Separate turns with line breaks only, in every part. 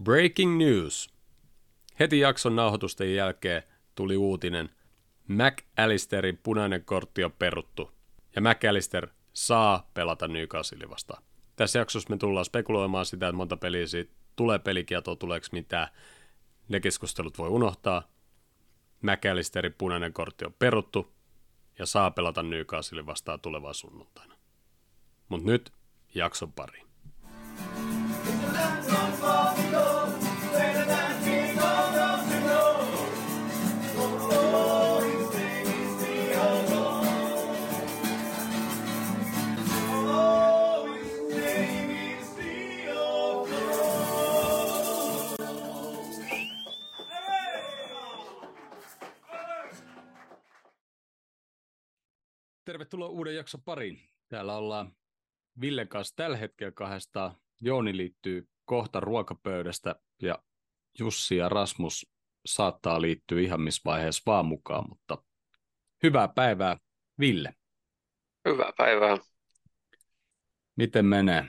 Breaking news. Heti jakson nauhoitusten jälkeen tuli uutinen. McAllisterin punainen kortti on peruttu. Ja McAllister saa pelata Newcastle vastaan. Tässä jaksossa me tullaan spekuloimaan sitä, että monta peliä siitä tulee pelikieltoa, tuleeko mitään. Ne keskustelut voi unohtaa. McAllisterin punainen kortti on peruttu ja saa pelata Newcastle vastaan tulevaa sunnuntaina. Mut nyt jakson pariin. Tervetuloa uuden jakson pariin. Täällä ollaan Villen kanssa tällä hetkellä kahdestaan. Jooni liittyy kohta ruokapöydästä ja Jussi ja Rasmus saattaa liittyä ihan missä vaiheessa vaan mukaan, mutta hyvää päivää, Ville.
Hyvää päivää.
Miten menee?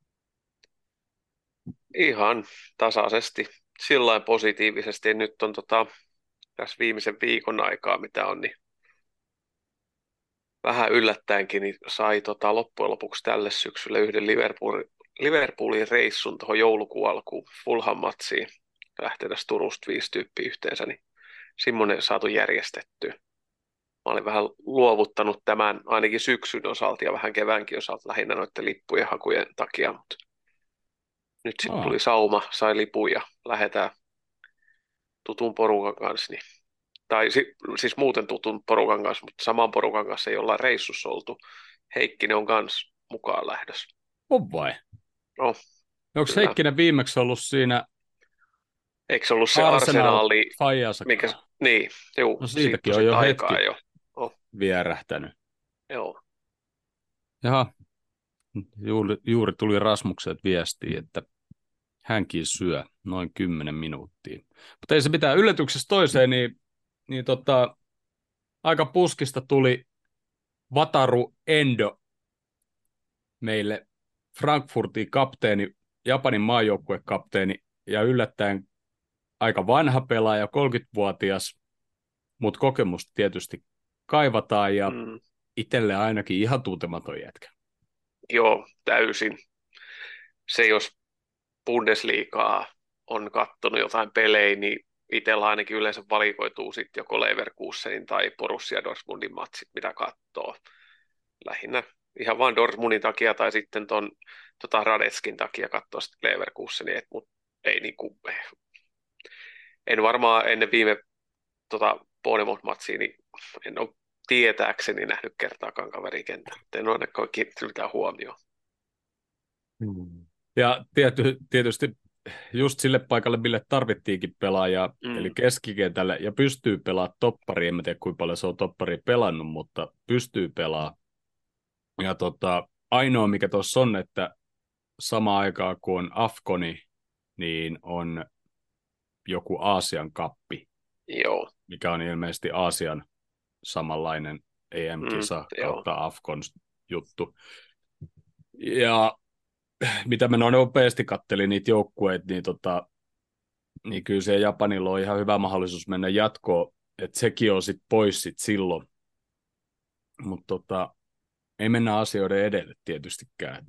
Ihan tasaisesti, sillain positiivisesti. Nyt on tässä viimeisen viikon aikaa, mitä on, niin vähän yllättäenkin niin sai loppujen lopuksi tälle syksylle yhden Liverpoolin reissun tuohon joulukuun alkuun Fulham-matsiin. Lähtee tästä Turusta 5 tyyppiä yhteensä, niin semmoinen saatu järjestettyä. Mä olin vähän luovuttanut tämän ainakin syksyn osalta ja vähän keväänkin osalta lähinnä noiden lippujen hakujen takia, mutta nyt sitten tuli sauma, sai lipun ja lähdetään tutun porukan kanssa. Niin, tai siis muuten tutun porukan kanssa, mutta saman porukan kanssa ei olla reissussa oltu. Heikkinen on kanssa mukaan lähdössä.
On vai?
No,
onko
kyllä.
Heikkinen viimeksi ollut siinä
Eikö se ollut se Arsenali?
Mikä...
Niin, juu.
No siitäkin on jo hetki vierähtänyt.
Joo.
Jaha, juuri tuli Rasmukselta viestiä, että hänkin syö noin 10 minuuttia. Mutta ei se mitään. Yllätyksestä toiseen, niin aika puskista tuli Wataru Endo meille Frankfurtin kapteeni, Japanin maajoukkuekapteeni ja yllättäen aika vanha pelaaja, 30-vuotias, mutta kokemusta tietysti kaivataan ja itselle ainakin ihan tuntematon jätkä.
Joo, täysin. Se jos Bundesliigaa on katsonut jotain pelejä, niin itsellä ainakin yleensä valikoituu sitten joko Leverkusenin tai Borussia Dortmundin matsit, mitä katsoo. Lähinnä ihan vain Dortmundin takia tai sitten Radetskin takia katsoa sitten Leverkusenia, mutta ei niinku, en varmaan ennen viime Bournemouth-matsia, niin en ole tietääkseni nähnyt kertaakaan kaverikentällä. En ole ainakaan kiinnittänyt mitään huomioon.
Ja tietysti just sille paikalle, mille tarvittiinkin pelaajaa, eli keskikentälle, ja pystyy pelaamaan topparia. En tiedä, kuinka paljon se on topparia pelannut, mutta pystyy pelaamaan. Ja ainoa, mikä tuossa on, että samaan aikaan kun on Afconi, niin on joku Aasian kappi,
Joo.
mikä on ilmeisesti Aasian samanlainen EM-kisa kautta Afcon juttu. Ja mitä mä nopeasti kattelin niitä joukkueita, niin kyllä se Japanilla on ihan hyvä mahdollisuus mennä jatkoon, että sekin on sitten pois silloin. Mutta ei mennä asioiden edelle tietystikään.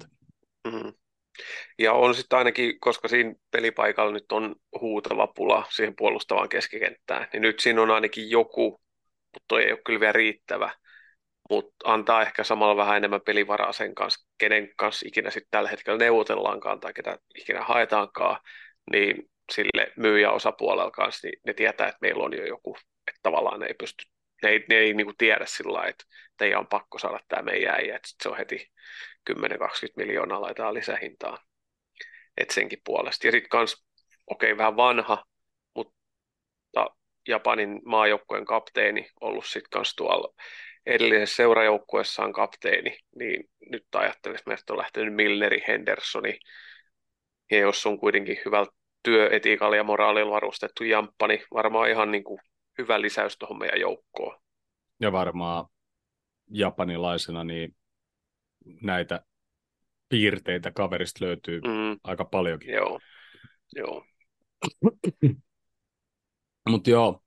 Ja on sitten ainakin, koska siinä pelipaikalla nyt on huutava pula siihen puolustavaan keskikenttään, niin nyt siinä on ainakin joku, mutta toi ei ole kyllä vielä riittävä, mutta antaa ehkä samalla vähän enemmän pelivaraa sen kanssa, kenen kanssa ikinä sitten tällä hetkellä neuvotellaankaan tai ketä ikinä haetaankaan, niin sille myyjäosapuolella kanssa, niin ne tietää, että meillä on jo joku, että tavallaan ne ei niinku tiedä sillä lailla, että teidän on pakko saada tämä meidän äijä, että se on heti 10-20 miljoonaa laitetaan lisähintaan, että senkin puolesta. Ja sitten kans, vähän vanha, mutta Japanin maajoukkueen kapteeni ollut sitten kans tuolla edellisessä seurajoukkueessaan kapteeni, niin nyt ajattelisi, että meistä on lähtenyt Milneri, Hendersoni, ja jos on kuitenkin hyvällä työetiikalla ja moraalilla varustettu jamppa, niin varmaan ihan niin kuin hyvä lisäys tuohon meidän joukkoon.
Ja varmaan japanilaisena niin näitä piirteitä kaverista löytyy aika paljonkin.
Joo.
Mutta joo,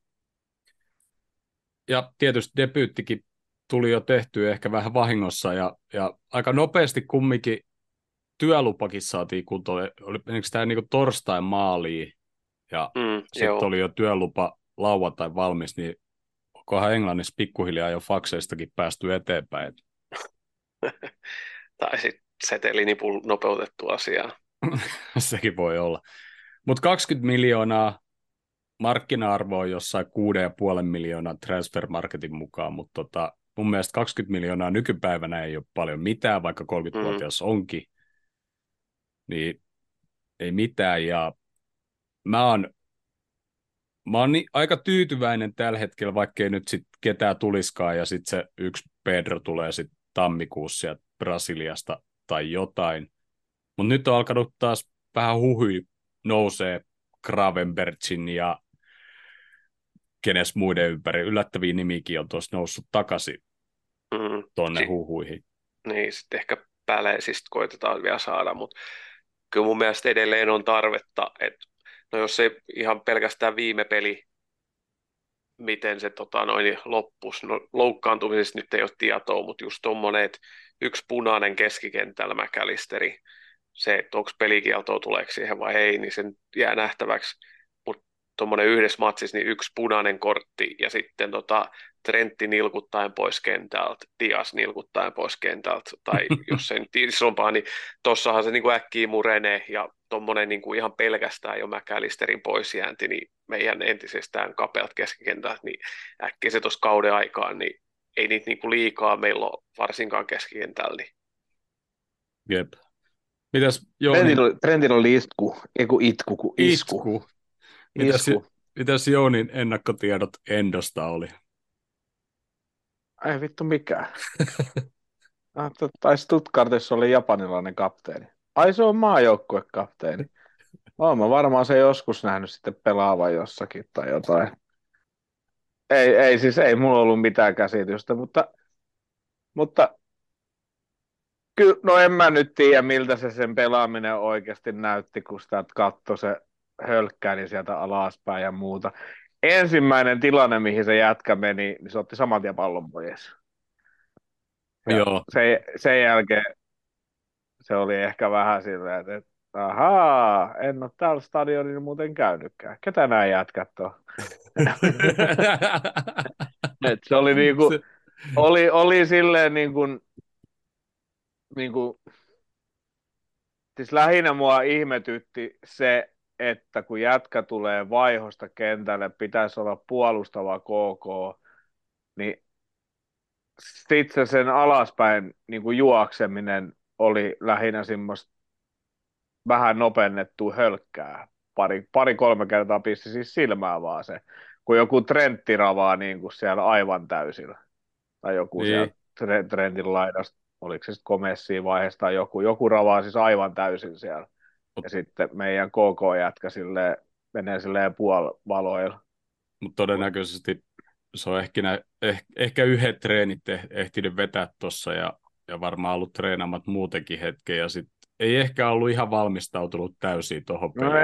ja tietysti debyyttikin tuli jo tehty ehkä vähän vahingossa, ja aika nopeasti kumminkin työlupakin saatiin kuntoon. Menikö tämä niinku torstain maaliin, ja sitten
Joo.
oli jo työlupa lauantai valmis, niin onkohan Englannissa pikkuhiljaa jo fakseistakin päästy eteenpäin.
Tai sitten setelinipun nopeutettu asiaa.
Sekin voi olla. Mutta 20 miljoonaa markkina-arvo on jossain 6,5 miljoonaa transfermarketin mukaan, mutta mun mielestä 20 miljoonaa nykypäivänä ei ole paljon mitään, vaikka 30-vuotias onkin, niin ei mitään. Ja mä oon, aika tyytyväinen tällä hetkellä, vaikkei nyt sit ketään tuliskaan, ja sitten se yksi Pedro tulee sitten tammikuussa sieltä Brasiliasta tai jotain. Mutta nyt on alkanut taas vähän huhui nousee Gravenberchin ja kenes muiden ympäri. Yllättäviä nimikin on tuossa noussut takaisin tuonne huhuihin.
Niin, sitten ehkä Päleisistä koitetaan vielä saada, mutta kyllä mun mielestä edelleen on tarvetta, että no jos ei ihan pelkästään viime peli, miten se loppus, no loukkaantumisesta nyt ei ole tietoa, mutta just tuommoinen, että yksi punainen keskikentällä McAllisteri, se, että onko pelikieltoa tuleeko siihen vai ei, niin sen jää nähtäväksi, mutta tuommoinen yhdessä matsissa niin yksi punainen kortti ja sitten Trentti nilkuttaen pois kentältä, Dias nilkuttaen pois kentältä, tai jos se nyt isompaa, niin tossahan se niin kuin äkkiä murenee, ja tuommoinen niin kuin ihan pelkästään jo McAllisterin poisjäänti, niin meidän entisestään kapeat keskikentältä, niin äkkiä se tuossa kauden aikaan, niin ei niitä niin kuin liikaa meillä ole varsinkaan keskikentällä. Niin.
Jep. Mitäs Jouni?
Trendillä oli isku, ei kun itku, kun isku.
Itku.
Isku.
Mitäs Jounin ennakkotiedot Endosta oli?
Ei vittu mikään. Tai Stuttgartissa oli japanilainen kapteeni. Ai se on maajoukkuekapteeni. Oon mä varmaan se joskus nähnyt sitten pelaavan jossakin tai jotain. Ei mulla ollut mitään käsitystä, mutta kyllä, no en mä nyt tiedä, miltä se sen pelaaminen oikeasti näytti, kun sitä katsoi se hölkkäili sieltä alaspäin ja muuta. Ensimmäinen tilanne, mihin se jätkä meni, niin se otti saman tien pallon pois. Ja
Joo.
sen jälkeen se oli ehkä vähän silleen, että ahaa, en ole täällä stadionilla muuten käynytkään. Ketä nämä jätkät on? Se oli niinku, oli silleen niinku, siis lähinnä mua ihmetytti se, että kun jätkä tulee vaihosta kentälle, pitäisi olla puolustava KK, niin sitten sen alaspäin niin kuin juokseminen oli lähinnä semmoista vähän nopennettua hölkkää. Pari kolme kertaa pisti siis silmää vaan se, kun joku Trentti ravaa niin kuin siellä aivan täysillä. Tai joku
niin.
siellä Trentin laidasta, oliko se sitten Komessiin vaiheessa tai joku ravaa siis aivan täysin siellä. Ja sitten meidän KK-jätkä menee silleen puolivaloilla.
Mutta todennäköisesti se on ehkä yhdet treenit ehtinyt vetää tuossa ja varmaan ollut treenaamat muutenkin hetken ja sitten ei ehkä ollut ihan valmistautunut täysin tuohon peliin.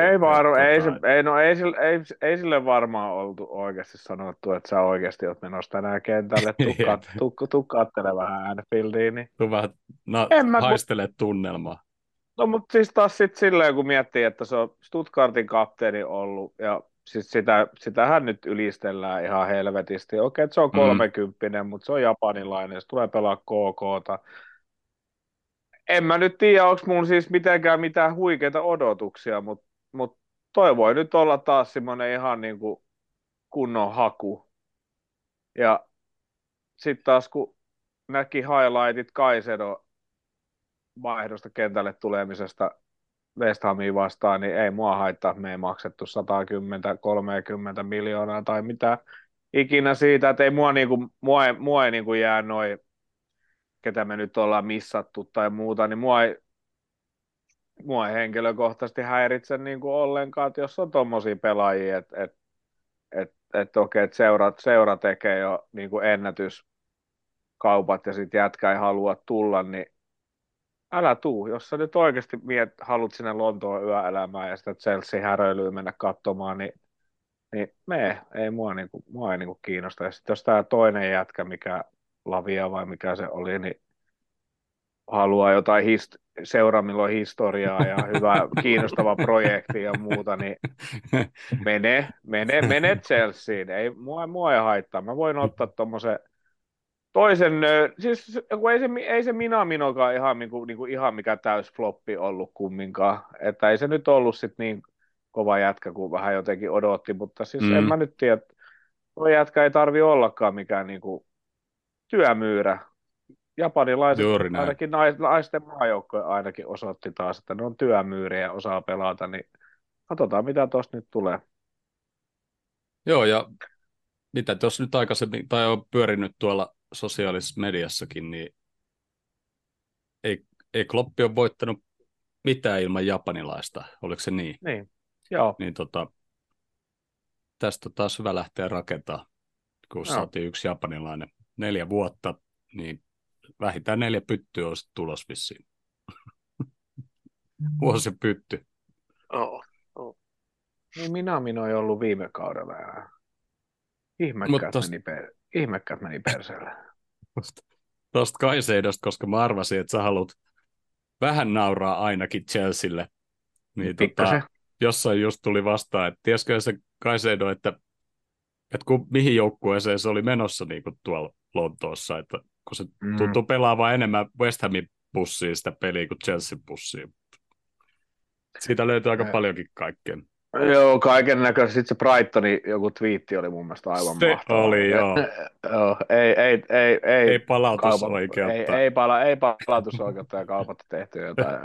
Ei sille varmaan oltu oikeasti sanottu, että sä oikeasti oot menossa tänään kentälle, tuu katsele vähän Anfieldiin. Niin.
Tuu vähän haistele tunnelmaa.
No mutta siis taas sitten silleen, kun miettii, että se on Stuttgartin kapteeni ollut ja siis sitähän nyt ylistellään ihan helvetisti. Okei, että se on 30, mutta se on japanilainen, se tulee pelaa KK:ta. En mä nyt tiedä, onko mun siis mitenkään mitään huikeita odotuksia, mutta toi voi nyt olla taas semmoinen ihan niin kuin kunnon haku. Ja sitten taas kun näki highlightit Caicedo vaihdosta kentälle tulemisesta West Hamiin vastaan, niin ei mua haittaa, me ei maksettu 110-30 miljoonaa tai mitä ikinä siitä, että ei mua ei niinku jää noin, ketä me nyt ollaan missattu tai muuta, niin mua ei henkilökohtaisesti häiritse niinku ollenkaan, että jos on tommosia pelaajia, että okei, että seura tekee jo niinku ennätyskaupat ja sitten jätkä ei halua tulla, niin älä tuu, jos sä nyt oikeasti haluat sinne Lontoon yöelämään ja sitä Chelsea-häröilyä mennä katsomaan, niin ei mua ei niinku kiinnosta. Ja sitten jos tämä toinen jätkä, mikä Lavia vai mikä se oli, niin haluaa jotain seuraa milloin historiaa ja hyvä, kiinnostava projekti ja muuta, niin mene Chelseain. Mua ei haittaa. Mä voin ottaa tommosen toisen, siis kun ei se Minaminokaan ihan, ihan mikä täys floppi ollut kumminkaan. Että ei se nyt ollut sit niin kova jätkä kuin vähän jotenkin odotti, mutta siis en
Mm,
mä nyt tiedä, tuo jätkä ei tarvi ollakaan mikään työmyyrä. Japanilaiset,
juuri näin.
ainakin naisten maajoukkoja ainakin osoitti taas, että ne on työmyyriä ja osaa pelata, niin katsotaan mitä tuosta nyt tulee.
Joo, ja mitä tuossa nyt aikaisemmin, tai on pyörinyt tuolla sosiaalisessa mediassakin, niin ei Kloppi ole voittanut mitään ilman japanilaista, oliko se niin?
Niin, joo,
Niin tästä on taas hyvä lähteä rakentamaan, kun
joo.
saatiin yksi japanilainen 4 vuotta, niin vähintään 4 pyttyä on sitten tulos vissiin. Vuosi pytty.
Oh, oh.
Niin Minamino ei ollut viime kaudella enää.
Mutta
Ihmekkäät meni perseelle.
tuosta Kaiseidosta, koska mä arvasin, että sä haluat vähän nauraa ainakin Chelsealle, niin
Pikkasen.
jossain just tuli vastaan, että tiesikö se Kaiseido, että mihin joukkueeseen se oli menossa niin kuin tuolla Lontoossa, että kun se tuntuu pelaamaan enemmän West Hamin pussiin sitä peliä kuin Chelsean pussiin. Siitä löytyy aika paljonkin kaikkea.
Joo, kaiken näköistä. Sitten se Brightonin joku twiitti oli mun mielestä aivan
Se
mahtava.
oli, joo.
Joo, ei
Ei palautusoikeutta.
ei palautusoikeutta ja kaupata tehty jotain.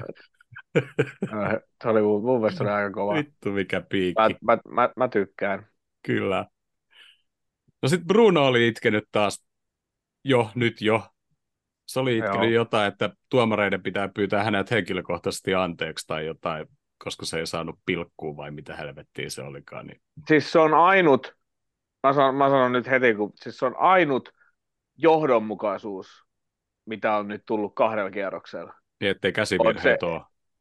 Se oli mun mielestä se oli aika kova.
Vittu mikä piikki.
Mä tykkään.
Kyllä. No sit Bruno oli itkenyt taas nyt jo. Se oli itkenyt jotain, että tuomareiden pitää pyytää hänet henkilökohtaisesti anteeksi tai jotain, koska se ei saanut pilkkua vai mitä helvettiä se olikaan. Niin.
Siis se on ainut, mä sanon nyt heti, siis se on ainut johdonmukaisuus, mitä on nyt tullut 2 kierroksella.
Niin, ettei käsivirheet ole.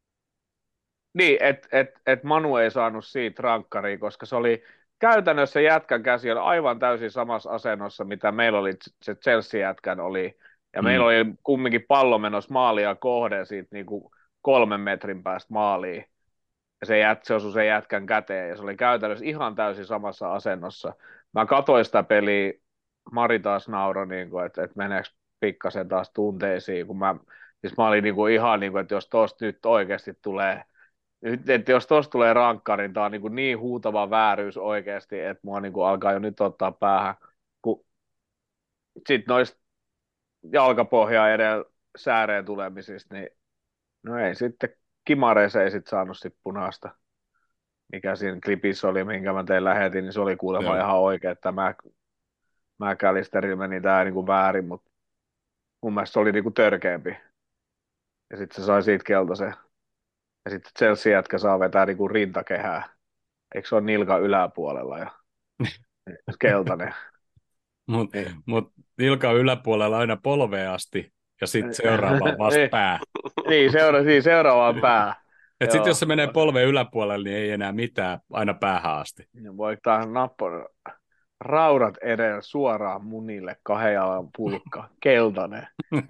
Niin, että Manu ei saanut siitä rankkariin, koska se oli käytännössä jätkän käsi oli aivan täysin samassa asennossa, mitä meillä oli, se Chelsea-jätkän oli. Ja meillä oli kumminkin pallo menossa maalia kohden siitä niin kuin 3 metrin päästä maaliin. Ja se osui sen jätkän käteen, ja se oli käytännössä ihan täysin samassa asennossa. Mä katsoin sitä peliä, Mari taas nauroi, niin että meneekö pikkasen taas tunteisiin, kun siis mä olin niin kuin ihan niin kuin, että jos tosta nyt oikeasti tulee että jos tuossa tulee rankkari, niin tämä on niin huutava vääryys oikeasti, että mua alkaa jo nyt ottaa päähän, kun sitten noista jalkapohjaa edellä sääreen tulemisista, niin no ei sitten, Kimares ei sitten saanut sit punaista, mikä siinä klipissä oli, minkä mä tein lähetin, niin se oli kuulemma ihan oikein, että McAllisterilla meni tämä väärin, mutta mun mielestä se oli törkeämpi. Ja sitten se sai siitä keltaisen. Ja sitten Chelsea-jätkä saa vetää rintakehää. Eikö se ole nilkan yläpuolella ja keltainen?
Mut nilkan yläpuolella aina polveen asti ja sitten seuraavaan vasta pää.
Niin, seuraavaan pää.
Sitten jos se menee polveen yläpuolelle, niin ei enää mitään, aina päähän asti.
Voi tähän raudat edellä suoraan munille, 2 jalan pulkka, keltainen.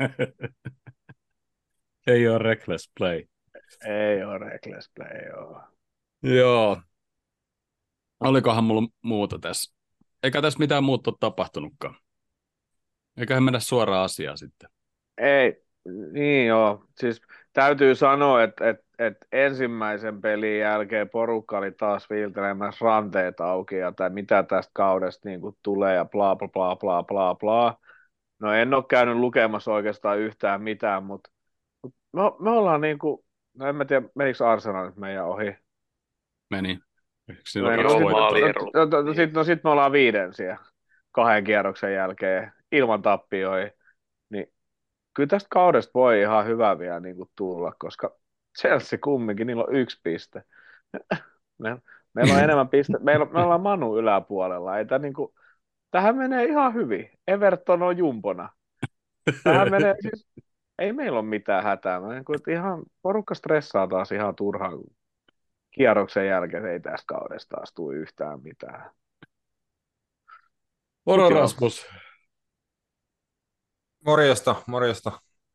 Ei ole reckless play.
Ei ole reckless play, joo.
Joo. Olikohan mulla muuta tässä? Eikä tässä mitään muuta ole tapahtunutkaan. Eiköhän mennä suoraan asiaan sitten.
Ei, niin joo. Siis täytyy sanoa, että ensimmäisen pelin jälkeen porukka oli taas viiltelemässä ranteet auki ja tai mitä tästä kaudesta niin kuin tulee ja bla bla bla bla bla bla. No en ole käynyt lukemassa oikeastaan yhtään mitään, mutta me ollaan niin kuin, no en mä tiedä, menikö Arsenal nyt meidän ohi?
Meni.
Sitten me ollaan 5 siellä 2 kierroksen jälkeen ilman tappioita. Niin kyllä tästä kaudesta voi ihan hyvä vielä niin kuin tulla, koska Chelsea kumminkin, niillä on 1 piste. Meillä on enemmän piste. Me ollaan Manu yläpuolella. Ei niin kuin, tähän menee ihan hyvin. Everton on jumpona. Tähän menee siis, ei meillä ole mitään hätää. Mä niin kuin, että ihan porukka stressaa taas ihan turhaan, kun kierroksen jälkeen ei tästä kaudesta taas tule yhtään mitään.
Moro Rasmus,
Morjesta, morjesta.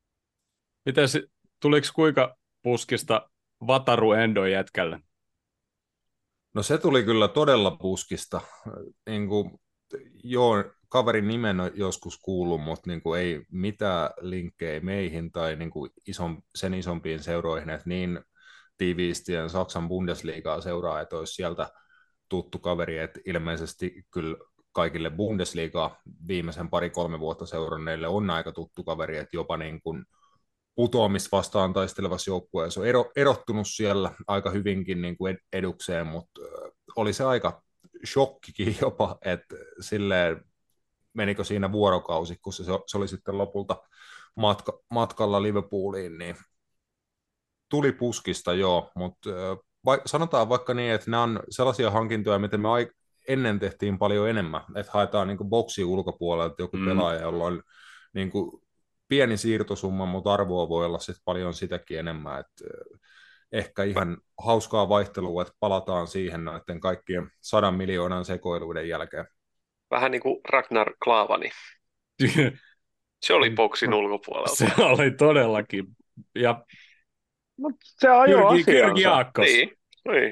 tuliko kuinka puskista Vataru Endon jätkälle?
No se tuli kyllä todella puskista. Niin kuin, joo, kaverin nimen on joskus kuullut, mutta niin kuin ei mitään linkkejä meihin tai niin kuin sen isompiin seuroihin, että niin tiiviisti Saksan Bundesliigaa seuraa, että olisi sieltä tuttu kaveri, että ilmeisesti kyllä kaikille Bundesliigaa viimeisen 2-3 vuotta seuranneille on aika tuttu kaveri, että jopa niin kuin putoamista vastaan taistelevassa joukkueessa on erottunut siellä aika hyvinkin niin kuin edukseen, mutta oli se aika shokkikin jopa, että silleen menikö siinä vuorokausi, kun se oli sitten lopulta matkalla Liverpooliin, niin tuli puskista joo, mutta sanotaan vaikka niin, että nämä on sellaisia hankintoja, mitä me ennen tehtiin paljon enemmän, että haetaan niin kuin boksiin ulkopuolelta joku pelaaja, jolla on niin kuin pieni siirtosumma, mutta arvoa voi olla sitten paljon sitäkin enemmän, että ehkä ihan hauskaa vaihtelua, että palataan siihen näiden kaikkien 100 miljoonan sekoiluiden jälkeen.
Vähän niin kuin Ragnar Klavani. Se oli boksin ulkopuolelta.
Se oli todellakin. Ja
Mut se ajoi asiansa.
Kyrki Jaakkos.
Niin.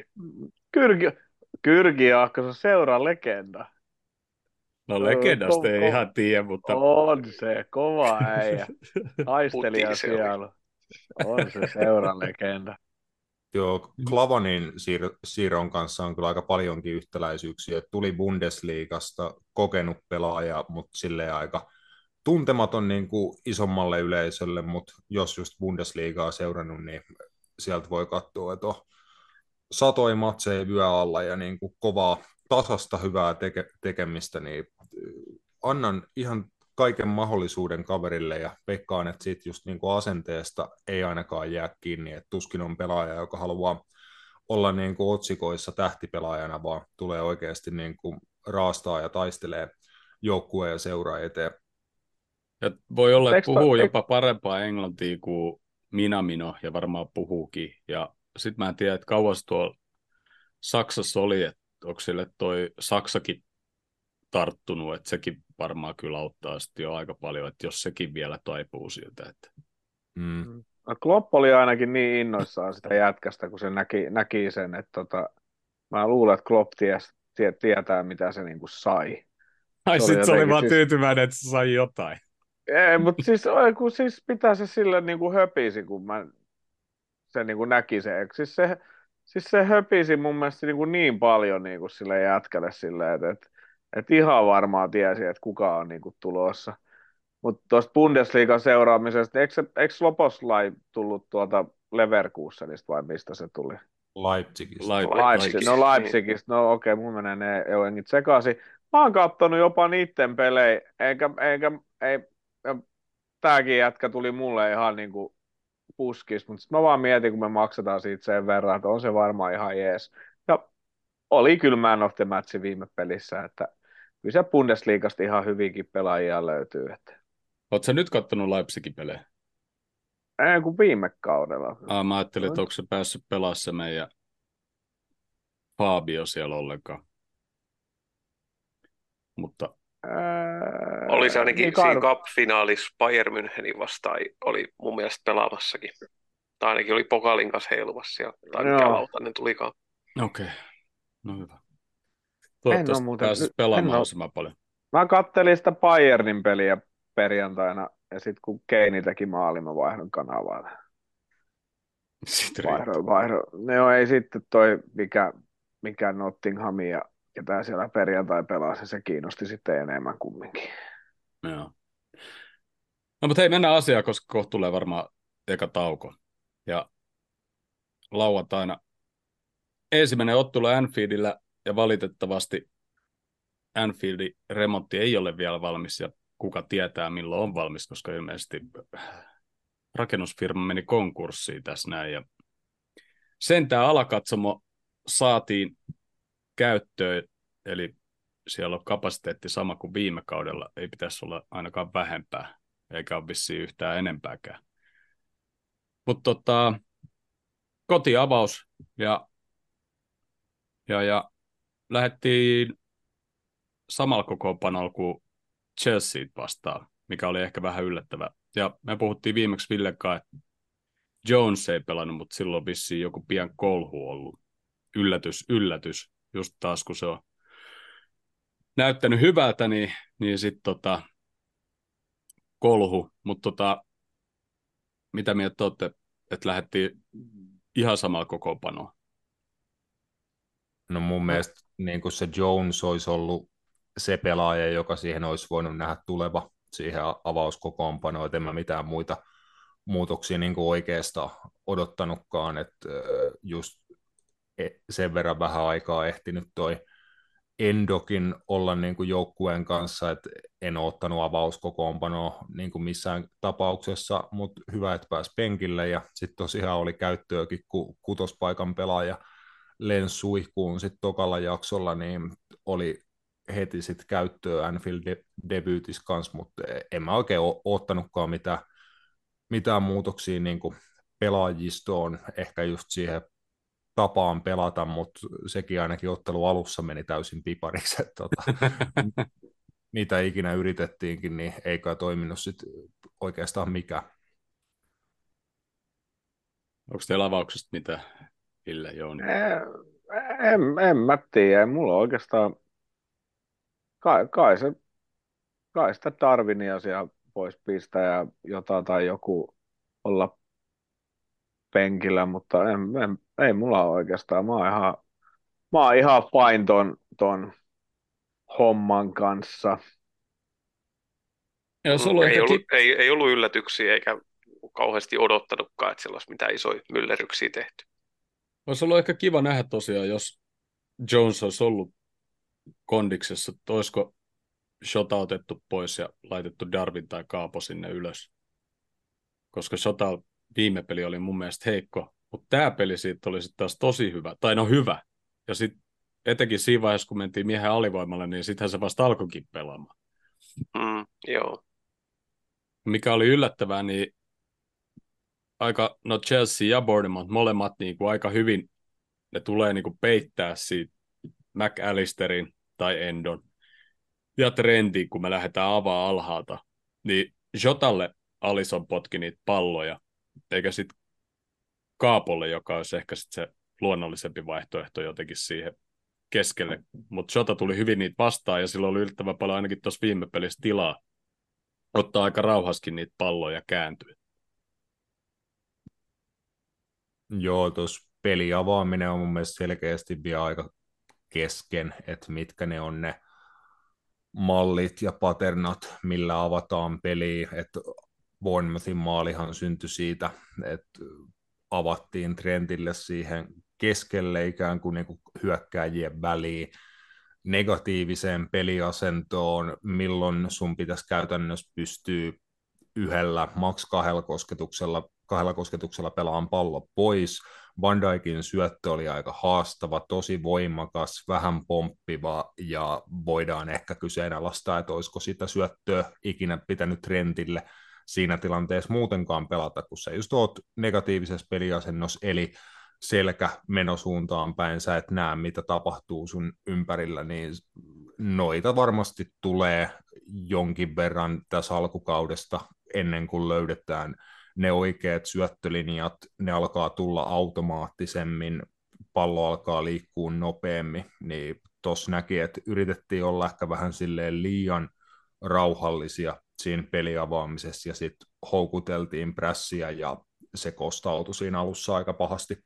Kyrki Jaakkos on seuran legenda.
No legendasta ei ihan tiedä, mutta...
On se, kova äijä. Taistelija siellä. On se seuran legenda.
Joo, Klavanin siirron kanssa on kyllä aika paljonkin yhtäläisyyksiä. Tuli Bundesliigasta kokenut pelaaja, mutta silleen aika tuntematon niin kuin isommalle yleisölle, mutta jos just Bundesliigaa seurannut, niin sieltä voi katsoa, että on satoja matseja vyö alla ja niin kuin kovaa tasasta hyvää tekemistä, niin annan ihan kaiken mahdollisuuden kaverille ja veikkaan, että siitä just niin kuin asenteesta ei ainakaan jää kiinni, että tuskin on pelaaja, joka haluaa olla niin kuin otsikoissa tähtipelaajana, vaan tulee oikeasti niin kuin raastaa ja taistelee joukkueen ja seuraa eteen.
Ja voi olla, että puhuu jopa parempaa englantia kuin Minamino, ja varmaan puhuukin. Ja sitten mä en tiedä, että kauas tuolla Saksassa oli, että onko sille toi Saksakin tarttunut, että sekin varmaan kyllä auttaa sitten jo aika paljon, että jos sekin vielä taipuu siltä. Että...
No, Klopp oli ainakin niin innoissaan sitä jätkästä, kun se näki sen, että mä luulen, että Klopp tietää, mitä se niinku sai.
Ai sitten se oli vaan tyytyväinen, että se sai jotain.
Ei, mutta siis pitää se sille niinku höpisi, kun se niinku näki se. Siis se höpisi mun mielestä niin paljon niinku sille jätkälle silleen, että ihan varmaan tiesi, että kuka on niinku tulossa. Mutta tuosta Bundesliigan seuraamisesta, eikö Sloboslai tullut tuolta Leverkusenista vai mistä se tuli?
Leipzigistä.
No Leipzigistä, no okei, mun menee ne jengit sekaisin. Mä oon kattonut jopa niitten pelejä, tääkin jätkä tuli mulle ihan niinku puskis, mutta mä vaan mietin, kun me maksetaan siitä sen verran, että on se varmaan ihan jees. Ja oli kyllä man of the match viime pelissä, että kyllä se Bundesliigasta ihan hyvinkin pelaajia löytyy. Että...
Oletko sä nyt kattonut Leipzigin pelejä?
Ei, kuin viime kaudella.
Mä ajattelin, että onko se päässyt pelaamaan se meidän Fabio siellä ollenkaan. Mutta...
Oli se ainakin siinä Cup-finaalissa Bayern Münchenin vastaan, oli mun mielestä pelaamassakin. Tai ainakin oli Pokalin kanssa heiluvassa, tai mikä lautanen tulikaan.
Okei, no hyvä. Toivottavasti pääsisi pelaamaan mahdollisimman paljon.
Mä kattelin sitä Bayernin peliä perjantaina, ja sitten kun Keini teki maalin, mä vaihdon kanavaa. No ei sitten toi, mikä Nottingham ja ketä siellä perjantai pelasi, se kiinnosti sitten enemmän kumminkin.
Joo. No mutta hei, mennään asiaan, koska kohta tulee varmaan eka tauko. Ja lauantaina ensimmäinen ottelu Anfieldillä, ja valitettavasti Anfieldin remontti ei ole vielä valmis, ja kuka tietää milloin on valmis, koska ilmeisesti rakennusfirma meni konkurssiin tässä näin. Ja sentään alakatsomo saatiin käyttöön, eli siellä on kapasiteetti sama kuin viime kaudella, ei pitäisi olla ainakaan vähempää, eikä ole vissiin yhtään enempääkään. Mutta kotiavaus ja lähdettiin samalla kokoonpanolla kuin Chelsea vastaan, mikä oli ehkä vähän yllättävää. Ja me puhuttiin viimeksi Villen kanssa, että Jones ei pelannut, mutta silloin vissiin joku pian kolhu ollut. Yllätys. Just taas, kun se on näyttänyt hyvältä, niin sitten kolhu. Mutta mitä mieltä olette, että lähdettiin ihan samalla kokoonpanoon?
No mun mielestä niin kuin se Jones olisi ollut se pelaaja, joka siihen olisi voinut nähdä tuleva siihen avauskokoonpanoon, että en mä mitään muita muutoksia niin kuin oikeastaan odottanutkaan, että just sen verran vähän aikaa ehtinyt toi Endokin olla niin kuin joukkueen kanssa, että en ole ottanut avauskokoonpanoa niin kuin missään tapauksessa, mutta hyvä, että pääsi penkille, ja sitten tosiaan oli käyttöäkin, kun kutospaikan pelaaja lensi suihkuun sitten tokalla jaksolla, niin oli heti sitten käyttöä Anfield-debyytissä kanssa, mutta en mä oikein ole ottanutkaan mitään muutoksia niin kuin pelaajistoon, ehkä just siihen tapaan pelata, mutta sekin ainakin ottelu alussa meni täysin pipariksi, että mitä ikinä yritettiinkin, niin ei kai toiminut sit oikeastaan mikään.
Onko teillä avauksesta mitä, Ville, Jouni?
En mä tiedä, ei mulla oikeastaan, kai sitä Darwinia siellä voisi pistää ja jotain tai joku olla penkillä, mutta ei mulla oikeastaan, mä oon ihan fine ton homman kanssa.
Ja sulla on
Ei
ehkä
ollut, ei ollut yllätyksiä eikä kauheasti odottanutkaan, että siellä olisi mitään isoja myllerryksiä tehty.
olisi ollut ehkä kiva nähdä tosiaan, jos Jones olisi ollut kondiksessa, että olisiko Shota otettu pois ja laitettu Darwin tai Kaapo sinne ylös. Koska Shota viime peli oli mun mielestä heikko, mutta tämä peli siitä oli sitten taas tosi hyvä, tai no hyvä. Ja sitten etenkin siinä vaiheessa, kun mentiin miehen alivoimalle, niin sittenhän se vasta alkoikin pelaamaan.
Joo.
Mikä oli yllättävää, niin no Chelsea ja Bournemouth molemmat niin kuin aika hyvin, ne tulee niin kuin peittää siitä McAllisterin tai Endon ja Trentin, kun me lähdetään avaa alhaalta, niin Jotalle Alisson potki niitä palloja, eikä sitten Kaapolle, joka olisi ehkä sit se luonnollisempi vaihtoehto jotenkin siihen keskelle. Mutta Jota tuli hyvin niitä vastaan, ja silloin oli yllättävän paljon ainakin tuossa viime pelissä tilaa ottaa aika rauhaskin niitä palloja kääntyä.
Joo, tuossa peliavaaminen on mun mielestä selkeästi vielä aika kesken, että mitkä ne on ne mallit ja paternat, millä avataan peliä, että Bournemouthin maalihan syntyi siitä, että avattiin Trentille siihen keskelle ikään kuin, hyökkääjien väliin negatiiviseen peliasentoon, milloin sun pitäisi käytännössä pystyä yhdellä, maks kahdella kosketuksella pelaan pallo pois. Van Dijkin syöttö oli aika haastava, tosi voimakas, vähän pomppiva, ja voidaan ehkä kyseenalaistaa, että olisiko sitä syöttöä ikinä pitänyt Trentille siinä tilanteessa muutenkaan pelata, kun sä just oot negatiivisessa peliasennossa, eli selkä menosuuntaan päin, sä et näe, mitä tapahtuu sun ympärillä, niin noita varmasti tulee jonkin verran tässä alkukaudesta ennen kuin löydetään ne oikeat syöttölinjat, ne alkaa tulla automaattisemmin, pallo alkaa liikkua nopeammin, niin tuossa näki, että yritettiin olla ehkä vähän silleen liian rauhallisia siinä peliavaamisessa ja sitten houkuteltiin prässiä ja se kostautui siinä alussa aika pahasti.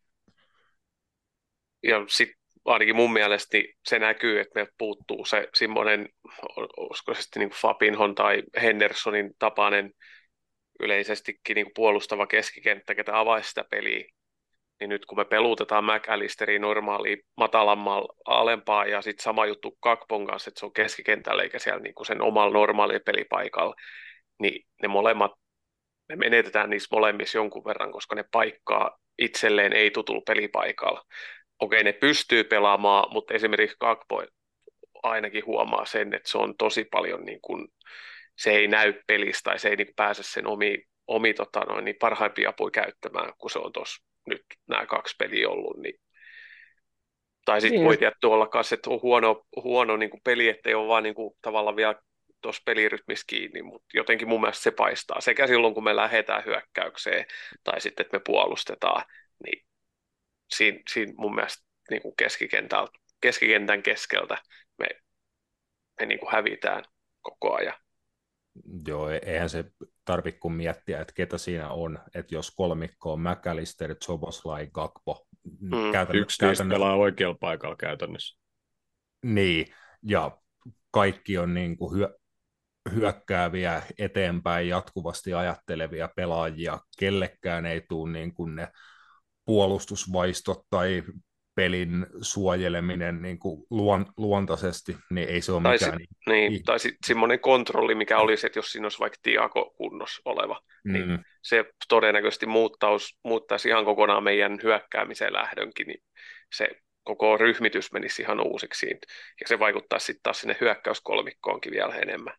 Ja sitten ainakin mun mielestä niin se näkyy, että meiltä puuttuu se semmoinen, olisiko se sitten niin kuin Fabinhon tai Hendersonin tapainen yleisestikin niin kuin puolustava keskikenttä, ketä avaisi sitä peliä. Niin nyt kun me pelutetaan McAllisteriin normaaliin matalammalla alempaa ja sitten sama juttu Gakpon kanssa, että se on keskikentällä eikä siellä niin kuin sen omalla normaalilla pelipaikalla, niin ne molemmat, me menetetään niissä molemmissa jonkun verran, koska ne paikkaa itselleen ei tutulla pelipaikalla. Okei, ne pystyy pelaamaan, mutta esimerkiksi Gakpo ainakin huomaa sen, että se on tosi paljon, niin kuin, se ei näy pelistä tai se ei niin kuin pääse sen niin parhaimpia apuja käyttämään, kun se on tuossa nyt nämä 2 peliä ollut. Niin. Tai sitten
Niin,
voi tietty olla myös, että on huono niin kuin peli, ettei ole vaan niin kuin, tavallaan vielä tuossa pelirytmissä kiinni, mutta jotenkin mun mielestä se paistaa. Sekä silloin, kun me lähdetään hyökkäykseen, tai sitten, että me puolustetaan, niin siinä mun mielestä niin kuin keskikentän keskeltä me niin kuin hävitään koko ajan.
Joo, eihän se tarvitse kuin miettiä, että ketä siinä on, että jos kolmikko on McAllister, Szoboszlai, Gakpo,
Yksi niistä pelaa oikealla paikalla käytännössä.
Niin, ja kaikki on niin kuin hyökkääviä, eteenpäin jatkuvasti ajattelevia pelaajia, kellekään ei tule niin kuin ne puolustusvaistot tai pelin suojeleminen niin kuin luontaisesti, niin ei se ole mikään.
Tai sitten semmoinen kontrolli, mikä olisi, että jos siinä olisi vaikka Thiago kunnossa oleva, niin se todennäköisesti muuttaisi ihan kokonaan meidän hyökkäämisen lähdönkin, niin se koko ryhmitys menisi ihan uusiksi siitä, ja se vaikuttaisi sitten taas sinne hyökkäyskolmikkoonkin vielä enemmän.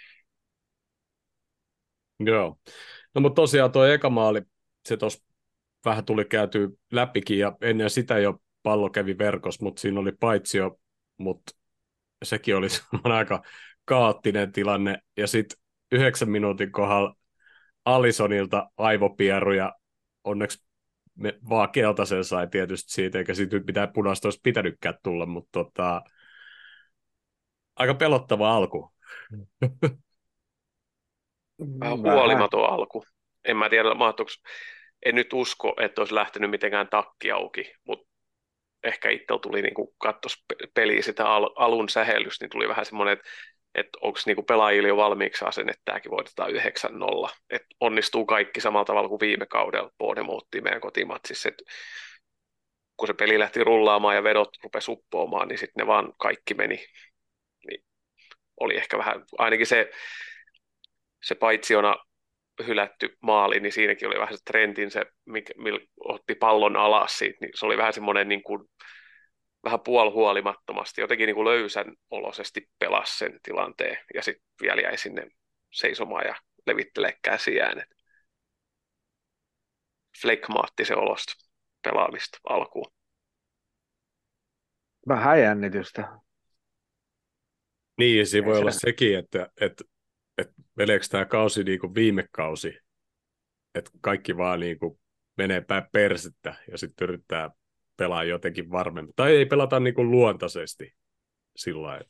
Joo. No mutta tosiaan tuo eka maali, se tuossa vähän tuli käytyä läpikin, ja ennen sitä jo pallo kävi verkossa, mutta siinä oli paitsio, mutta sekin oli aika kaoottinen tilanne, ja sitten 9 minuutin kohdalla Alissonilta aivopieru, ja onneksi me vaan keltaisen sai tietysti siitä, eikä siitä nyt mitään punaista olisi pitänytkään tulla, mutta aika pelottava alku.
Vähän huolimaton alku. En mä tiedä, en nyt usko, että olisi lähtenyt mitenkään takki auki, mutta ehkä itsellä tuli, niin kun katsoisi peliä sitä alun sähellystä, niin tuli vähän semmoinen, että onko niin pelaajille jo valmiiksi asenne, että tämäkin voitetaan 9-0. Että onnistuu kaikki samalla tavalla kuin viime kaudella Bournemouthia meidän kotimatsissa. Et kun se peli lähti rullaamaan ja vedot rupesi uppoamaan, niin sitten ne vaan kaikki meni. Niin oli ehkä vähän, ainakin se paitsiona hylätty maali, niin siinäkin oli vähän se trendin, millä otti pallon alas siitä, niin se oli vähän semmoinen niin kuin, vähän puolihuolimattomasti, jotenkin niin kuin löysän olosesti pelasi sen tilanteen, ja sitten vielä jäi sinne seisomaan ja levittelee käsiään. Flekmaattisen olosta pelaamista alkuun.
Vähän jännitystä.
Niin, siinä voi olla sekin, että meleekö tämä kausi niin kuin viime kausi, että kaikki vaan niin kuin menee päin persettä ja sitten yrittää pelaa jotenkin varmemmin. Tai ei pelata niin kuin luontaisesti sillä lailla.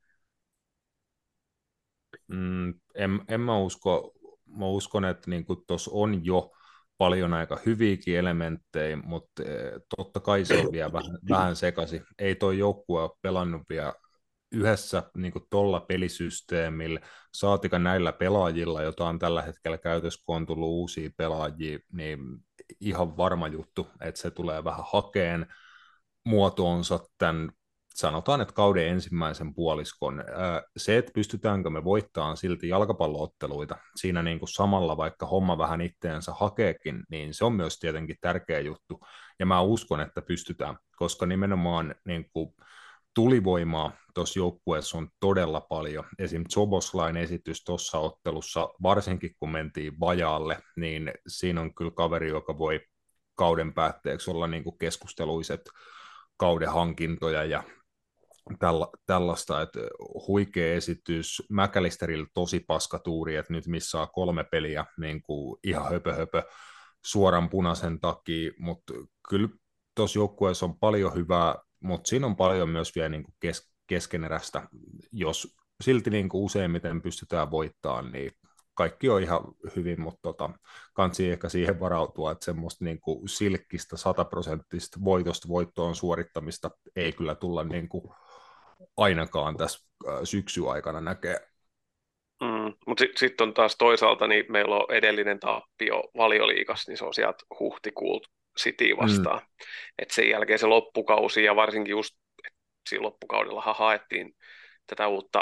En mä usko. Mä uskon, että niin tuossa on jo paljon aika hyviäkin elementtejä, mutta totta kai se on vielä vähän sekaisin. Ei toi joukkue ole pelannut vielä yhdessä niin tuolla pelisysteemillä, saatika näillä pelaajilla, jota on tällä hetkellä käytössä, kun on tullut uusia pelaajia, niin ihan varma juttu, että se tulee vähän hakeen muotoonsa tämän, sanotaan, että kauden ensimmäisen puoliskon. Se, että pystytäänkö me voittamaan silti jalkapallootteluita siinä niin kuin samalla, vaikka homma vähän itteensä hakeekin, niin se on myös tietenkin tärkeä juttu. Ja mä uskon, että pystytään, koska nimenomaan niin kuin tulivoimaa tuossa joukkueessa on todella paljon. Esimerkiksi Szoboszlain esitys tuossa ottelussa, varsinkin kun mentiin vajaalle, niin siinä on kyllä kaveri, joka voi kauden päätteeksi olla niin kuin keskusteluiset kauden hankintoja ja tällaista, että huikea esitys, McAllisterille tosi paskatuuri, että nyt missaa 3 peliä niin kuin ihan höpö suoran punaisen takia, mutta kyllä tuossa joukkueessa on paljon hyvää, mutta siinä on paljon myös vielä niin kuin keskeneräistä. Jos silti niin kuin useimmiten pystytään voittamaan, niin kaikki on ihan hyvin, mutta kansi ehkä siihen varautua, että semmoista niin kuin silkkistä 100% voitosta voittoon suorittamista ei kyllä tulla niin kuin ainakaan tässä syksyä-aikana näkee.
Mutta sitten on taas toisaalta, niin meillä on edellinen tappio Valioliigassa, niin se on sieltä huhtikuulta City vastaan. Et sen jälkeen se loppukausi, ja varsinkin just siinä loppukaudella haettiin tätä uutta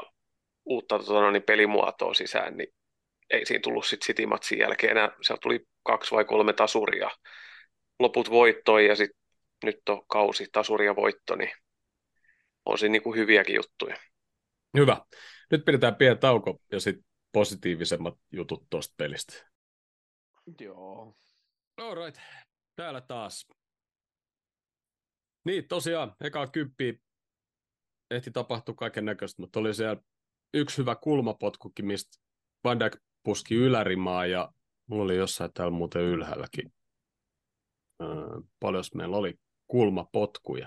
pelimuotoa sisään, niin ei siinä tullut sitten City-matsin jälkeen enää. Siellä tuli 2 vai 3 tasuria, loput voittoja, ja sitten nyt on kausi tasuri ja voitto, niin on siinä niinku hyviäkin juttuja.
Hyvä. Nyt pidetään pieni tauko ja sitten positiivisemmat jutut tuosta pelistä.
Joo.
Alright, täällä taas. Niin, tosiaan, eka kyppi ehti tapahtua kaiken näköistä, mutta oli siellä yksi hyvä kulmapotkukin, mistä Van Dijk puski ylärimaa, ja mulla oli jossain täällä muuten ylhäälläkin. Paljon meillä oli kulmapotkuja.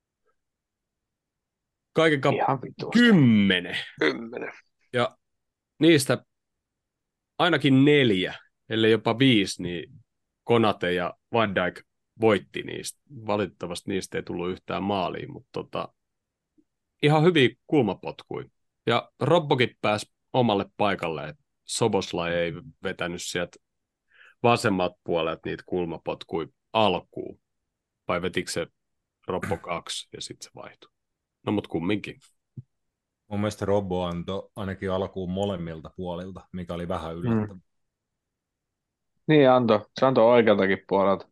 Kaiken
Ihan vitusti.
10.
10.
Ja niistä ainakin 4, ellei jopa 5, niin Konate ja Van Dijk voitti niistä. Valitettavasti niistä ei tullut yhtään maaliin, mutta ihan hyviä kulmapotkuja. Ja Robbokit pääsi omalle paikalle, että Soboslai ei vetänyt sieltä vasemmalta puolelta niitä kulmapotkuja alkuun. Vai vetikö se Robbo 2 ja sitten se vaihtui? No mut kumminkin.
Mun mielestä Robbo antoi ainakin alkuun molemmilta puolilta, mikä oli vähän yllättävää.
Niin se antoi oikealtakin puolelta.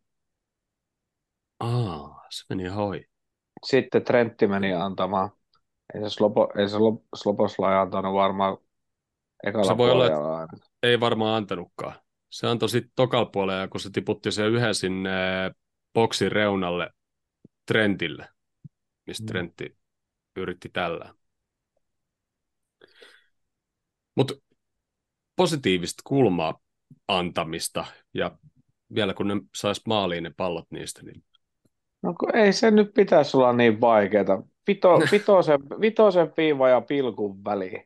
Se meni ihan ohi.
Sitten Trentti meni antamaan. Ei se Sloboslai antanut varmaan ekalla
Se voi olla, että
puolella aina.
ei varmaan antanutkaan. Se antoi sitten tokalla puolella, kun se tiputti sen yhden sinne boksin reunalle Trentille, mistä Trentti yritti tällä. Mutta positiivista kulmaa antamista, ja vielä kun ne sais maaliin ne pallot niistä, niin
No kun ei se nyt pitäisi olla niin vaikeaa. Vitosen viiva ja pilkun väliin.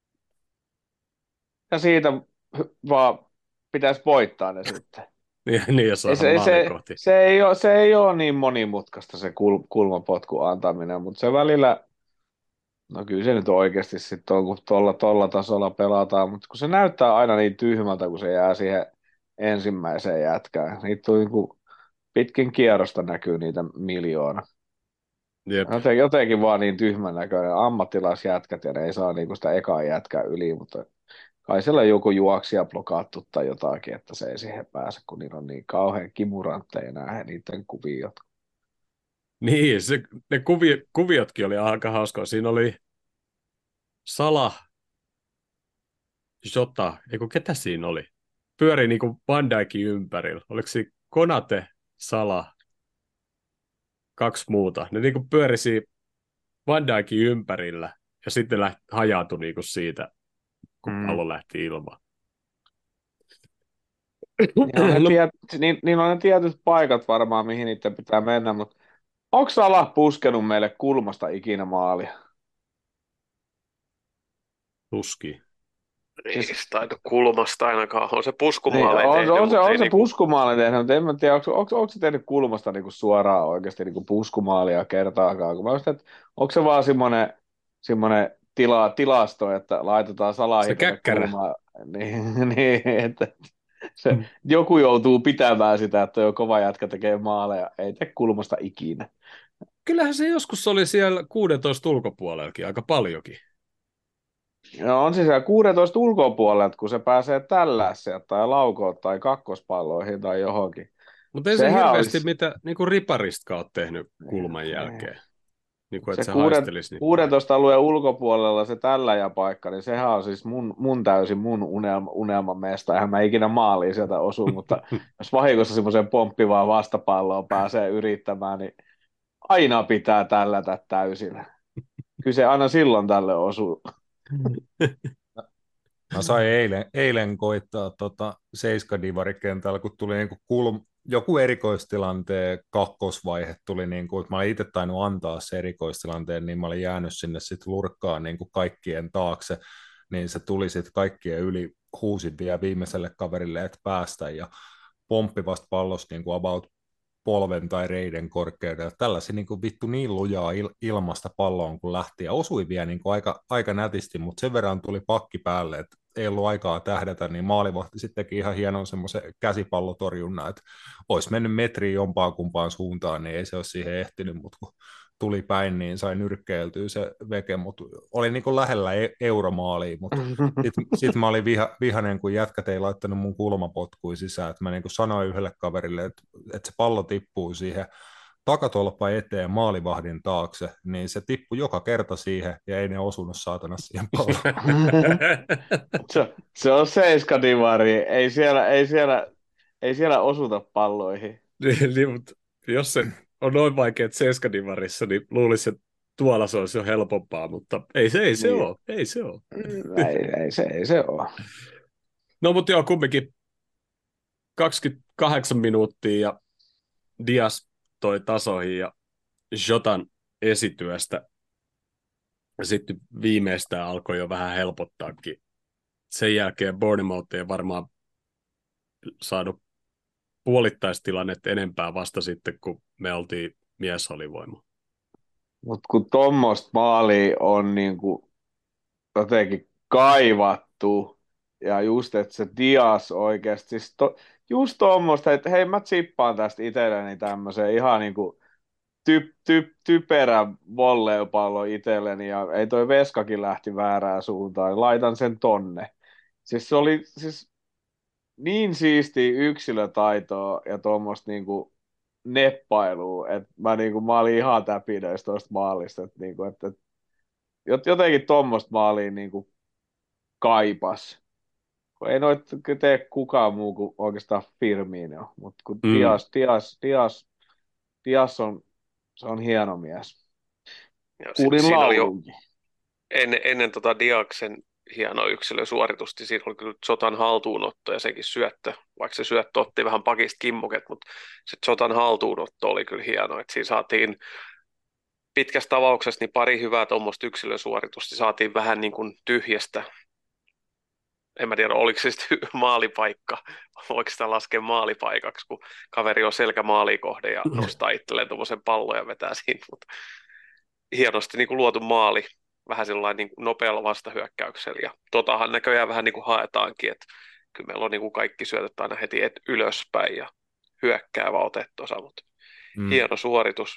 Ja siitä vaan pitäisi voittaa ne sitten.
niin ja saada maalin kohti.
Se ei ole niin monimutkaista se kulmapotku antaminen, mutta se välillä, no kyllä se nyt oikeasti sitten on, kun tuolla tasolla pelataan, mutta kun se näyttää aina niin tyhmältä, kun se jää siihen ensimmäiseen jätkään. Niitä on niin kuin pitkin kierrosta näkyy niitä miljoona.
Jep.
Jotenkin vaan niin tyhmän näköinen ammattilaisjätkät ja ne ei saa niinku sitä ekaa jätkää yli, mutta kai siellä on joku juoksija blokattu tai jotakin, että se ei siihen pääse, kun niillä on niin kauhean kimurantteja nämä niiden kuviot.
Niin, ne kuviotkin oli aika hauskoja. Siinä oli Salah, Jota, ketä siinä oli? Pyöri niin kuin Van Dijkin ympärillä. Oliko siinä Konate, Salah, 2 muuta? Ne niin kuin pyörisi Van Dijkin ympärillä ja sitten hajautui niin kuin siitä, kun pallo lähti ilmaan.
Niillä on ne tietyt paikat varmaan, mihin niiden pitää mennä, mutta onko Salah puskenut meille kulmasta ikinä maalia?
Tuskin.
Ei se taito kulmasta ainakaan. On se puskumaali tehnyt.
On se puskumaali tehnyt, mutta en mä tiedä, onko se tehnyt kulmasta niinku suoraan oikeasti niinku puskumaalia kertaakaan. Kun mä olisin, että onko se vaan semmoinen tilasto, että laitetaan Salahin kulmaa. Niin, että joku joutuu pitämään sitä, että jo kova jätkä tekee maaleja. Ei tee kulmasta ikinä.
Kyllähän se joskus oli siellä 16 ulkopuolellakin aika paljonkin.
No on se siellä 16 ulkopuolelta, kun se pääsee tällässä tai laukoon tai kakkospalloihin tai johonkin.
Mutta ei se hirveästi mitä niin riparistakaan ole tehnyt kulman jälkeen. Niin kuin,
se 16 alueen ulkopuolella se paikka, niin sehän on siis mun täysin mun unelmamesta. Eihän mä ikinä maaliin sieltä osu, mutta jos vahingossa semmoisen pomppivaan vastapalloon pääsee yrittämään, niin aina pitää tällätä täysillä. Kyllä se aina silloin tälle osuu.
Mä sain eilen koittaa 7-divarikentällä, kun tuli joku erikoistilanteen kakkosvaihe tuli, että mä olin itse tainnut antaa se erikoistilanteen, niin mä olin jäänyt sinne sitten lurkkaan kaikkien taakse, niin se tuli sitten kaikkien yli, huusit vielä viimeiselle kaverille, että päästä, ja pomppi vasta pallosta about polven tai reiden korkeudella. Tällaisia vittu niin lujaa ilmasta palloon, kun lähti, ja osui vielä aika nätisti, mutta sen verran tuli pakki päälle, että ei ollut aikaa tähdätä, niin maalivahti sitten teki ihan hienon semmoisen käsipallotorjunnan, että olisi mennyt metriin jompaan kumpaan suuntaan, niin ei se ole siihen ehtinyt, mutta kun tuli päin, niin sai nyrkkeiltyä se veke, mutta oli lähellä euromaaliin, mutta sitten mä olin vihainen, kun jätkät ei laittanut mun kulmapotkuja sisään, että mä sanoin yhdelle kaverille, että se pallo tippuu siihen takatolpa eteen maalivahdin taakse, niin se tippui joka kerta siihen, ja ei ne osunut saatana siihen palloon.
Se on 7-divari, ei siellä Ei siellä osuta palloihin.
niin, mutta jos se on noin vaikea Seskadivarissa, niin luulisin, että tuolla se olisi jo helpompaa, mutta ei se
Niin.
ole, ei se ole.
Ei se ole.
No mutta joo, kumminkin 28 minuuttia ja Dias toi tasoihin ja Jotan esityöstä. Sitten viimeistään alkoi jo vähän helpottaakin. Sen jälkeen Bournemouth ei varmaan saanut puolittaistilannetta enempää vasta sitten, kun me oltiin miesalivoima.
Mutta kun tuommoista maalia on niinku jotenkin kaivattu, ja just, että se Dias oikeasti, siis just tuommoista, että hei mä tsippaan tästä itselleni tämmöisen ihan niinku typerä volleyballon itselleni, ja ei toi veskakin lähti väärään suuntaan, niin laitan sen tonne. Siis se oli siis niin siistiä yksilötaitoa ja tuommoista niinku neppailua, että mä olin ihan täpinöistä tuosta maalista, että, niinku, että jotenkin tuommoista maalia niinku kaipas. Kun ei noita tee kukaan muu kuin oikeastaan Firmino, mutta kun
Mm.
Dias on, se on hieno mies.
Ja
Kuulin
siinä oli jo
laulunkin.
ennen Diaksen hieno yksilösuoritusta, siinä oli kyllä Zotan haltuunotto ja sekin syöttö, vaikka se syöttö otti vähän pakista kimmoket, mutta se Zotan haltuunotto oli kyllä hieno, että siinä saatiin pitkästä avauksesta niin pari hyvää tuommoista yksilösuoritusta, saatiin vähän niin kuin tyhjästä. En mä tiedä, oliko se sitten maalipaikka, voiko sitä laskea maalipaikaksi, kun kaveri on selkä maalikohde ja nostaa itselleen tuommoisen pallon ja vetää siinä, mutta hienosti niin kuin luotu maali, vähän sellainen niin kuin nopealla vastahyökkäyksellä, ja totahan näköjään vähän niin kuin haetaankin, että kyllä meillä on niin kuin kaikki syötöt aina heti ylöspäin ja hyökkäävä ote tuossa, mutta hieno suoritus.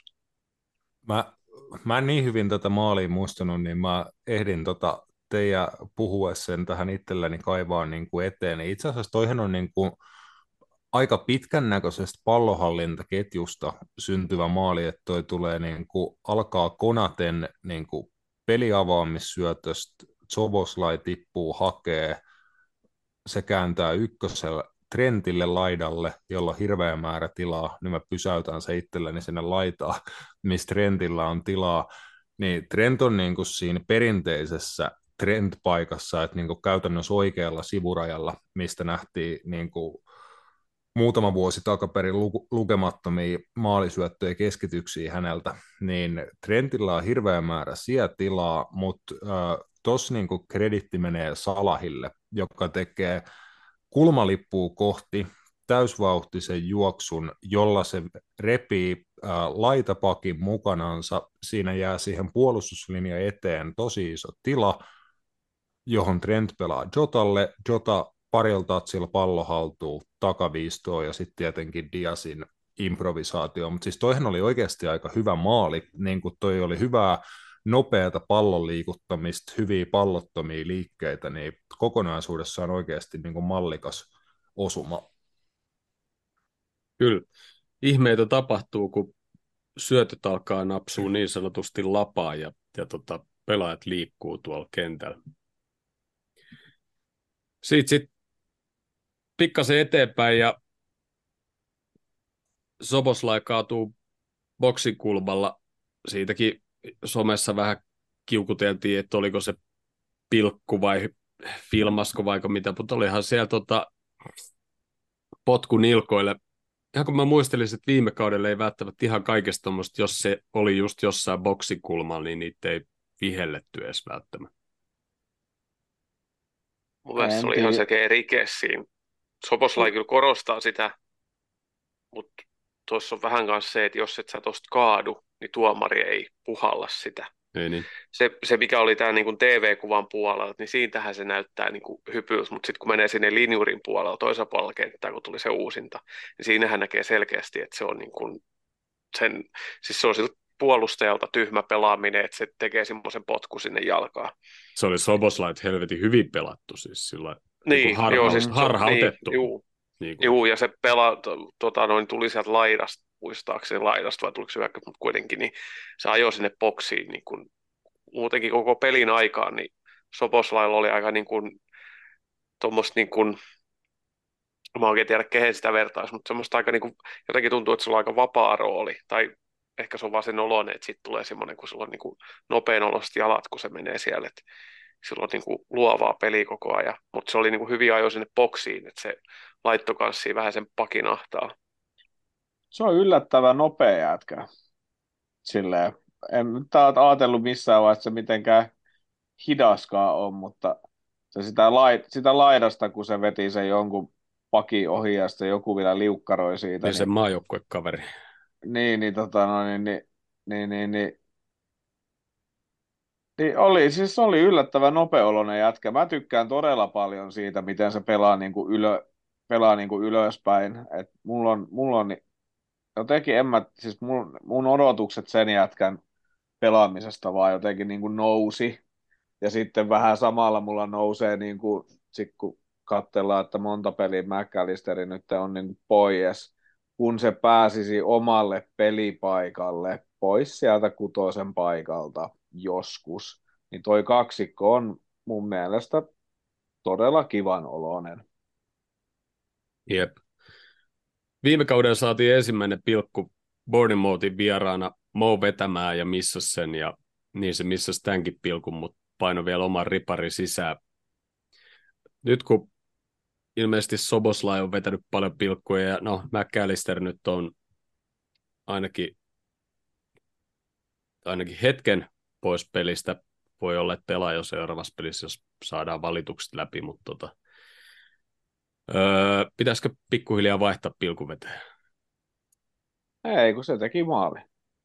Mä en niin hyvin tätä maalia muistanut, niin mä ehdin teidän puhuessa sen tähän itselleni kaivaa niin kuin eteen. Itse asiassa toihan on niin kuin aika pitkän näköisestä pallonhallintaketjusta syntyvä maali, että toi tulee niin kuin, alkaa Konaten niin kuin peliavaamissyötöstä, Zoboslai tippuu hakee, se kääntää ykkösellä Trentille laidalle, jolla on hirveä määrä tilaa, niin mä pysäytän se itselleni sinne laitaan, missä Trentillä on tilaa, niin Trent on niin kuin siinä perinteisessä Trent-paikassa, että niin kuin käytännössä oikealla sivurajalla, mistä nähtiin niin kuin muutama vuosi takaperin lukemattomia maalisyöttöjä ja keskityksiä häneltä, niin Trentillä on hirveä määrä tilaa, mutta tuossa niinku kreditti menee Salahille, joka tekee kulmalippua kohti täysvauhtisen juoksun, jolla se repii laitapakin mukanansa. Siinä jää siihen puolustuslinjan eteen tosi iso tila, johon Trent pelaa Jotalle. Jota parilla tatsilla pallo haltuu takaviistoon ja sitten tietenkin Diasin improvisaatio, mutta siis toihan oli oikeasti aika hyvä maali, niin kuin toi oli hyvää nopeata pallon liikuttamista, hyviä pallottomia liikkeitä, niin kokonaisuudessaan oikeasti niin kuin mallikas osuma.
Kyllä. Ihmeitä tapahtuu, kun syötöt alkaa napsua niin sanotusti lapaa ja pelaajat liikkuu tuolla kentällä. Sitten pikkasen eteenpäin ja Soboslai kaatuu boksikulmalla. Siitäkin somessa vähän kiukuteltiin, että oliko se pilkku vai filmasko vai mitä, mutta olihan siellä potku nilkoille. Ihan kun mä muistelin, että viime kaudella ei välttämättä ihan kaikesta tommoista, jos se oli just jossain boksikulmalla, niin niitä ei vihelletty edes välttämättä.
Mun mielestä se oli ihan selkeä rike siinä. Soboslai kyllä korostaa sitä, mutta tuossa on vähän kanssa se, että jos et sä tosta kaadu, niin tuomari ei puhalla sitä.
Ei niin.
Se mikä oli tämä niin TV-kuvan puolella, niin siitähän se näyttää niin hypyys, mutta sitten kun menee sinne linjurin puolella, toisella puolella kenttää, kun tuli se uusinta, niin siinähän näkee selkeästi, että se on niin kuin siis se on siltä puolustajalta tyhmä pelaaminen, että se tekee semmoisen potku sinne jalkaan.
Se oli Soboslait helvetin hyvin pelattu, siis sillä
niin,
harhautettu.
Juu, ja se tuli sieltä laidasta, muistaakseni laidasta, vai tuliko se hyökkäys, mutta kuitenkin, niin se ajoi sinne boksiin, niin kuin, muutenkin koko pelin aikaan, niin Soboslailla oli aika niin kuin, tuommoista niin kuin Mä oikein tiedä, kehen sitä vertaisi, mutta semmoista aika niin kuin, jotenkin tuntuu, että sulla on aika vapaa rooli, tai ehkä se on vaan sen oloinen, että sitten tulee semmoinen, kun sulla on niin kuin nopein olosti jalat, kun se menee siellä, että sillä on niin kuin luovaa peliä koko ajan, mutta se oli niin kuin hyvin ajoin sinne boksiin, että se laittoi kanssa vähän sen pakin ahtaa.
Se on yllättävän nopea jätkä. Silleen, en nyt ajatellut missään vaiheessa, se mitenkään hidaskaan on, mutta se sitä laidasta, kun se veti sen jonkun paki ohi ja sitten joku vielä liukkaroi siitä,
Niin se
niin,
maajoukkuekaveri.
siis oli yllättävän nopeoloinen jätkä. Mä tykkään todella paljon siitä, miten se pelaa niinku ylöspäin. Et mulla on jotenkin siis mun odotukset sen jätkän pelaamisesta vaan jotenkin niinku nousi. Ja sitten vähän samalla mulla nousee, niinku, kun katsellaan, että monta peliä McAllisteri nyt on niinku pois, kun se pääsisi omalle pelipaikalle pois sieltä kutosen paikalta joskus, niin toi kaksikko on mun mielestä todella kivan oloinen.
Jep. Viime kaudella saatiin ensimmäinen pilkku Bournemouthin vieraana Mo vetämään ja missasi sen, ja niin se missasi tämänkin pilkun, mutta paino vielä oman ripari sisään. Nyt kun ilmeisesti Soboslai on vetänyt paljon pilkkuja, ja no McAllister nyt on ainakin hetken pois pelistä. Voi olla, että pelaa jo seuraavassa pelissä, jos saadaan valitukset läpi, mutta pitäisikö pikkuhiljaa vaihtaa pilkuvetäjä?
Ei, kun se teki maali.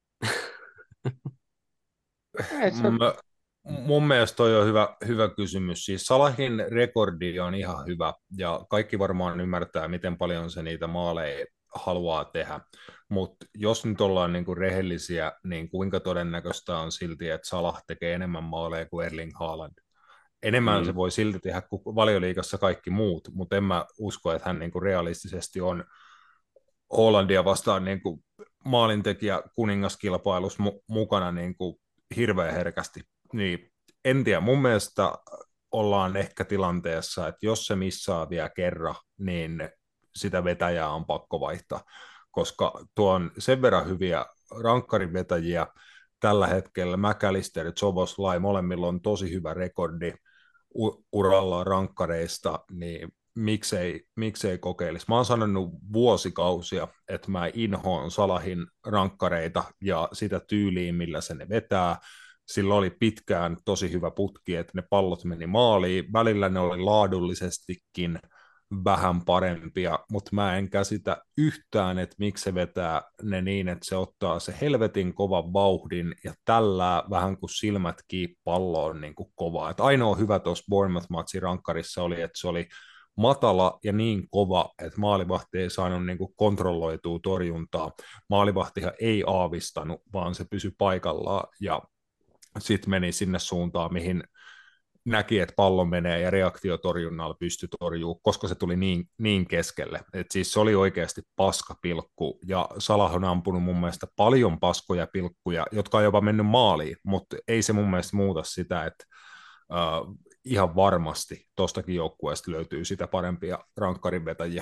Ei, se...
Mun mielestä toi on hyvä kysymys. Siis Salahin rekordi on ihan hyvä ja kaikki varmaan ymmärtää, miten paljon se niitä maaleja haluaa tehdä. Mutta jos nyt ollaan niinku rehellisiä, niin kuinka todennäköistä on silti, että Salah tekee enemmän maaleja kuin Erling Haaland? Enemmän se voi silti tehdä kuin Valioliigassa kaikki muut, mutta en mä usko, että hän niinku realistisesti on Hollandia vastaan niinku maalintekijä kuningaskilpailussa mukana niinku hirveän herkästi. Niin, en tiedä, mun mielestä ollaan ehkä tilanteessa, että jos se missaa vielä kerran, niin sitä vetäjää on pakko vaihtaa, koska tuo on sen verran hyviä rankkarivetäjiä tällä hetkellä. McAllister ja Szoboszlai molemmilla on tosi hyvä rekordi urallaan rankkareista, niin miksei kokeilisi. Mä oon sanonut vuosikausia, että mä inhoon Salahin rankkareita ja sitä tyyliä, millä se ne vetää. Sillä oli pitkään tosi hyvä putki, että ne pallot meni maaliin. Välillä ne oli laadullisestikin vähän parempia, mutta mä en käsitä yhtään, että miksi se vetää ne niin, että se ottaa se helvetin kovan vauhdin ja tällä vähän kuin silmät kiinni palloon niin kuin kovaa. Et ainoa hyvä tuossa Bournemouth-matsin rankkarissa oli, että se oli matala ja niin kova, että maalivahti ei saanut niin kuin kontrolloitua torjuntaa. Maalivahtihan ei aavistanut, vaan se pysyi paikallaan ja sitten meni sinne suuntaan, mihin näki, että pallo menee ja reaktiotorjunnalla pystyi torjumaan, koska se tuli niin keskelle. Et siis se oli oikeasti paskapilkku ja Salah on ampunut mun mielestä paljon paskoja pilkkuja, jotka on jopa mennyt maaliin, mutta ei se mun mielestä muuta sitä, että ihan varmasti tuostakin joukkueesta löytyy sitä parempia rankkarinvetäjiä.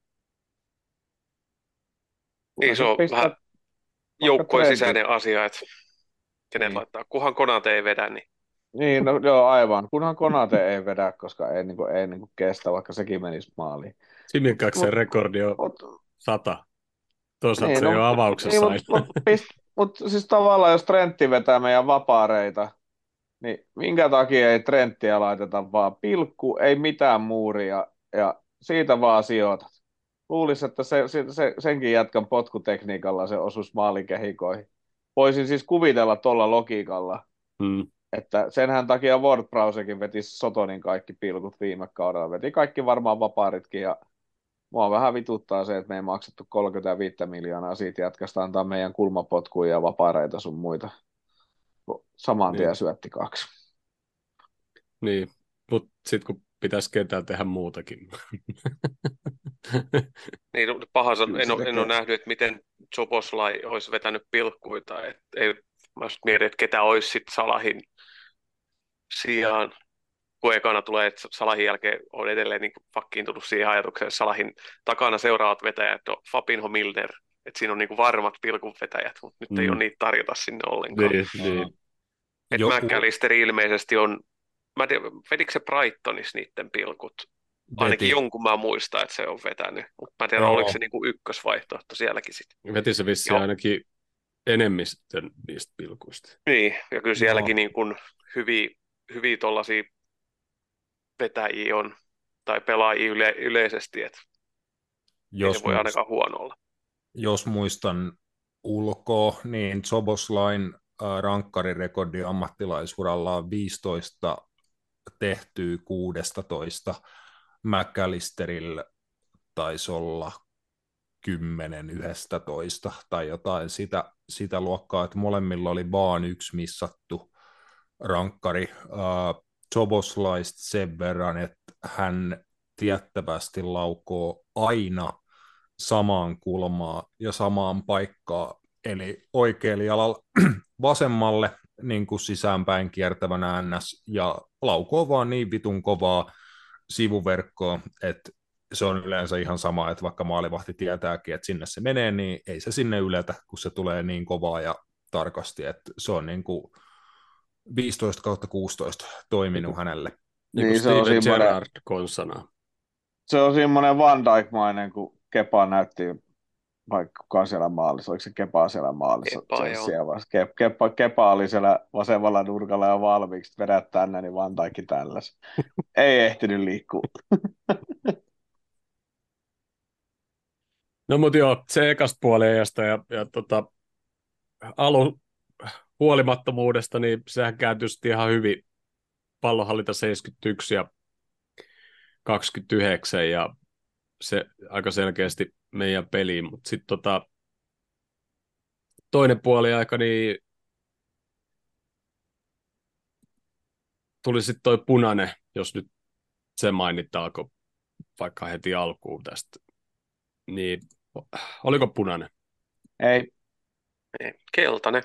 Niin se on vähän joukkueen sisäinen asia, että kenen laittaa. Kunhan Konate ei vedä, niin
niin, no joo, aivan. Kunhan Konate ei vedä, koska ei kestä, vaikka sekin menisi maaliin.
Simikaksen rekordi on 100. Toisaalta
niin,
se ei ole avauksessa
niin, mutta siis tavallaan, jos Trentti vetää meidän vapaareita, niin minkä takia ei Trenttiä laiteta vaan pilkku, ei mitään muuria, ja siitä vaan sijoitat. Luulisi, että senkin jätkän potkutekniikalla se osuisi maalikehikoihin. Voisin siis kuvitella tuolla logiikalla, että senhän takia WordProwsekin veti Sotonin kaikki pilkut viime kaudella. Veti kaikki varmaan vapaaritkin ja mua vähän vituttaa se, että me ei maksettu 35 miljoonaa siitä jätkästä antaa meidän kulmapotkuja ja vapaareita sun muita. Saman tien syötti 2.
Niin, mutta sitten kun pitäisi ketään tehdä muutakin.
niin pahansa, en ole nähnyt, että miten Szoboszlai olisi vetänyt pilkkuita. Mä mietin, että ketä olisi sitten Salahin sijaan. kun ekana tulee, että Salahin jälkeen on edelleen niin fakkiintunut siihen ajatukseen, että Salahin takana seuraavat vetäjät on Fabinho, Milner, että siinä on niin kuin varmat pilkunvetäjät, mutta nyt ei ole niitä tarjota sinne ollenkaan.
Niin.
Että McAllister ilmeisesti on, mä en tiedä, vedikö se Brightonissa niiden pilkut? Ainakin jonkun mä muistan, että se on vetänyt, mutta mä en tiedä, oliko se niin kuin ykkösvaihtoehto sielläkin sitten.
Veti se vissiin ainakin enemmistön niistä pilkuista.
Niin, ja kyllä sielläkin niin kuin hyviä tuollaisia vetäjiä on, tai pelaajia yleisesti, että ei se voi ainakaan huono olla.
Jos muistan ulkoa, niin Soboslain rankkarirekordi ammattilaisuralla on 15 tehtyä 16. McAllisterillä taisi olla 10-11 tai jotain sitä luokkaa, että molemmilla oli vaan yksi missattu rankkari. Soboslaista sen verran, että hän tiettävästi laukoo aina samaan kulmaan ja samaan paikkaan, eli oikealla jalalla vasemmalle niin kuin sisäänpäin kiertävänä NS, ja laukoo vaan niin vitun kovaa sivuverkkoa, että se on yleensä ihan sama, että vaikka maalivahti tietääkin, että sinne se menee, niin ei se sinne yletä, kun se tulee niin kovaa ja tarkasti, että se on niin kuin 15/16 toiminut hänelle.
Niin se on Gerrard konsana.
Se on semmoinen Van Dijk-mainen, kun Kepa näytti, vaikka kuka siellä maalissa, oliko se Kepa siellä maalissa? Kepa oli siellä vasemmalla nurkalla ja valmiiksi vedät tänne, niin Van Dijk tälläs. Ei ehtinyt liikkua.
No mutta joo, se ekasta puoliajasta ja alun huolimattomuudesta, niin sehän kääntyi ihan hyvin pallonhallinta 71 ja 29 ja se aika selkeästi meidän peliin, mutta sitten toinen puoliaika, niin tuli sitten toi punainen, jos nyt se mainittaako vaikka heti alkuun tästä, niin oliko punainen?
Ei.
Keltainen.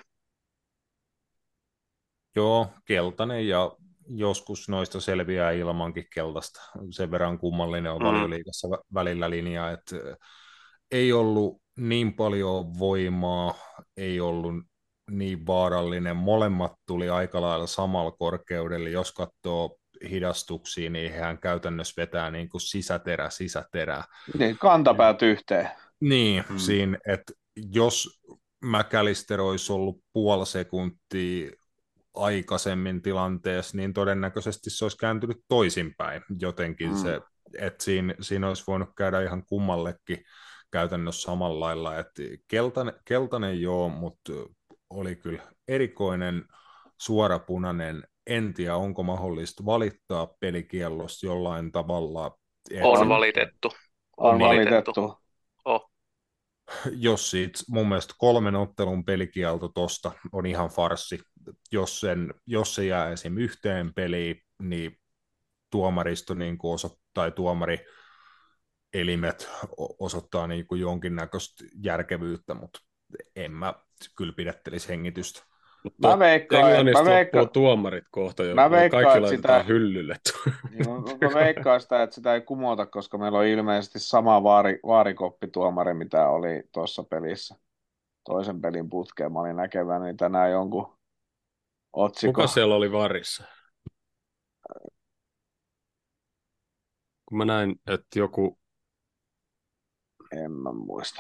Joo, keltainen ja joskus noista selviää ilmankin keltaista. Sen verran kummallinen on Valioliigassa välillä linja, että ei ollut niin paljon voimaa, ei ollut niin vaarallinen. Molemmat tuli aika lailla samalla korkeudella. Jos katsoo hidastuksia, niin hän käytännössä vetää niin kuin sisäterä.
Niin, kantapäät yhteen.
Niin, siinä, että jos McAllister olisi ollut puoli sekuntia aikaisemmin tilanteessa, niin todennäköisesti se olisi kääntynyt toisinpäin jotenkin se, että siinä olisi voinut käydä ihan kummallekin käytännössä samalla lailla, että keltainen joo, mutta oli kyllä erikoinen suorapunainen, en tiedä onko mahdollista valittaa pelikiellosta jollain tavalla.
On valitettu.
On valitettu.
Jos siitä mun mielestä 3 ottelun pelikielto tosta on ihan farssi. Jos se jää esim. Yhteen peliin, niin tuomaristo niin tai tuomarielimet osoittaa niin kuin jonkinnäköistä järkevyyttä, mutta en mä kyllä pidättelisi hengitystä.
Mä veikkaan
tuomarit kohta, jo
kaikki
laitetaan hyllylle.
Mä veikkaan sitä, että sitä ei kumota, koska meillä on ilmeisesti sama vaarikoppituomari, mitä oli tuossa pelissä. Toisen pelin putkeen mä olin näkeväni tänään jonkun otsikon.
Kuka siellä oli varissa? Kun mä näin, että joku...
En mä muista.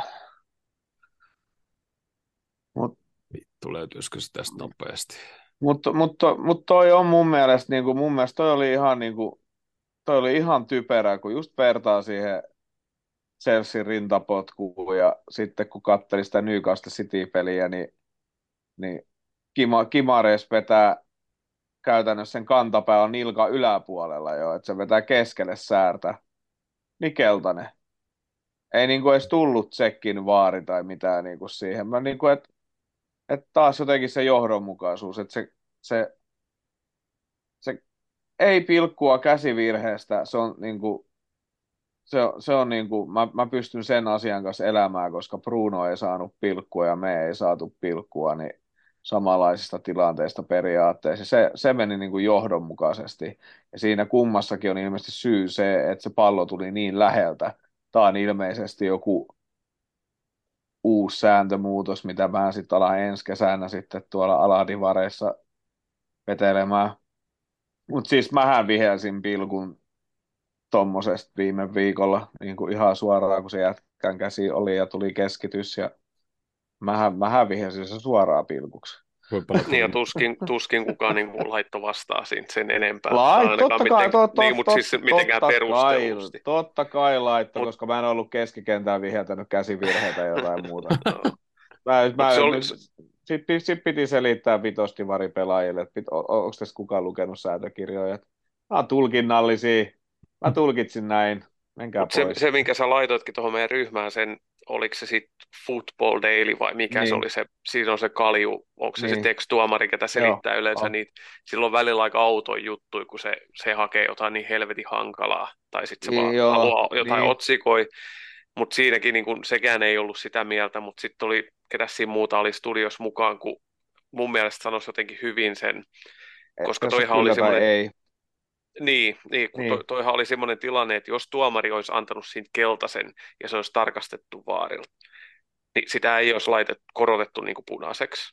Vittu, löytyisikö se tästä nopeasti?
Mutta toi on mun mielestä toi oli ihan toi oli ihan typerää, kun just vertaa siihen Chelsean rintapotkuun ja sitten kun katseli sitä Newcastle City-peliä, niin Gimares vetää käytännössä sen kantapää on nilkan yläpuolella jo, että se vetää keskelle säärtä. Niin keltainen. Ei edes tullut tsekkin vaari tai mitään siihen. Mä että taas jotenkin se johdonmukaisuus, että se ei pilkkua käsivirheestä, se on mä pystyn sen asian kanssa elämään, koska Bruno ei saanut pilkkua ja me ei saatu pilkkua, niin samanlaisista tilanteista periaatteessa. Se meni niin kuin johdonmukaisesti. Ja siinä kummassakin on ilmeisesti syy se, että se pallo tuli niin läheltä. Tämä on ilmeisesti joku uusi sääntömuutos, mitä mä sitten alan ensi kesänä sitten tuolla aladivareissa vetelemään. Mutta siis mähän vihelsin pilkun tommosesta viime viikolla niin kuin ihan suoraan, kun se jätkän käsi oli ja tuli keskitys ja mähän vihelsin se suoraan pilkuksi.
Niin ja tuskin kukaan niin kuin laitto vastaa siitä sen enempää.
Totta kai,
niin, mutta siis mitenkään perustellusti.
Totta kai laitto, koska mä en ollut keskikentään viheltänyt käsivirheitä ja jotain muuta. Sitten piti selittää vitostivari pelaajille, että onko tässä kukaan lukenut sääntökirjoja. Nämä on tulkinnallisia. Mä tulkitsin näin. Menkää pois.
Se, minkä sä laitoitkin tuohon meidän ryhmään, oliko se sitten Football Daily vai mikä
niin.
se oli se, siinä on se kalju, onko se tekstuomari, ketä selittää yleensä niitä, silloin välillä aika outoja juttuja, kun se hakee jotain niin helvetin hankalaa, tai sitten se vaan haluaa jotain otsikoi, mutta siinäkin niin kun, sekään ei ollut sitä mieltä, mutta sitten oli, ketä siinä muuta oli studios mukaan, kun mun mielestä sanoisi jotenkin hyvin sen, koska toihan oli semmoinen... Niin, kun toihan oli semmoinen tilanne, että jos tuomari olisi antanut siitä keltaisen ja se olisi tarkastettu vaarilla, niin sitä ei olisi korotettu niin kuin punaiseksi.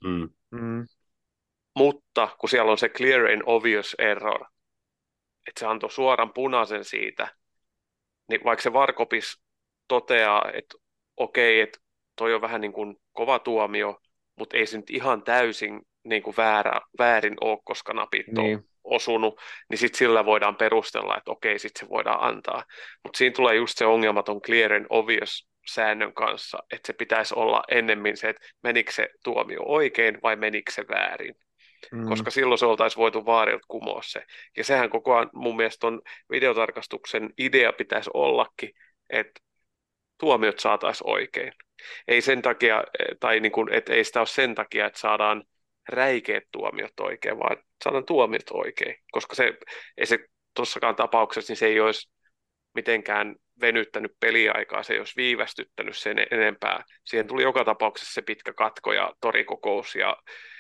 Mutta kun siellä on se clear and obvious error, että se antoi suoran punaisen siitä, niin vaikka se VAR-kopis toteaa, että okei, että toi on vähän niin kuin kova tuomio, mutta ei se nyt ihan täysin niin kuin väärin ole, koska napit on osunut, niin sitten sillä voidaan perustella, että okei, sitten se voidaan antaa. Mutta siinä tulee just se ongelmaton clear and obvious säännön kanssa, että se pitäisi olla ennemmin se, että menikö se tuomio oikein vai menikö se väärin. Koska silloin se oltaisiin voitu vaarilta kumoa se. Ja sehän koko ajan mun mielestä on videotarkastuksen idea pitäisi ollakin, että tuomiot saataisiin oikein. Ei sen takia, tai niin kuin, että ei sitä ole sen takia, että saadaan räikeät tuomiot oikein, vaan saadaan tuomiot oikein. Koska ei se tuossakaan tapauksessa, niin se ei olisi mitenkään venyttänyt peliaikaa, se ei olisi viivästyttänyt sen enempää. Siihen tuli joka tapauksessa se pitkä katko ja torikokous, ja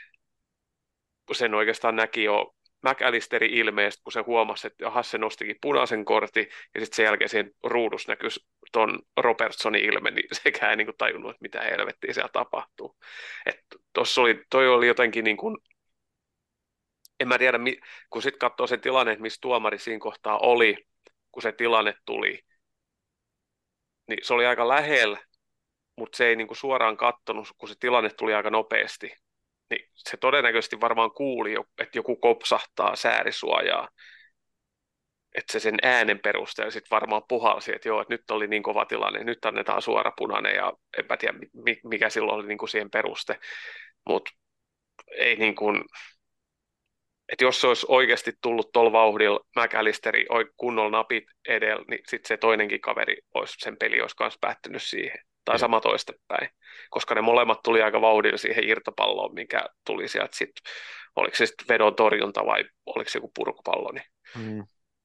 sen oikeastaan näki jo McAllisterin ilmeestä, kun se huomasi, että se nostikin punaisen kortin, ja sitten sen jälkeen siihen ruudussa näkyi ton Robertsonin ilme, niin sekään ei niin kuin tajunnut, että mitä helvettiä siellä tapahtuu. Toi oli jotenkin niin kuin, en mä tiedä, kun sitten katsoo sen tilanne, että missä tuomari siinä kohtaa oli, kun se tilanne tuli, niin se oli aika lähellä, mutta se ei niin kuin suoraan kattonut, kun se tilanne tuli aika nopeasti. Niin se todennäköisesti varmaan kuuli, että joku kopsahtaa säärisuojaa, että se sen äänen perusteella sitten varmaan puhalsi, että joo, että nyt oli niin kova tilanne, nyt annetaan suora punainen, ja enpä tiedä, mikä silloin oli niin kuin siihen peruste, mutta ei niin kuin, että jos se olisi oikeasti tullut tuolla vauhdilla McAllisteri kunnolla napit edellä, niin sitten se toinenkin kaveri, sen peli olisi myös päättynyt siihen. Tai sama toistepäin, koska ne molemmat tuli aika vauhdilla siihen irtopalloon, mikä tuli sieltä sitten, oliko se sitten vedon torjunta vai oliko se joku purkupallo. Niin.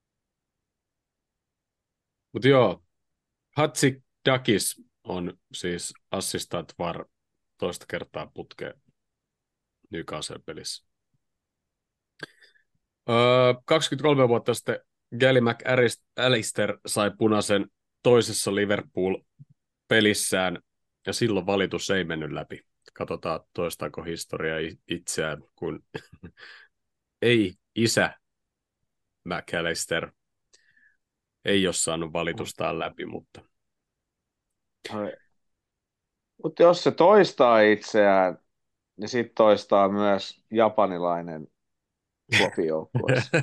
Mutta joo, Hatzidakis on siis assistant VAR toista kertaa putkeen Newcastle-pelissä. 23 vuotta sitten Gally McAllister sai punaisen toisessa Liverpool-pelissään, ja silloin valitus ei mennyt läpi. Katsotaan, toistaako historia itseään, kun ei isä McAllister ei ole saanut valitustaan läpi, mutta...
Mutta jos se toistaa itseään, niin sitten toistaa myös japanilainen klopijoukkueessa.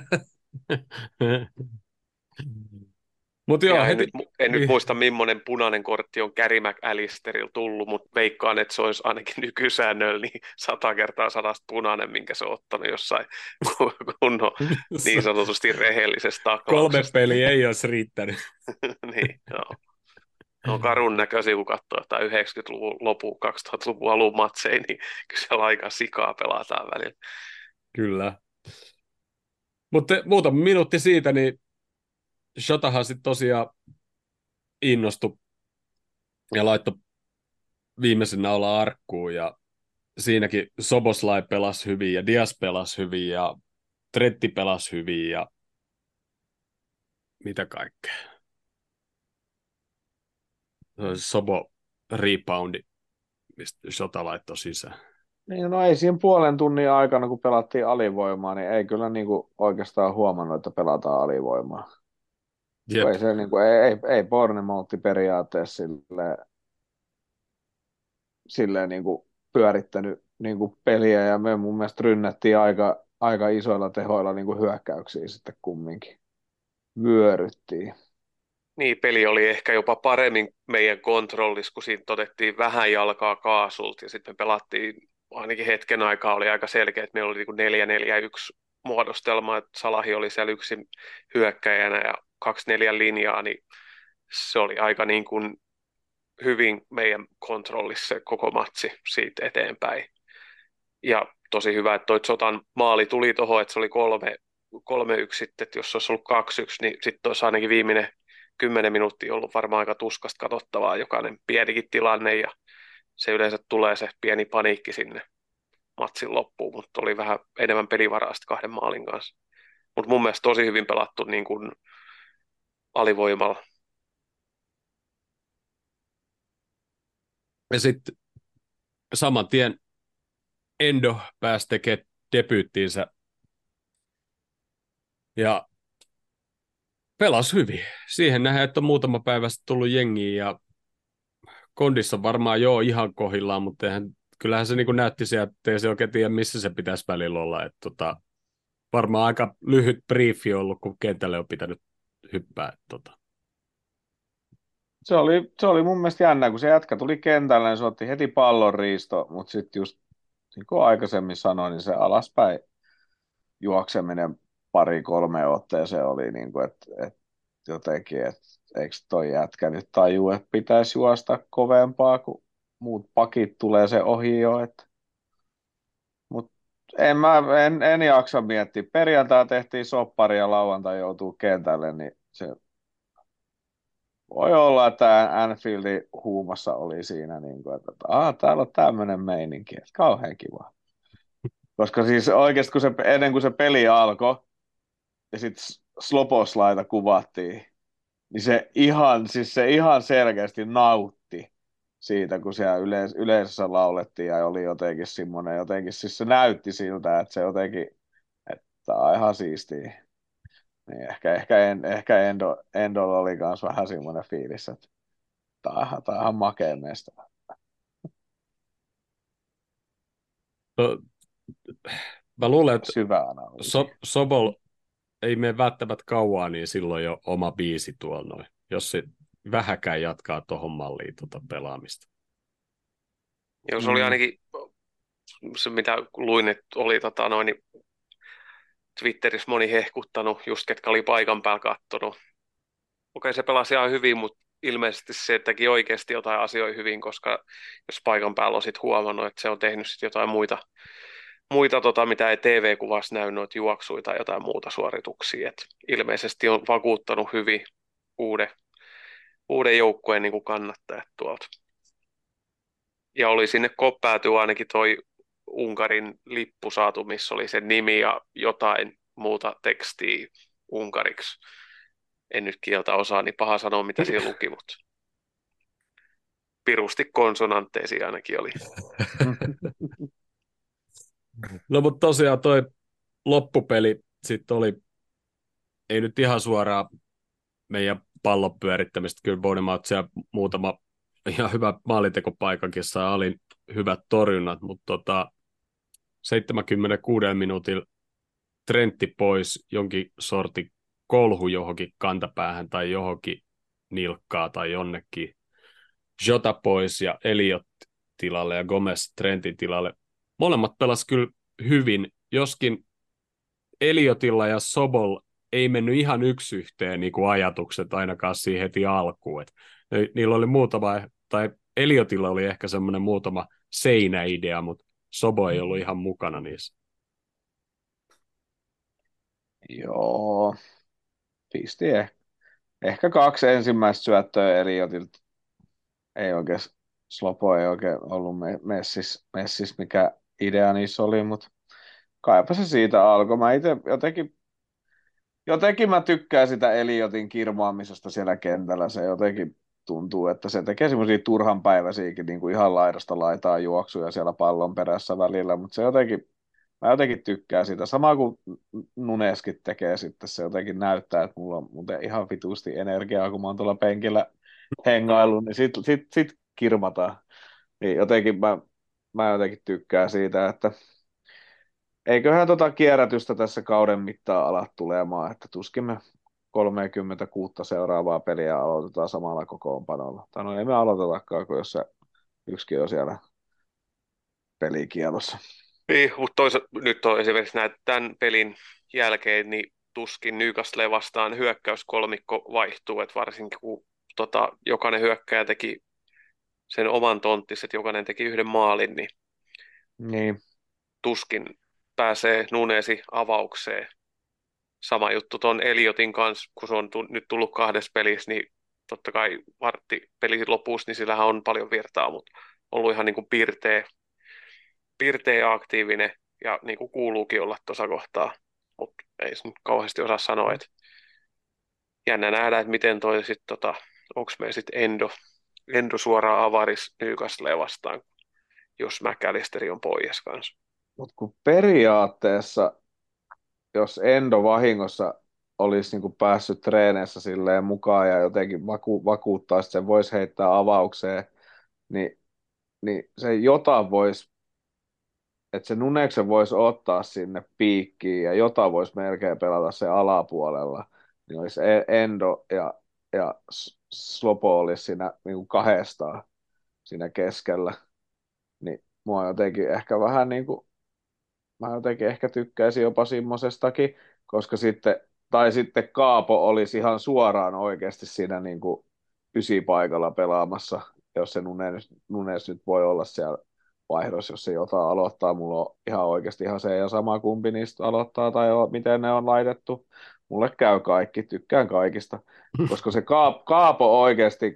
Mut joo,
en nyt muista, millainen punainen kortti on Gary McAllisterilla tullut, mutta veikkaan, että se olisi ainakin nykysäännöllä niin 100 kertaa 100 punainen, minkä se on ottanut jossain kunnon niin sanotusti rehellisessä taklauksessa.
3 peliä ei olisi riittänyt.
Niin, joo. On karun näköisiä, kun katsoo jotain 90-luvun lopun, 2000-luvun alun matseja, niin kyllä siellä aika sikaa pelataan välillä.
Kyllä. Mutta muutama minuutti siitä, niin Shotahan sitten tosiaan innostui ja laittoi viimeisen naulan arkkuun, ja siinäkin Soboslai pelasi hyvin ja Diaz pelasi hyvin ja Tretti pelasi hyvin ja mitä kaikkea. Se oli se Sobo reboundi, mistä Shota laittoi sisään.
Niin, no ei siinä puolen tunnin aikana, kun pelattiin alivoimaa, niin ei kyllä niin kuin oikeastaan huomannut, että pelataan alivoimaa. Kun
Jep.
ei se niin kuin, ei Bournemouth periaatteessa silleen niin kuin pyörittänyt niin kuin peliä, ja me mun mielestä rynnättiin aika isoilla tehoilla niin kuin hyökkäyksiä sitten kumminkin. Vyöryttiin.
Niin, peli oli ehkä jopa paremmin meidän kontrollissa, kun siinä todettiin vähän jalkaa kaasulta ja sitten me pelattiin, ainakin hetken aikaa oli aika selkeä, että meillä oli niin 4-4-1 muodostelma, että Salahi oli siellä yksin hyökkäjänä ja 2-4 linjaa, niin se oli aika niin kuin hyvin meidän kontrollissa se koko matsi siitä eteenpäin. Ja tosi hyvä, että toi Zotan maali tuli tuohon, että se oli 3-1 sitten, että jos olisi ollut 2-1, niin sitten olisi ainakin viimeinen 10 minuuttia ollut varmaan aika tuskasta katsottavaa, jokainen pienikin tilanne, ja se yleensä tulee se pieni paniikki sinne matsin loppuun, mutta oli vähän enemmän pelivaraa sitten 2 maalin kanssa. Mutta mun mielestä tosi hyvin pelattu niin kuin alivoimalla.
Ja sitten saman tien Endo pääsi tekemään debyyttiinsä ja pelasi hyvin. Siihen nähdään, että on muutama päivä sitten tullut jengiä ja kondissa varmaan joo ihan kohillaan, mutta kyllähän se niin kuin näytti sieltä, että ei se oikein tiedä, missä se pitäisi välillä olla. Että varmaan aika lyhyt briefi ollut, kun kentälle on pitänyt hyppää.
Se oli mun mielestä jännä, kun se jätkä tuli kentälle, niin se otti heti pallon riisto, mutta sitten just niin kuin aikaisemmin sanoin, niin se alaspäin juokseminen 2-3 otteeseen oli niin kuin, että jotenkin, että eikö toi jätkä nyt tajuu, että pitäisi juosta kovempaa, kun muut pakit tulee se ohi jo, että mutta en jaksa miettiä. Perjantai tehtiin soppari ja lauantai joutuu kentälle, niin se voi olla, että Anfieldin huumassa oli siinä, niin kuin, että täällä on tämmöinen meininki, että kauhean kiva. Koska siis oikeasti ennen kuin se peli alkoi ja sitten Sloposlaita kuvattiin, niin se ihan selkeästi nautti siitä, kun siellä yleisössä laulettiin ja oli jotenkin semmoinen, siis se näytti siltä, että se jotenkin, että on ihan siistiä. Niin ehkä Endolla oli myös vähän semmoinen fiilis, että tää on ihan makea mesta.
No, mä luulen, että
Syvä analyysi.
Sobol ei mene välttämättä kauaa, niin silloin jo oma biisi tuolla noin, jos se vähäkään jatkaa tuohon malliin pelaamista.
Ja se oli ainakin se, mitä luin, että oli niin Twitterissä moni hehkuttanut, just ketkä oli paikan päällä kattonut. Okei, se pelasi ihan hyvin, mutta ilmeisesti se teki oikeasti jotain asioita hyvin, koska jos paikan päällä on sit huomannut, että se on tehnyt sit jotain muita mitä ei TV-kuvassa näy, noita juoksuja tai jotain muuta suorituksia. Et ilmeisesti on vakuuttanut hyvin uuden joukkueen niin kuin kannattajat tuolta. Ja oli sinne päätyy ainakin toi Unkarin lippu saatu, missä oli sen nimi ja jotain muuta tekstiä unkariksi. En nyt kieltä osaa, niin paha sanoa, mitä siellä luki, mutta pirusti konsonantteesi ainakin oli.
No mutta tosiaan toi loppupeli sitten oli, ei nyt ihan suoraan meidän pallon pyörittämistä, kyllä Bournemouth siellä muutama ihan hyvä maalintekopaikakin saa, oli hyvät torjunnat, mutta 76 minuutilla Trentti pois, jonkin sorti kolhu johonkin kantapäähän tai johonkin nilkkaa tai jonnekin. Jota pois ja Elliot tilalle ja Gomez Trentin tilalle. Molemmat pelas kyllä hyvin, joskin Elliotilla ja Sobol ei mennyt ihan yksi yhteen niin kuin ajatukset ainakaan siihen heti alkuun. Niillä oli muutama, tai Elliotilla oli ehkä semmoinen muutama seinäidea, mutta Sobo ei ollut ihan mukana niissä.
Joo, pisti ehkä 2 ensimmäistä syöttöä Eliotilta. Ei oikein Slopo ei oikein ollut messis, mikä idea niissä oli, mutta kaipa se siitä alkoi. Mä itse jotenkin mä tykkään sitä Eliotin kirmaamisesta siellä kentällä. Se jotenkin tuntuu, että se tekee semmoisia turhanpäiväisiäkin niin kuin ihan laidasta laitaa juoksuja siellä pallon perässä välillä, mutta mä jotenkin tykkään sitä. Sama kuin Nuneskin tekee sitten, se jotenkin näyttää, että mulla on muuten ihan vitusti energiaa, kun mä oon tuolla penkillä hengaillut, niin sit kirmataan. Niin jotenkin mä jotenkin tykkään siitä, että eiköhän kierrätystä tässä kauden mittaan ala tulemaan, että tuskin me 36 seuraavaa peliä aloitetaan samalla kokoonpanolla. Tai no ei me aloitetakaan, kun jos se yksikin on siellä pelikielossa.
Niin, mutta nyt on esimerkiksi tämän pelin jälkeen, niin tuskin Newcastle vastaan hyökkäyskolmikko vaihtuu, että varsinkin kun jokainen hyökkääjä teki sen oman tonttis, että jokainen teki yhden maalin,
Niin.
tuskin pääsee Nunesi avaukseen. Sama juttu tuon Eliotin kanssa, kun se on nyt tullut 2 pelissä, niin totta kai vartti pelin lopussa, niin sillähän on paljon virtaa, mutta ollut ihan niin kuin pirteä ja aktiivinen, ja niin kuin kuuluukin olla tuossa kohtaa, mutta ei se nyt kauheasti osaa sanoa, että jännä nähdä, että miten toi sitten, onko meillä sitten Endo suoraan avaris Newcastlea vastaan, jos McAllisteri on pois kanssa.
Mutta kun periaatteessa, jos Endo vahingossa olisi niinku päässyt treeneissä silleen mukaan ja jotenkin vakuuttaa, että sen voisi heittää avaukseen, niin se jota voisi, että se Nuneksen voisi ottaa sinne piikkiin ja jota voisi melkein pelata se alapuolella, niin olisi Endo ja Slopo olisi siinä niinku kahdestaan siinä keskellä. Niin mua jotenkin ehkä vähän niin kuin mä jotenkin ehkä tykkäisin jopa semmosestakin, koska sitten Kaapo olisi ihan suoraan oikeasti siinä niin kuin ysipaikalla pelaamassa, jos se Nunes nyt voi olla siellä vaihdossa, jos se jotain aloittaa. Mulla on ihan oikeasti ihan se ja sama kumpi niistä aloittaa tai miten ne on laitettu. Mulle käy kaikki, tykkään kaikista, koska se Kaapo oikeasti,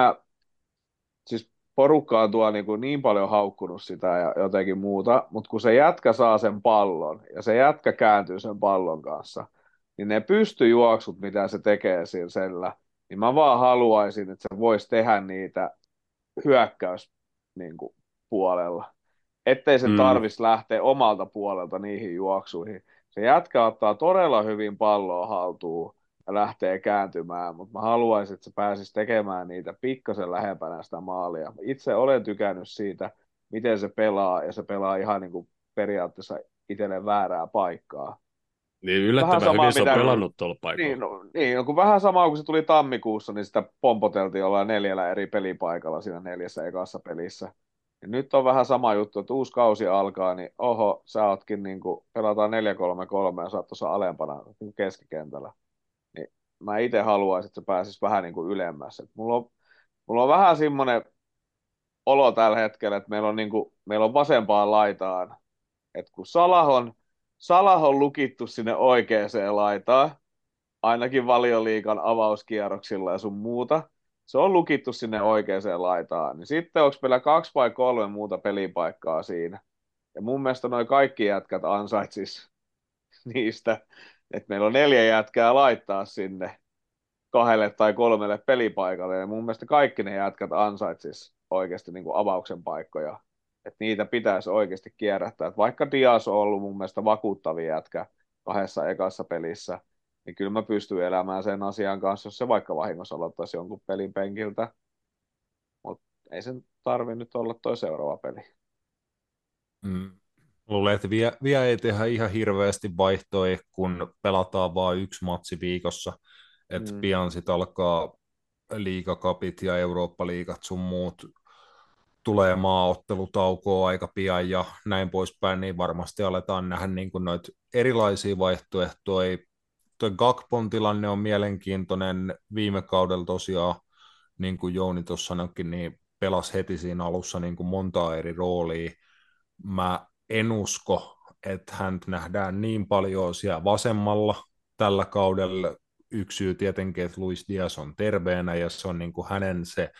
siis porukka on tuo niin paljon haukkunut sitä ja jotenkin muuta, mutta kun se jätkä saa sen pallon ja se jätkä kääntyy sen pallon kanssa, niin ne pystyjuoksut, mitä se tekee sillä, niin mä vaan haluaisin, että se voisi tehdä niitä hyökkäys niin kuin, puolella. Ettei se tarvitsisi lähteä omalta puolelta niihin juoksuihin. Se jätkä ottaa todella hyvin palloa haltuun ja lähtee kääntymään, mutta mä haluaisin, että se pääsisi tekemään niitä pikkasen lähempänä sitä maalia. Itse olen tykännyt siitä, miten se pelaa, ja se pelaa ihan niin kuin periaatteessa itselleen väärää paikkaa.
Niin yllättävän hyvin se on pelannut tuolla paikalla.
Niin, kun vähän samaa kuin se tuli tammikuussa, niin sitä pompoteltiin ollaan 4 eri pelipaikalla siinä 4 ekassa pelissä. Ja nyt on vähän sama juttu, että uusi kausi alkaa, niin oho, sä ootkin niin kuin, pelataan 4-3-3 ja sä oot tuossa alempana niin keskikentällä. Niin mä itse haluaisin, että se pääsisi vähän niin kuin ylemmässä. Mulla on vähän semmoinen olo tällä hetkellä, että meillä on vasempaan laitaan, että kun Salah on lukittu sinne oikeaan laitaan, ainakin Valioliigan avauskierroksilla ja sun muuta, se on lukittu sinne oikeaan laitaan, niin sitten onko meillä 2 vai 3 muuta pelipaikkaa siinä? Ja mun mielestä noi kaikki jätkät ansaitsis niistä, että meillä on 4 jätkää laittaa sinne 2 tai 3 pelipaikalle, ja mun mielestä kaikki ne jätkät ansaitsis oikeasti niin kuin avauksen paikkoja. Että niitä pitäisi oikeasti kierrättää. Et vaikka Dias on ollut mun mielestä vakuuttavia jätkä 2 ekassa pelissä, niin kyllä mä pystyn elämään sen asian kanssa, jos se vaikka vahingossa aloittaisi jonkun pelin penkiltä. Mutta ei sen tarvi nyt olla toi seuraava peli.
Luulen, että vielä ei tehdä ihan hirveästi vaihtoja, kun pelataan vain 1 matsi viikossa. Että pian sitten alkaa liigakapit ja Eurooppa-liigat sun muut tulee maaottelutaukoa aika pian ja näin poispäin, niin varmasti aletaan nähdä niin kuin noita erilaisia vaihtoehtoja. Tuo Gakpon tilanne on mielenkiintoinen. Viime kaudella tosiaan, niin kuin Jouni tuossa sanoikin, niin pelasi heti siinä alussa niin kuin montaa eri roolia. Mä en usko, että hän nähdään niin paljon siellä vasemmalla tällä kaudella. Yksi syy tietenkin, että Luis Diaz on terveenä ja se on niin kuin hänen se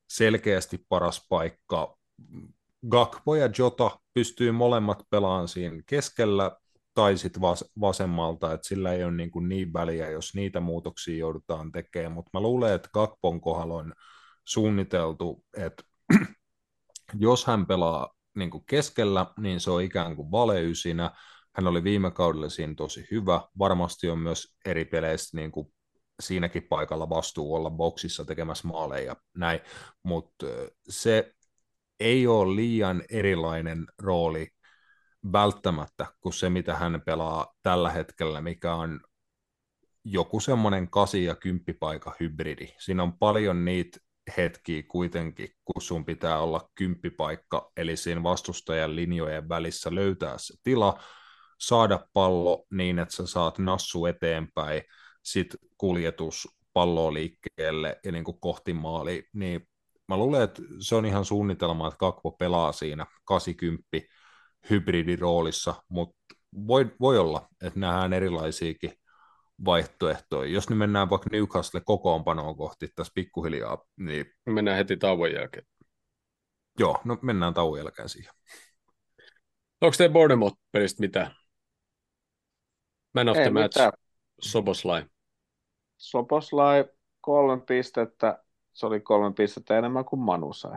selkeästi paras paikka. Gakpo ja Jota pystyy molemmat pelaamaan siinä keskellä tai sitten vasemmalta, että sillä ei ole niin väliä, jos niitä muutoksia joudutaan tekemään, mutta mä luulen, että Gakpon kohdalla on suunniteltu, että jos hän pelaa niin kuin keskellä, niin se on ikään kuin valeysinä. Hän oli viime kaudella siinä tosi hyvä. Varmasti on myös eri peleissä niin kuin siinäkin paikalla vastuu olla boksissa tekemässä maaleja ja näin, mutta se ei ole liian erilainen rooli välttämättä kuin se, mitä hän pelaa tällä hetkellä, mikä on joku semmoinen 8 ja 10 paikan hybridi. Siinä on paljon niitä hetkiä kuitenkin, kun sun pitää olla 10 paikka, eli siinä vastustajan linjojen välissä löytää se tila, saada pallo niin, että sä saat nassu eteenpäin, sit kuljetus palloa liikkeelle ja niin kuin kohti maali, niin mä luulen, että se on ihan suunnitelma, että Gakpo pelaa siinä 80 hybridiroolissa, mutta voi olla, että nähdään erilaisiakin vaihtoehtoja. Jos nyt mennään vaikka Newcastle kokoonpanoon kohti tässä pikkuhiljaa, niin
Mennään heti tauon jälkeen.
joo, no mennään tauon jälkeen siihen.
Onko teidän Bournemouth-pelistä mitään? Man of
Ei
the match,
mitään.
Soboslai.
Soboslai 3 pistettä, se oli 3 pistettä enemmän kuin Manu sai.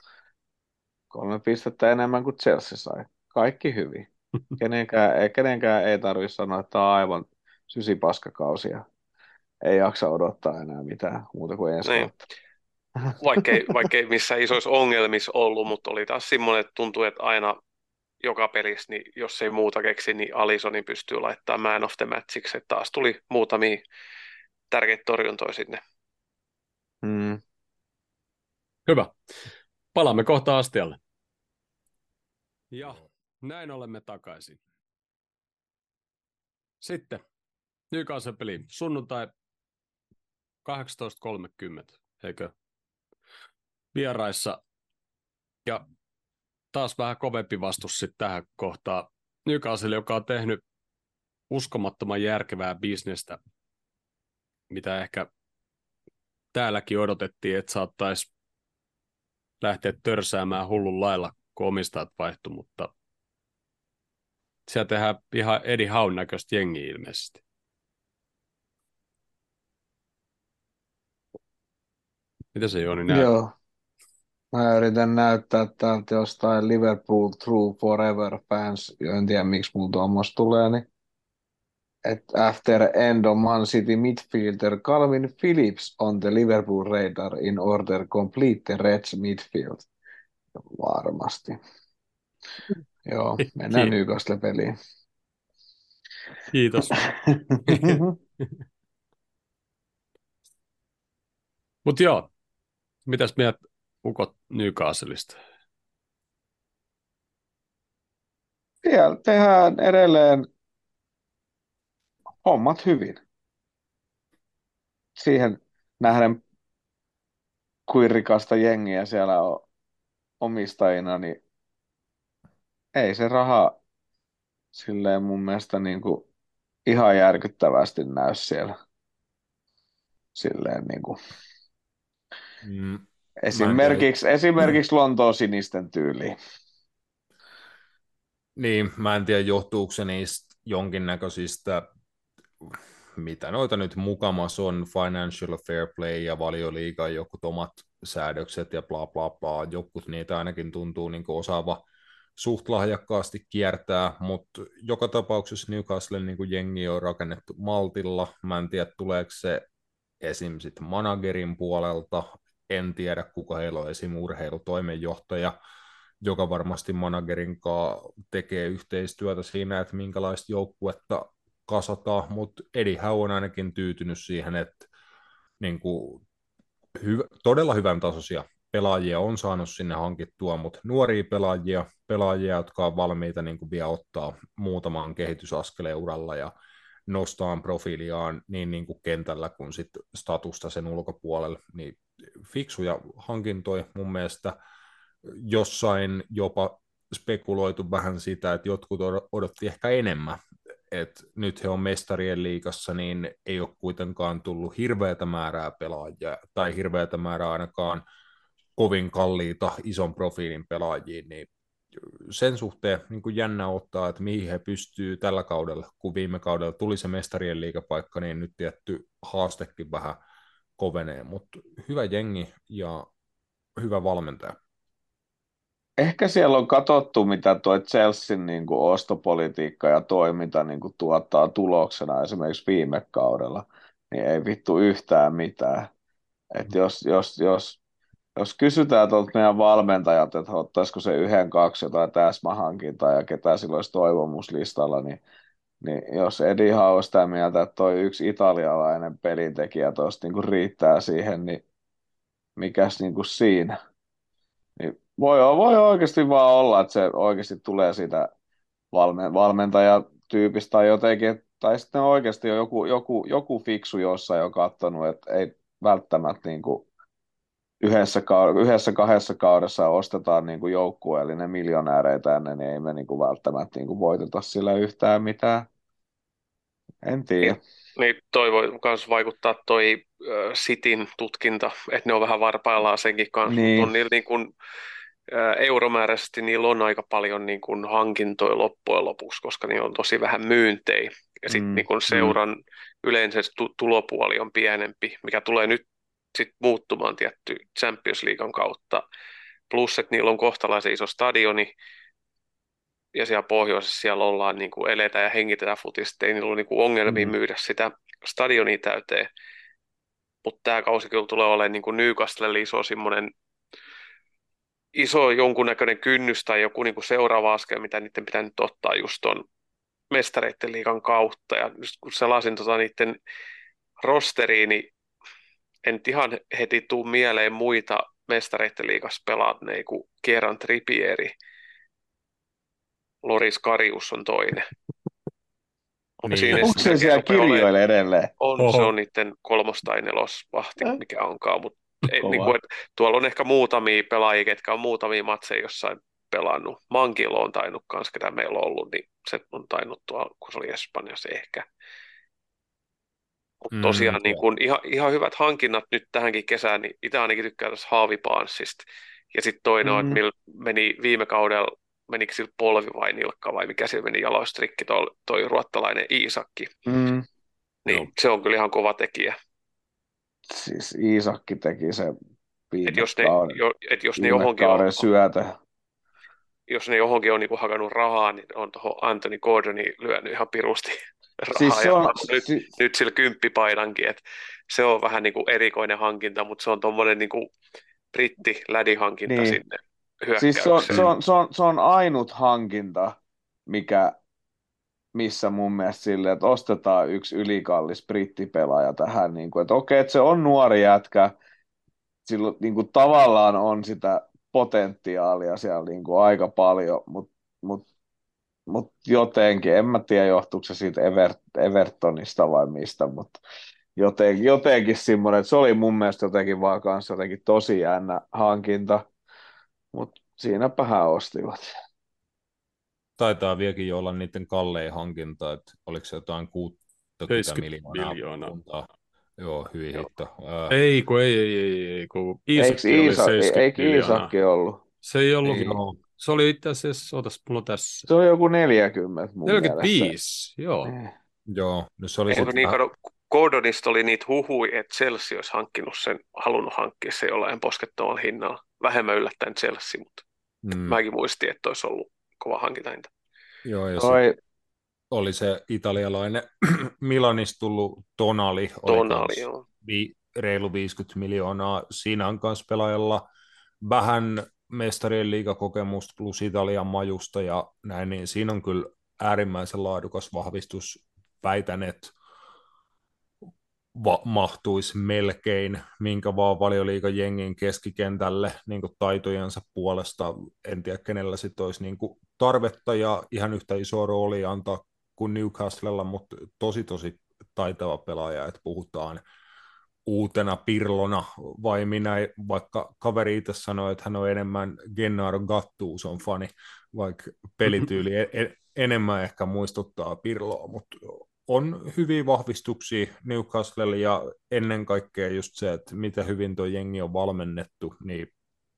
3 pistettä enemmän kuin Chelsea sai. Kaikki hyvin. Kenenkään ei tarvitse sanoa, että tämä on aivan sysipaskakausia. Ei jaksa odottaa enää mitään muuta kuin ensi
Niin.
kautta.
Vaikkei missään isoissa ongelmissa ollut, mutta oli taas semmoinen, että tuntui, että aina joka pelissä, niin jos ei muuta keksi, niin Alisonin pystyy laittamaan man of the matchiksi. Että taas tuli muutamia tärkeitä torjuntoja sinne.
Mm.
Hyvä. Palaamme kohta astialle. Ja näin olemme takaisin. Sitten Newcastle-peli sunnuntai 18.30, eikö? Vieraissa. Ja taas vähän kovempi vastus sitten tähän kohtaan. Newcastle, joka on tehnyt uskomattoman järkevää bisnestä, mitä ehkä täälläkin odotettiin, että saattaisi lähteä törsäämään hullun lailla, kun omistajat vaihtui, mutta siellä tehdään ihan Eddie Howen näköistä jengiä ilmeisesti. Mitä se Jooni näet?
Joo. Mä yritän näyttää täältä jostain Liverpool True Forever fans, en tiedä miksi mulla tuommoista tulee, niin että after end of Man City midfielder Calvin Phillips on the Liverpool radar in order complete the Reds midfield. Varmasti. Joo, mennään Newcastle-peliin.
Kiitos. Mutta joo, mitäs mieltä ukot Newcastleista?
Siellä tehdään edelleen hommat hyvin. Siihen nähden, kuin rikasta jengiä siellä on omistajina, niin ei se raha silleen mun mielestä niin kuin ihan järkyttävästi näy siellä. Silleen niin kuin esimerkiksi Lontoon sinisten tyyliin.
Niin, mä en tiedä johtuuko se niistä jonkinnäköisistä, mitä noita nyt mukamas on, financial fair play ja valioliigan jokut omat säädökset ja bla bla bla, jokut niitä ainakin tuntuu niin kuin osaava suht lahjakkaasti kiertää, mutta joka tapauksessa Newcastle niin kuin jengi on rakennettu maltilla. Mä en tiedä, tuleeko se esim. Sit managerin puolelta, en tiedä kuka heillä on esim. Urheilutoimenjohtaja, joka varmasti managerin kanssa tekee yhteistyötä siinä, että minkälaista joukkuetta kasataan, mutta Eddie Howe on ainakin tyytynyt siihen, että niin kuin todella hyvän tasoisia pelaajia on saanut sinne hankittua, mutta nuoria pelaajia, jotka on valmiita niin kuin vielä ottaa muutaman kehitysaskeleen uralla ja nostaa profiiliaan niin kuin kentällä kuin sit statusta sen ulkopuolella, niin fiksuja hankintoja mun mielestä. Jossain jopa spekuloitu vähän sitä, että jotkut odotti ehkä enemmän, että nyt he on mestarien liigassa, niin ei ole kuitenkaan tullut hirveätä määrää pelaajia, tai hirveätä määrää ainakaan kovin kalliita ison profiilin pelaajia, niin sen suhteen niin kuin jännä ottaa, että mihin he pystyy tällä kaudella, kun viime kaudella tuli se mestarien liigapaikka, niin nyt tietty haastekin vähän kovenee, mutta hyvä jengi ja hyvä valmentaja.
Ehkä siellä on katsottu, mitä tuo Chelsean niin kuin ostopolitiikka ja toiminta niin kuin tuottaa tuloksena esimerkiksi viime kaudella, niin ei vittu yhtään mitään. Et jos kysytään tuolta meidän valmentajat, että ottaisiko se 1-2 jotain täsmähankintaa ja ketä sillä olisi toivomuslistalla, niin jos Eddie Howe on sitä mieltä, että toi yksi italialainen pelintekijä tuosta niin kuin riittää siihen, niin mikäs niin kuin siinä? Niin voi oikeasti vaan olla, että se oikeasti tulee siitä valmentajatyypistä tai jotenkin, tai sitten oikeasti on joku fiksu jossain jo katsonut, että ei välttämättä niin kuin yhdessä kahdessa kaudessa ostetaan niin kuin joukkueellinen miljonääreitä ennen, niin ei me niin kuin välttämättä niin kuin voiteta sillä yhtään mitään. En tiedä.
Niin toi voi myös vaikuttaa toi Cityn tutkinta, että ne on vähän varpaillaan senkin kanssa,
Niin.
mutta on niillä niin kuin, euromääräisesti niillä on aika paljon niin kuin hankintoja loppujen lopuksi, koska niillä on tosi vähän myyntejä. Ja sitten niin kuin seuran yleensä tulopuoli on pienempi, mikä tulee nyt sit muuttumaan tietty Champions Leaguean kautta. Plus, että niillä on kohtalaisen iso stadioni, ja siellä pohjoisessa siellä ollaan, niin kuin eletään ja hengitetään futista, ei niillä ole niin kuin ongelmia myydä sitä stadionia täyteen. Mutta tämä kausi kyllä tulee olemaan niin kuin Newcastlelle iso jonkunnäköinen kynnys tai joku niin kuin seuraava askel, mitä niiden pitää nyt ottaa just tuon mestareiden liigan kautta. Ja just kun selasin niiden rosteriin, niin en nyt ihan heti tuu mieleen muita mestareiden liigassa pelaatneja kuin Kieran Trippieri. Loris Karius on toinen.
Niin.
Onko se siellä kirjoille edelleen?
Se on niiden 3. tai 4. vahti, mikä onkaan, mutta niin tuolla on ehkä muutamia pelaajia, ketkä on muutamia matseja jossain pelannut. Mankilo on tainnut kanssa, ketä meillä on ollut, niin se on tainnut tuolla, kun se oli Espanjassa ehkä. Mutta tosiaan niin kun ihan hyvät hankinnat nyt tähänkin kesään, niin itse ainakin tykkää tästä Haavi Barnesista. Ja sitten toinen on, että millä meni viime kaudella, menikö sillä polvi vai nilkka vai mikä sillä meni jaloista rikki, toi ruottalainen Iisakki. Niin se on kyllä ihan kova tekijä.
Siis Iisakki teki se viime
jos ne johonkin on
syötä.
Jos ne johonkin on niinku hakannut rahaa, niin on tuohon Anthony Gordoniin lyönyt ihan pirusti rahaa.
Siis
nyt sillä 10-paidankin, että se on vähän niinku erikoinen hankinta, mutta se on tuommoinen niinku britti-lädihankinta sinne hyökkäykseen.
Siis se on ainut hankinta, missä mun mielestä silleen, että ostetaan yksi ylikallis brittipelaaja tähän. Niin kuin, että okei, että se on nuori jätkä, silloin niin kuin tavallaan on sitä potentiaalia siellä niin kuin aika paljon, mutta jotenkin, en mä tiedä johtuuko se siitä Evertonista vai mistä, mutta jotenkin semmoinen, että se oli mun mielestä jotenkin vaan kanssa jotenkin tosi jännä hankinta, mutta siinäpähän ostivat.
Taitaa vieläkin jo olla niiden kallein hankinta, että oliko se jotain 60 miljoonaa. Joo, hyvin hitto.
Ei, kun
Eikö Iisakki ollut?
Se ei ollut. Joo. Se oli itse asiassa, mulla tässä.
Se oli joku 40 mun
45, mielestä. Joo.
Joo, nyt se oli
Gordonista oli niitä huhuja, että Chelsea olisi halunnut hankkia se jollain poskettomalla hinnalla. Vähemmän yllättäen Chelsea, mutta mäkin muistin, että olisi ollut kova hankintahinta.
Joo, ja oli se italialainen Milanista tullut Tonali
joo.
Reilu 50 miljoonaa. Siinä on myös pelaajalla vähän mestarien liigakokemusta plus Italian majusta ja näin, niin siinä on kyllä äärimmäisen laadukas vahvistus. Väitän, että mahtuisi melkein minkä vaan Valioliigan jengin keskikentälle niin kuin taitojensa puolesta. En tiedä, kenellä sitten olisi niin kuin tarvetta ja ihan yhtä isoa roolia antaa kuin Newcastlella, mutta tosi taitava pelaaja, että puhutaan uutena Pirlona vai minä, vaikka kaveri itse sanoi, että hän on enemmän Gennaro Gattuson fani, vaikka pelityyli enemmän ehkä muistuttaa Pirloa, mutta on hyviä vahvistuksia Newcastlelle ja ennen kaikkea just se, että mitä hyvin tuo jengi on valmennettu, niin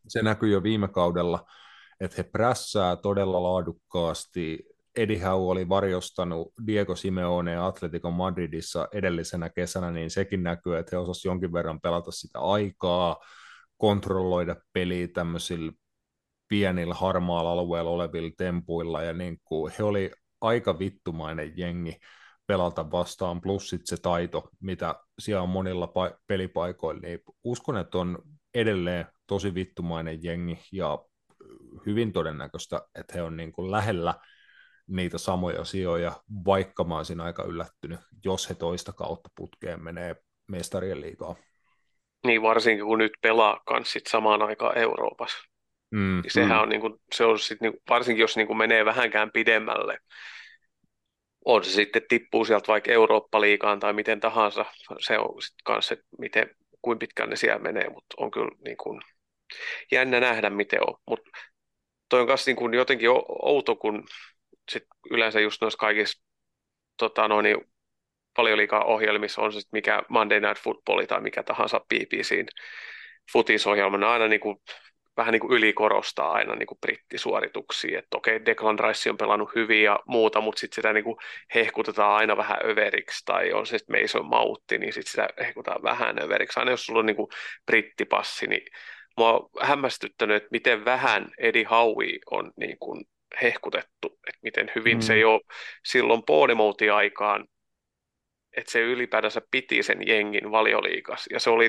Se näkyy jo viime kaudella, että he prässää todella laadukkaasti. Eddie Howe oli varjostanut Diego Simeone Atletico Madridissa edellisenä kesänä, niin sekin näkyy, että he osasivat jonkin verran pelata sitä aikaa, kontrolloida peliä tämmöisillä pienillä harmaalla alueella olevilla tempuilla, ja niin kuin he oli aika vittumainen jengi pelata vastaan, plus sitten se taito, mitä siellä on monilla pelipaikoilla, niin uskon, että on edelleen tosi vittumainen jengi, ja hyvin todennäköistä, että he on niin kuin lähellä niitä samoja sijoja, vaikka mä olisin aika yllättynyt, jos he toista kautta putkeen menee mestarien liigaa.
Niin varsinkin kun nyt pelaa kans sit samaan aikaan Euroopassa. Niin sehän on, niinku, se on sit, niinku, varsinkin jos niinku menee vähänkään pidemmälle, on se sitten tippuu sieltä vaikka Eurooppa-liigaan tai miten tahansa, se on sitten kanssa, että kuinka pitkään ne siellä menee, mutta on kyllä niinku, jännä nähdä miten on. Mutta toi on myös niinku, jotenkin outo, kun sit yleensä just noissa kaikissa paljon liikaa ohjelmissa on se sit mikä Monday Night Football tai mikä tahansa BBC:n futisohjelma, ne aina niinku, vähän niin kuin ylikorostaa aina niin kuin brittisuorituksia, että okei, Declan Rice on pelannut hyvin ja muuta, mutta sitten sitä niin kuin hehkutetaan aina vähän överiksi, tai on se sitten Mason Mount, niin sitten sitä hehkutetaan vähän överiksi. Aina jos sulla on niin kuin brittipassi, niin mua on hämmästyttänyt, että miten vähän Eddie Howe on niin kuin hehkutettu, että miten hyvin se jo silloin Bournemouth-aikaan, että se ylipäätänsä piti sen jengin Valioliigassa, ja se oli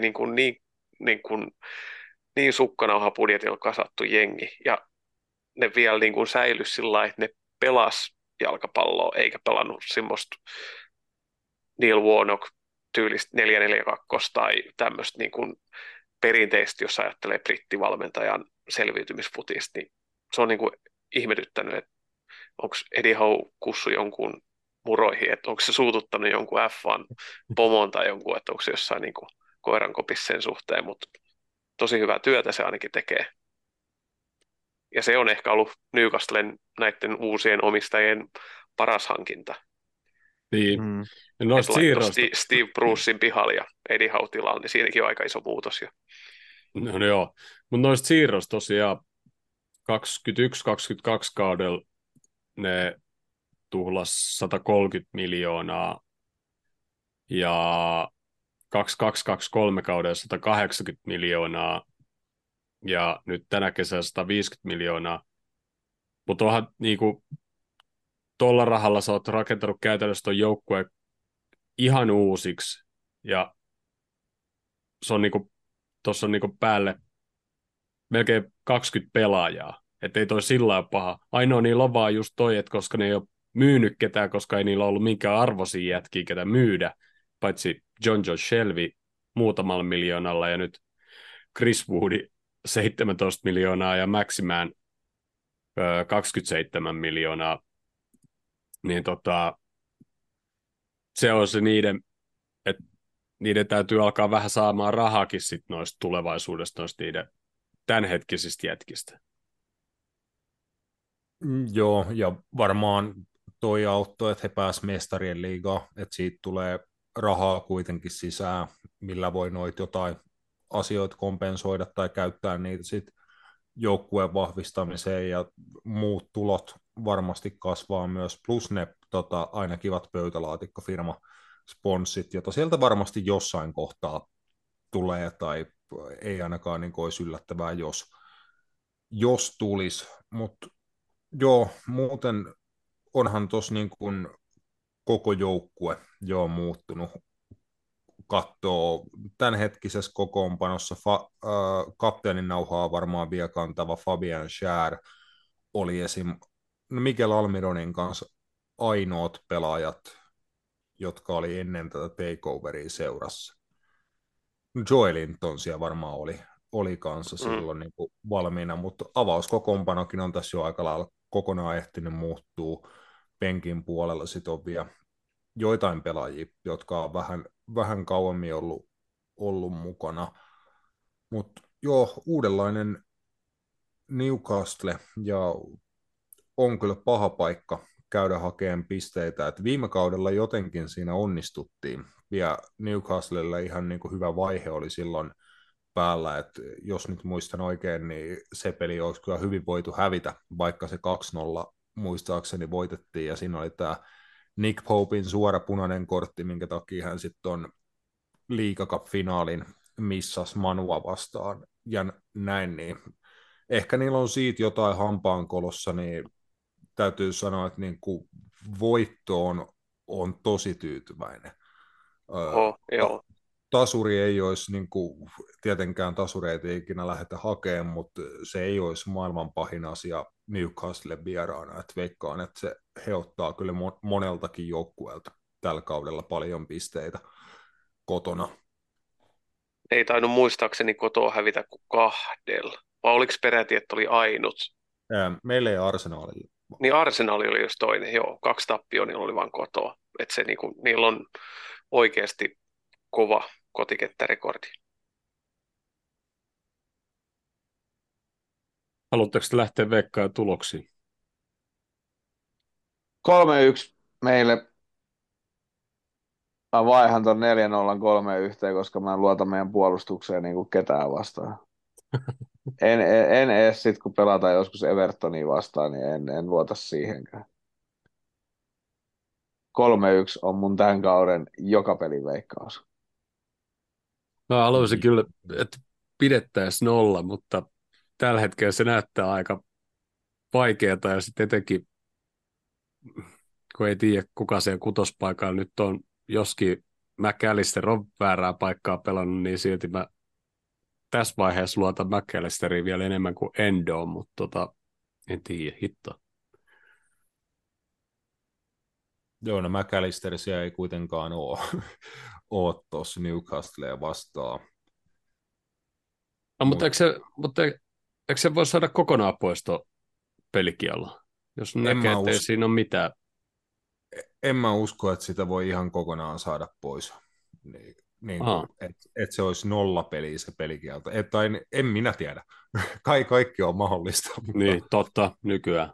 niin sukkanauha budjetilla kasattu jengi, ja ne vielä niin kuin säilyi sillä lailla, että ne pelas jalkapalloa, eikä pelannut semmoista Neil Warnock tyylistä 4-4-2 tai tämmöistä niin kuin perinteisesti, jos ajattelee brittivalmentajan selviytymisfutista, niin se on niin kuin ihmetyttänyt, että onko Eddie Howe kussu jonkun muroihin, että onko se suututtanut jonkun F1-pomon tai jonkun, että onko se jossain niin kuin koirankopissa sen suhteen, mutta tosi hyvää työtä se ainakin tekee. Ja se on ehkä ollut Newcastlen näiden uusien omistajien paras hankinta.
Niin.
Että Steve Brucein pihalle ja Eddie Howe tilalle, niin siinäkin on aika iso muutos.
No joo, mutta noista siirroista tosiaan 21-22 kaudella ne tuhlas 130 miljoonaa ja 22-23 kaudella 180 miljoonaa ja nyt tänä kesänä 150 miljoonaa. Mutta onhan niinku tuolla rahalla sä oot rakentanut käytännössä ton joukkueen ihan uusiksi ja se on niinku, tuossa on niinku päälle melkein 20 pelaajaa. Että ei toi sillä lailla paha. Ainoa niillä on vaan just toi, että koska ne ei ole myynyt ketään, koska ei niillä ollut minkään arvoisia jätkiä, ketä myydä, paitsi John Shelby muutamalla miljoonalla ja nyt Chris Woodi 17 miljoonaa ja Maximan 27 miljoonaa. Niin se on se niiden, että niiden täytyy alkaa vähän saamaan rahaakin sit noista tulevaisuudesta, noista niiden tämänhetkisistä jätkistä.
Joo, ja varmaan toi auttoi, että he pääsivät mestarien liigaan, että siitä tulee rahaa kuitenkin sisään, millä voi noita jotain asioita kompensoida tai käyttää niitä sitten joukkueen vahvistamiseen, ja muut tulot varmasti kasvaa myös, plus ne aina kivat pöytälaatikkofirma sponssit, jota sieltä varmasti jossain kohtaa tulee, tai ei ainakaan niin olisi yllättävää, jos tulisi, mutta joo, muuten onhan tuossa niin kuin koko joukkue jo muuttunut. Katsoo tämänhetkisessä kokoonpanossa kapteenin nauhaa varmaan vielä kantava Fabian Schär oli esim. Mikel Almironin kanssa ainoat pelaajat, jotka oli ennen tätä takeoveria seurassa. Joelinton siellä varmaan oli kanssa silloin niin kuin valmiina, mutta avauskokoonpanokin on tässä jo aika lailla kokonaan ehtinyt muuttuu. Penkin puolella sitten on vielä joitain pelaajia, jotka on vähän kauemmin ollut mukana. Mutta joo, uudenlainen Newcastle, ja on kyllä paha paikka käydä hakemaan pisteitä. Et viime kaudella jotenkin siinä onnistuttiin. Ja Newcastlelle ihan niin kuin hyvä vaihe oli silloin päällä, että jos nyt muistan oikein, niin se peli olisi kyllä hyvin voitu hävitä, vaikka se 2-0 muistaakseni voitettiin, ja siinä oli tämä Nick Popin suora punainen kortti, minkä takia hän sitten on League Cup-finaalin missas Manua vastaan, ja näin, niin ehkä niillä on siitä jotain hampaankolossa, niin täytyy sanoa, että niin kuin voittoon on tosi tyytyväinen.
Joo.
Tasuri ei olisi, niin kuin, tietenkään tasureita ei ikinä lähdetä hakemaan, mutta se ei olisi maailman pahin asia Newcastle vieraana. Et veikkaan, että se heottaa kyllä moneltakin joukkueelta tällä kaudella paljon pisteitä kotona.
Ei tainnut muistaakseni kotoa hävitä kuin 2. Vai oliko peräti, että oli ainut?
Meillä ei Arsenalilla.
Niin Arsenal oli just toinen, joo. 2 tappioa, niin oli vaan kotoa. Että se niinku, niillä on oikeasti kova kotikenttärekordi.
Haluatteko te lähteä veikkaamaan tuloksiin?
3-1 meille. Mä vaihan ton 4-0 3-1, koska mä en luota meidän puolustukseen niin kuin ketään vastaan. En edes sit, kun pelataan joskus Evertonia vastaan, niin en luota siihenkään. 3-1 on mun tämän kauden joka pelin veikkaus.
Mä haluaisin kyllä, että pidettäisiin 0, mutta tällä hetkellä se näyttää aika vaikeaa ja sitten etenkin, kun ei tiedä kuka siellä kutospaikalla nyt on, joskin McAllister on väärää paikkaa pelannut, niin silti mä tässä vaiheessa luotan McAllisteriin vielä enemmän kuin Endoon, mutta en tiedä, hitto.
Joo, no McAllisterisia ei kuitenkaan ole tuossa Newcastleen vastaan.
No, mutta eikö se voi saada kokonaan pois tuon pelikielon, jos näkee, että ei siinä ole mitään?
En mä usko, että sitä voi ihan kokonaan saada pois. Että se olisi 0 peliä se pelikielto. Tai en minä tiedä. Kaikki on mahdollista. Mutta...
Niin, totta, nykyään.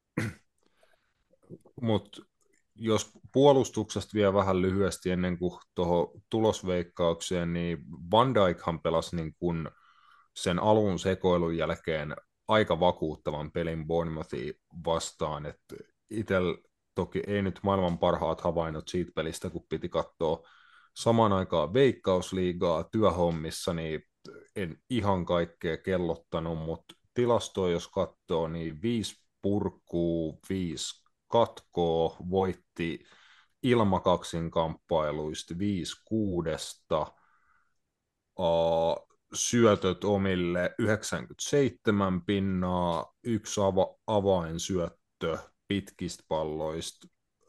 Mutta jos puolustuksesta vielä vähän lyhyesti ennen kuin tuohon tulosveikkaukseen, niin Van Dijkhan pelasi niin kuin sen alun sekoilun jälkeen aika vakuuttavan pelin Bournemouthia vastaan, että itsellä toki ei nyt maailman parhaat havainnot siitä pelistä, kun piti katsoa samaan aikaan Veikkausliigaa työhommissa, niin en ihan kaikkea kellottanut, mutta tilastoa jos katsoo, niin 5 purkuu, 5 katkoa, voitti ilmakaksin kamppailuista 5 kuudesta, syötöt omille 97 pinnaa, 1 avainsyöttö pitkistä palloista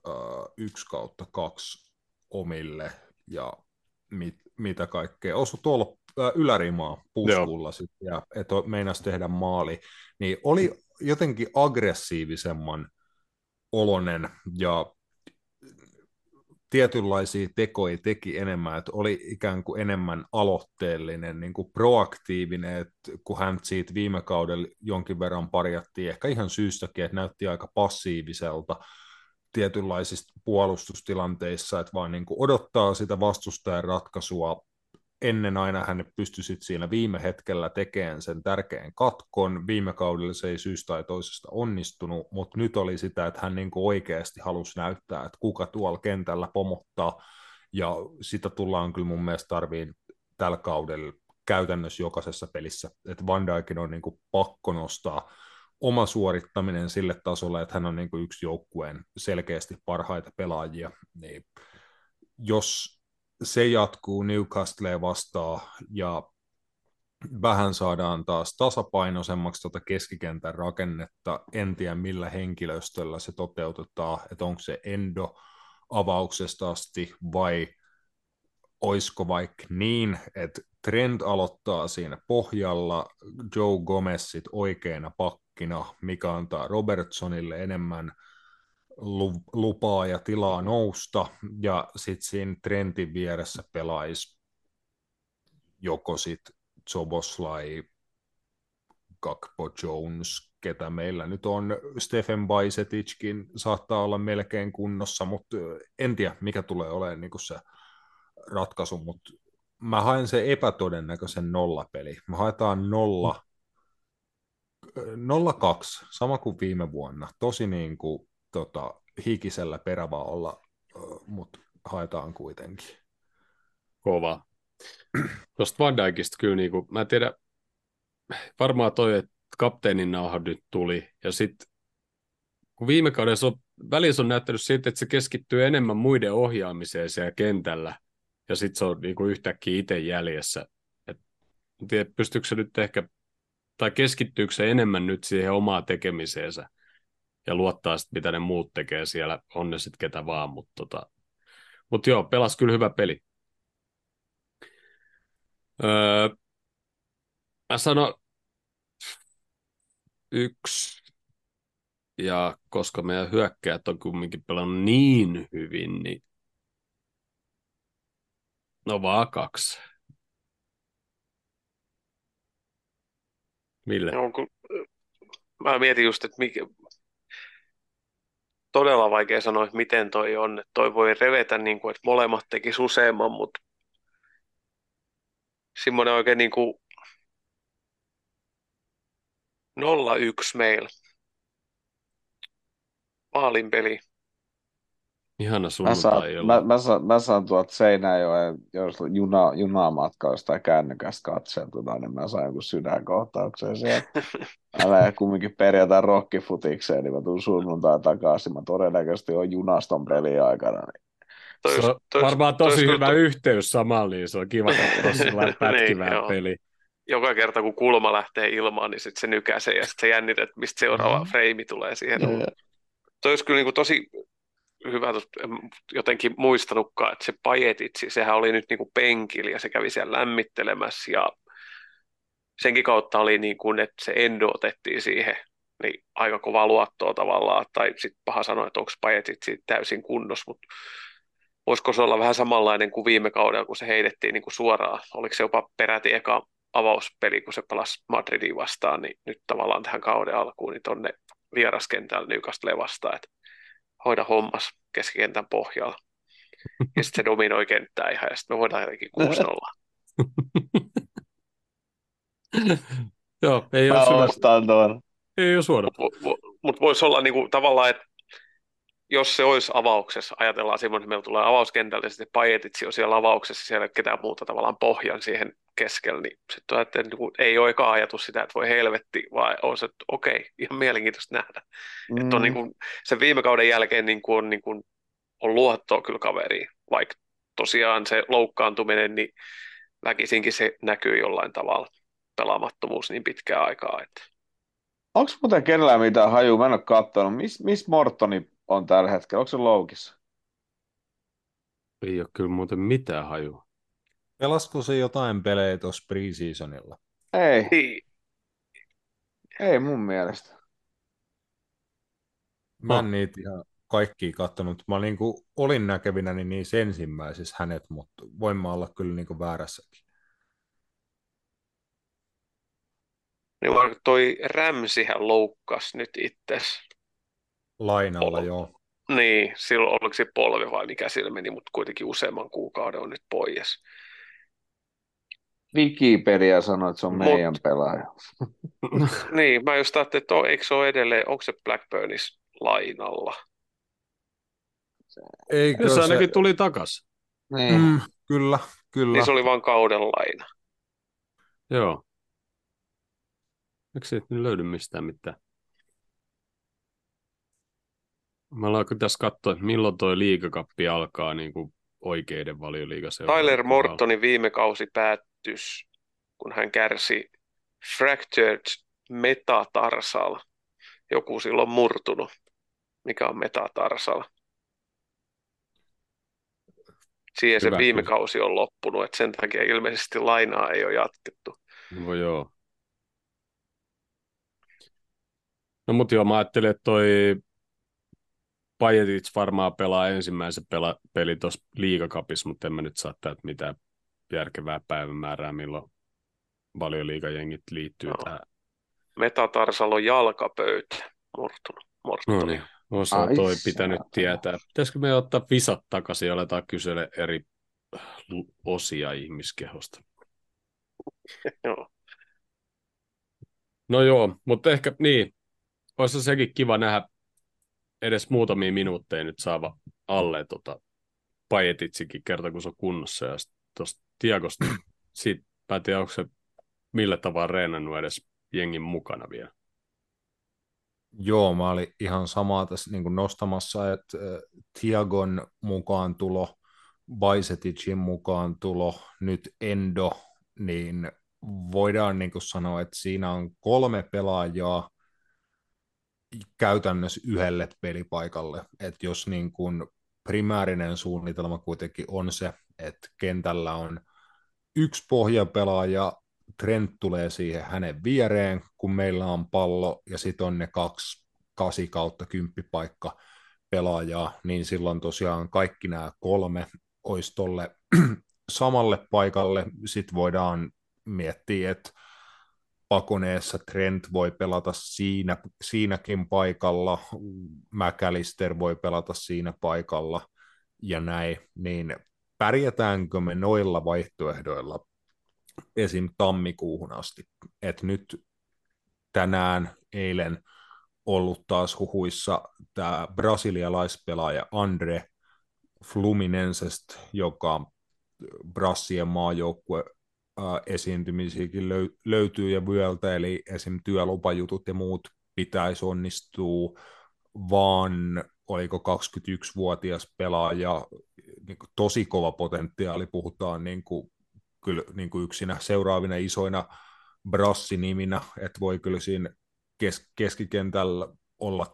1/2 omille ja mitä kaikkea. Osu tuolla ylärimaa puskulla sitten ja että meinasi tehdä maali, niin oli jotenkin aggressiivisemman olonen ja tietynlaisia tekoja teki enemmän, että oli ikään kuin enemmän aloitteellinen, niin kuin proaktiivinen, että kun hän siitä viime kaudella jonkin verran parjattiin, ehkä ihan syystäkin, että näytti aika passiiviselta tietynlaisista puolustustilanteissa, että vaan niin kuin odottaa sitä vastustajan ratkaisua. Ennen aina hän pystyi sitten siinä viime hetkellä tekemään sen tärkeän katkon. Viime kaudella se ei syystä tai toisesta onnistunut, mutta nyt oli sitä, että hän niin kuin oikeasti halusi näyttää, että kuka tuolla kentällä pomottaa. Ja sitä tullaan kyllä mun mielestä tarviin tällä kaudella käytännössä jokaisessa pelissä. Että Van Dijkin on niin kuin pakko nostaa oma suorittaminen sille tasolle, että hän on niin kuin yksi joukkueen selkeästi parhaita pelaajia. Niin jos se jatkuu Newcastleen vastaan ja vähän saadaan taas tasapainoisemmaksi tuota keskikentän rakennetta. En tiedä millä henkilöstöllä se toteutetaan, että onko se Endo avauksesta asti vai olisiko vaikka niin, että Trent aloittaa siinä pohjalla, Joe Gomez sit oikeana pakkina, mikä antaa Robertsonille enemmän lupaa ja tilaa nousta, ja sitten siinä Trentin vieressä pelaisi joko sitten Soboslai, Gakpo Jones, ketä meillä nyt on, Stephen Bajsetickin saattaa olla melkein kunnossa, mutta en tiedä, mikä tulee olemaan niin se ratkaisu, mutta mä haen sen epätodennäköisen nollapeli. Me haetaan 0-2, sama kuin viime vuonna. Tosi niin kuin, hikisellä perävaolla, mutta haetaan kuitenkin.
Kova. Tuosta Van Dijkista kyllä, niin kuin, mä en tiedä, varmaan toi, että kapteenin nauha nyt tuli, ja sitten kun viime kaudessa välissä on näyttänyt siltä, että se keskittyy enemmän muiden ohjaamiseen siellä kentällä, ja sitten se on niin kuin yhtäkkiä itse jäljessä. En tiedä, pystyykö se nyt ehkä, tai keskittyykö se enemmän nyt siihen omaan tekemiseensä, ja luottaa sitten, mitä ne muut tekee siellä, on ne sitten ketä vaan, mutta joo, pelasi kyllä hyvä peli. Mä sanon 1, ja koska meidän hyökkäät on kumminkin pelannut niin hyvin, niin no vaan 2. Ville?
Joo, mä mietin just, että todella vaikea sanoa, että miten toi on. Että toi voi revetä, niin kuin, että molemmat tekis useamman, mutta semmoinen oikein niin kuin 0-1 meillä. Maalinpeli.
Ihana sunnuntai-ilta.
Mä saan tuolta Seinäjoen, jos junamatka jostain kännykästä katseltuna, niin mä saan jonkun sydänkohtauksen sieltä. Mä lähden kumminkin perjantai rokkifutikseen, niin mä tuun sunnuntai takaisin. Mä todennäköisesti on junaston peli aikana. Niin.
Se on varmaan tosi hyvä yhteys samalla, niin se on kiva katsoa sellainen pätkivää
niin,
peli.
Joka kerta, kun kulma lähtee ilmaan, niin sitten se nykäisee ja sitten se jännität, että mistä seuraava freimi tulee siihen. Toi olisi kyllä niin kuin tosi hyvä, jotenkin muistanutkaan, että se Pajetitsi, sehän oli nyt niin kuin penkillä ja se kävi siellä lämmittelemässä ja senkin kautta oli niin kuin, että se Endo otettiin siihen, niin aika kovaa luottoa tavallaan, tai sitten paha sanoa, että onko Pajetitsi täysin kunnossa, mutta voisiko se olla vähän samanlainen kuin viime kaudella, kun se heitettiin niin kuin suoraan, oliko se jopa peräti eka avauspeli, kun se pelasi Madridin vastaan, niin nyt tavallaan tähän kauden alkuun, niin tonne vieraskentällä Newcastle vastaan, että hoida hommas keskikentän pohjalla. Ja sitten se dominoi kenttää ihan, ja sitten me voidaan jotenkin 6-0.
Joo, ei
Mä
ole
ostan tuon.
Ei ole suora.
Mutta voisi olla niinku tavallaan, että jos se olisi avauksessa, ajatellaan semmoinen, että meillä tulee avauskentälle, ja sitten Pajetitsi on siellä avauksessa, siellä ei ole ketään muuta tavallaan pohjan siihen keskellä, niin sitten ajattelin, että ei ole eka ajatus sitä, että voi helvetti, vaan on se, että okei, ihan mielenkiintoista nähdä. Että on niinku, sen viime kauden jälkeen on luottoa kyllä kaveriin, vaikka tosiaan se loukkaantuminen, niin väkisinkin se näkyy jollain tavalla, pelaamattomuus niin pitkään aikaa. Että.
Onko muuten kenellään mitään hajua? Mä en ole katsonut. Missä Mortoni on tällä hetkellä? Onko se loukissa?
Ei ole kyllä muuten mitään hajua.
Pelasko se jotain pelejä tuossa preseasonilla?
Ei. Ei mun mielestä.
Mä en niitä ihan kaikkia katsonut. Mä olin näkevinäni niissä ensimmäisissä hänet, mutta voin mä olla kyllä väärässäkin.
Niin toi Ramseyhän loukkasi nyt itses.
Lainalla, joo.
Niin, silloin oliko se polvi vai mikä sillä meni, mutta kuitenkin useamman kuukauden on nyt pois.
Wikipedia sanoi, että se on meidän pelaaja.
Niin, mä just ajattelin, että eikö se ole edelleen, onko se Blackburnis lainalla?
Eikö
se ainakin tuli takas.
Niin.
Kyllä.
Niin se oli vain kauden laina.
Joo. Eikö se nyt löydy mistään mitään? Mä ollaan tässä katsoa, että milloin toi liigakappi alkaa niin kuin oikeiden Valioliigaseurojen.
Tyler Mortonin viime kausi päättyi, kun hän kärsi fractured metatarsal. Joku silloin murtunut. Mikä on metatarsal? Siihen se viime kausi on loppunut, että sen takia ilmeisesti lainaa ei ole jatkettu.
No joo. No mut joo, mä ajattelin, että toi Pajetic varmaan pelaa ensimmäisen peli tuossa liigakapissa, mutta en mä nyt saa täältä mitään järkevää päivämäärää, milloin Valioliigajengit liittyy tähän.
Metatarsal on jalkapöytä murtunut.
No niin, osa toi pitänyt tietää. Pitäisikö me ottaa visat takaisin ja aletaan kysellä eri osia ihmiskehosta.
Joo.
No joo, mutta ehkä niin, olisi sekin kiva nähdä edes muutamia minuutteja nyt saava alle Pajetitsikin kerta, kun se on kunnossa. Ja tuosta Tiagosta, niin siitä mä en tiedä, onko se millä tavalla reenannut edes jengin mukana vielä.
Joo, mä olin ihan samaa tässä niin kuin nostamassa, että Tiagon mukaan tulo, Bajseticin mukaan tulo, nyt Endo, niin voidaan niin kuin sanoa, että siinä on 3 pelaajaa käytännössä yhdelle pelipaikalle. Että jos niin kuin primäärinen suunnitelma kuitenkin on se, että kentällä on 1 pohjapelaaja, Trent tulee siihen hänen viereen, kun meillä on pallo, ja sitten on ne 2 8 kautta 10 paikka pelaajaa, niin silloin tosiaan kaikki nämä 3 olisi tolle samalle paikalle. Sitten voidaan miettiä, että pakoneessa Trent voi pelata siinäkin paikalla, McAllister voi pelata siinä paikalla ja näin, niin pärjätäänkö me noilla vaihtoehdoilla esim. Tammikuuhun asti? Et nyt tänään, eilen ollut taas huhuissa tämä brasilialaispelaaja Andre Fluminensesta, joka Brassien maajoukkue esiintymisiäkin löytyy ja vyöltä, eli esim. Työlupajutut ja muut pitäisi onnistua, vaan oliko 21-vuotias pelaaja, niin kuin tosi kova potentiaali, puhutaan niin kuin, kyllä niin kuin yksinä seuraavina isoina Brassi-niminä, että voi kyllä siinä keskikentällä olla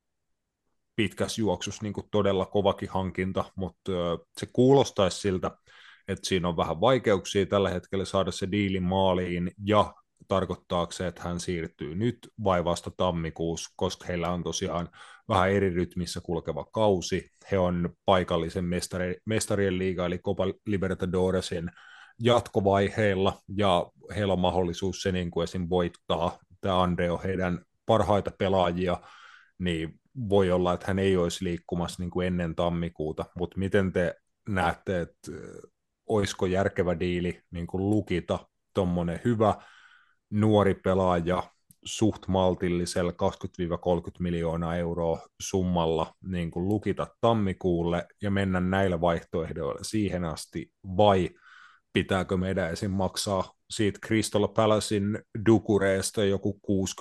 pitkässä juoksussa niin kuin todella kovakin hankinta, mutta se kuulostaisi siltä, että siinä on vähän vaikeuksia tällä hetkellä saada se diili maaliin, ja tarkoittaako se, että hän siirtyy nyt vai vasta tammikuussa, koska heillä on tosiaan vähän eri rytmissä kulkeva kausi. He on paikallisen mestarien liiga, eli Copa Libertadoresin jatkovaiheilla, ja heillä on mahdollisuus se niin kuin esim. Voittaa. Tämä Andre on heidän parhaita pelaajia, niin voi olla, että hän ei olisi liikkumassa niin kuin ennen tammikuuta, mutta miten te näette, että olisiko järkevä diili niin kuin lukita tuommoinen hyvä nuori pelaaja suht maltillisella 20-30 miljoonaa euroa summalla niin kuin lukita tammikuulle ja mennä näillä vaihtoehdoilla siihen asti, vai pitääkö meidän esim. Maksaa siitä Crystal Palacein Dukureesta joku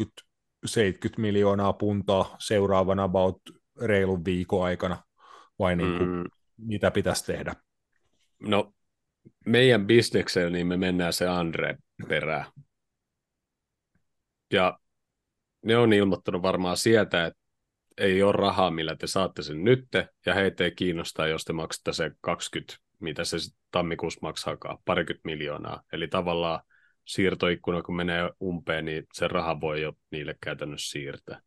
60-70 miljoonaa puntaa seuraavana about reilun viikon aikana, vai niin kuin, mitä pitäisi tehdä?
No, meidän bisneksellä niin me mennään se Andre perään. Ja ne on ilmoittanut varmaan sieltä, että ei ole rahaa, millä te saatte sen nytte, ja heitä ei kiinnostaa, jos te maksatte se 20, mitä se tammikuussa maksaakaan, 20 miljoonaa. Eli tavallaan siirtoikkuna, kun menee umpeen, niin se raha voi jo niille käytännössä siirtää.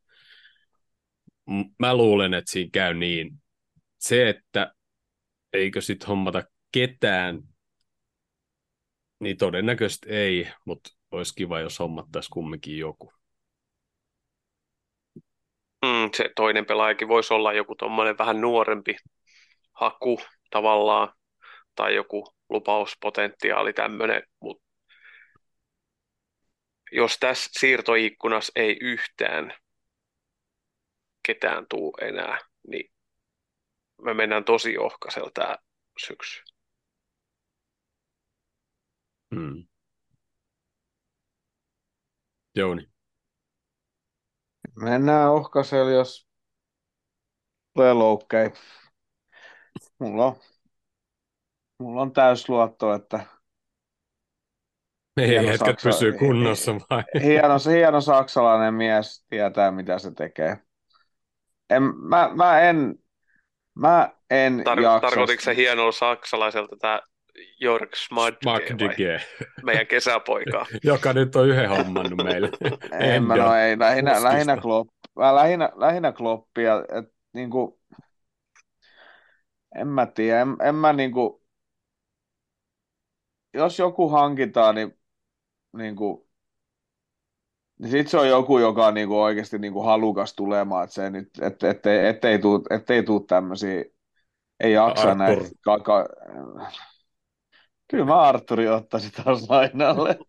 Mä luulen, että siinä käy niin. Se, että eikö sitten hommata ketään, niin todennäköisesti ei, mutta olisi kiva, jos hommattaisiin kumminkin joku.
Se toinen pelaajakin voisi olla joku tuommoinen vähän nuorempi haku tavallaan, tai joku lupauspotentiaali tämmöinen, mutta jos tässä siirtoikkunassa ei yhtään ketään tuu enää, niin me mennään tosi ohkaisella tää syksy.
Jouni.
Mennään ohkaisella, jos tulee loukkei. Mulla on täys luotto, että
Ei jätkät pysyy kunnossa vai?
Hieno saksalainen mies tietää, mitä se tekee. Mä en jaksa.
Tarkoititko se hienolla saksalaiselta tämä Jörg Schmadtke meidän kesäpoikaa?
Joka
nyt on yhden hommannut meille.
Lähinnä Kloppia. Niinku, en mä tiedä. En mä niinku, jos joku hankitaan, niin sitten se on joku, joka on niinku oikeasti niinku halukas tulemaan, että se nyt, ettei tuu tämmöisiä, ei jaksa näitä. Kyllä mä Arturi ottaisin taas lainalle.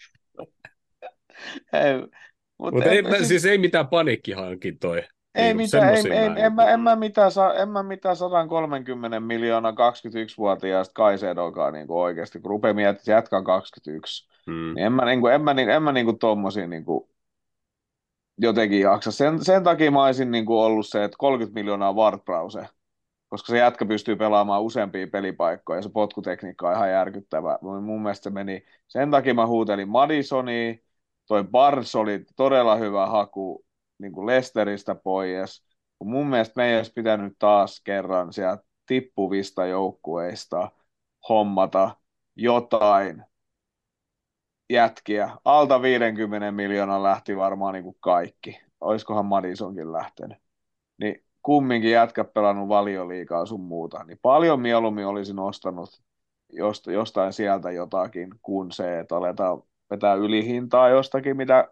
Ei, mutta
Mutta ei mitään paniikkihankintoja.
ei
Niin,
mitään,
semmoisia mä en
en mä mitään 130 miljoonaa 21-vuotiaasta Kaisedokaan niin oikeasti, kun rupeaa miettimään, että jätkä 21,
Mm.
niin en mä tommosia niin kuin jotenkin jaksa. Sen takia mä olisin niin kuin ollut se, että 30 miljoonaa Ward-Prowse, koska se jätkä pystyy pelaamaan useampia pelipaikkoja ja se potkutekniikka on ihan järkyttävä. Mun mielestä se meni, sen takia mä huutelin Madisonia, toi Barnes oli todella hyvä haku niin kuin Leicesteristä pois. Mun mielestä meidän olisi pitänyt taas kerran sieltä tippuvista joukkueista hommata jotain jätkiä. Alta 50 miljoonaa lähti varmaan niin kuin kaikki. Olisikohan Madisonkin lähtenyt. Niin kumminkin jätkät pelannut Valioliigaa sun muuta. Niin paljon mieluummin olisin ostanut jostain sieltä jotakin, kuin se, että aletaan vetää ylihintaa jostakin, mitä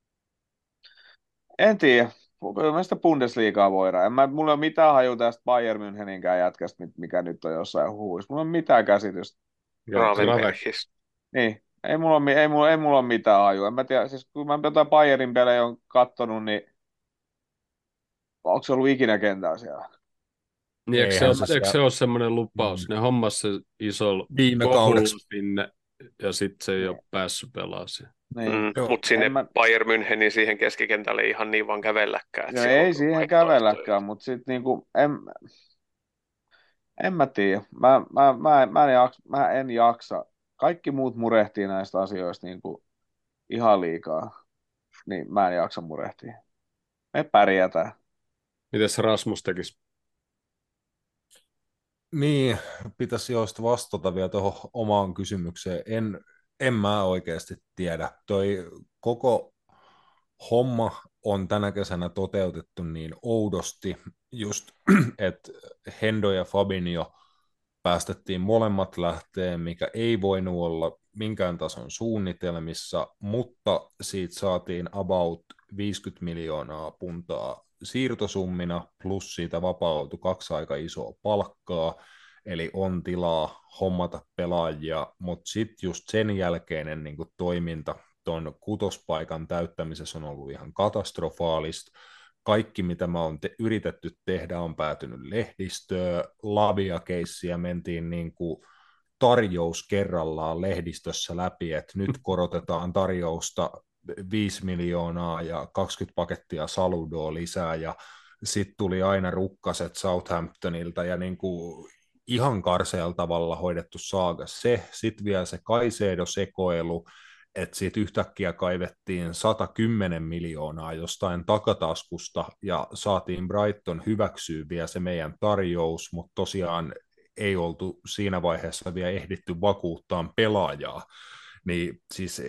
en tiedä. Kyllä me sitä Bundesliigaa voidaan. Mulla ei ole mitään haju tästä Bayern Müncheninkään jätkästä, mikä nyt on jossain huhuissa. Mulla ei ole mitään käsitystä.
Gravenbergis.
Niin, ei mulla ole mitään hajua. En mä tiedä, siis kun mä jotain Bayernin pelejä on kattonut, niin onko se ollut ikinä kentällä siellä?
Niin,
Eihän se
eikö se
siellä-
ole semmoinen lupaus? Ne hommas se iso
Viime
kohu
kaudeksi.
sinne, ja sitten se ei ole päässyt pelaamaan.
Niin.
Joo,
Mutta sinne
en mä-
Bayern Münchenin siihen keskikentälle ei ihan niin vaan kävelläkään. että
No
siellä
ei
on
siihen
vaihtoehtoja.
kävelläkään, mutta sitten niinku, en mä tiedä. Mä en jaksa. Kaikki muut murehtii näistä asioista niinku ihan liikaa. Niin mä en jaksa murehtia. Me pärjätään.
Mites Rasmus tekisi?
Niin, pitäisi joista vastata vielä tuohon omaan kysymykseen. En mä oikeasti tiedä. Toi koko homma on tänä kesänä toteutettu niin oudosti, just että Hendo ja Fabinho päästettiin molemmat lähteen, mikä ei voinut olla minkään tason suunnitelmissa, mutta siitä saatiin about 50 miljoonaa puntaa siirtosummina, plus siitä vapautui 2 aika isoa palkkaa, eli on tilaa hommata pelaajia, mutta sitten just sen jälkeinen niin toiminta tuon kutospaikan täyttämisessä on ollut ihan katastrofaalista. Kaikki, mitä mä oon yritetty tehdä, on päätynyt lehdistöön. Lavia-keissiä mentiin niin kuin tarjous kerrallaan lehdistössä läpi, että nyt korotetaan tarjousta 5 miljoonaa ja 20 pakettia Saludoa lisää, ja sitten tuli aina rukkaset Southamptonilta, ja niin kuin ihan karsealla tavalla hoidettu saaga se. Sitten vielä se Caicedo-sekoilu, että siitä yhtäkkiä kaivettiin 110 miljoonaa jostain takataskusta ja saatiin Brighton hyväksyä vielä se meidän tarjous, mutta tosiaan ei oltu siinä vaiheessa vielä ehditty vakuuttaa pelaajaa. Niin siis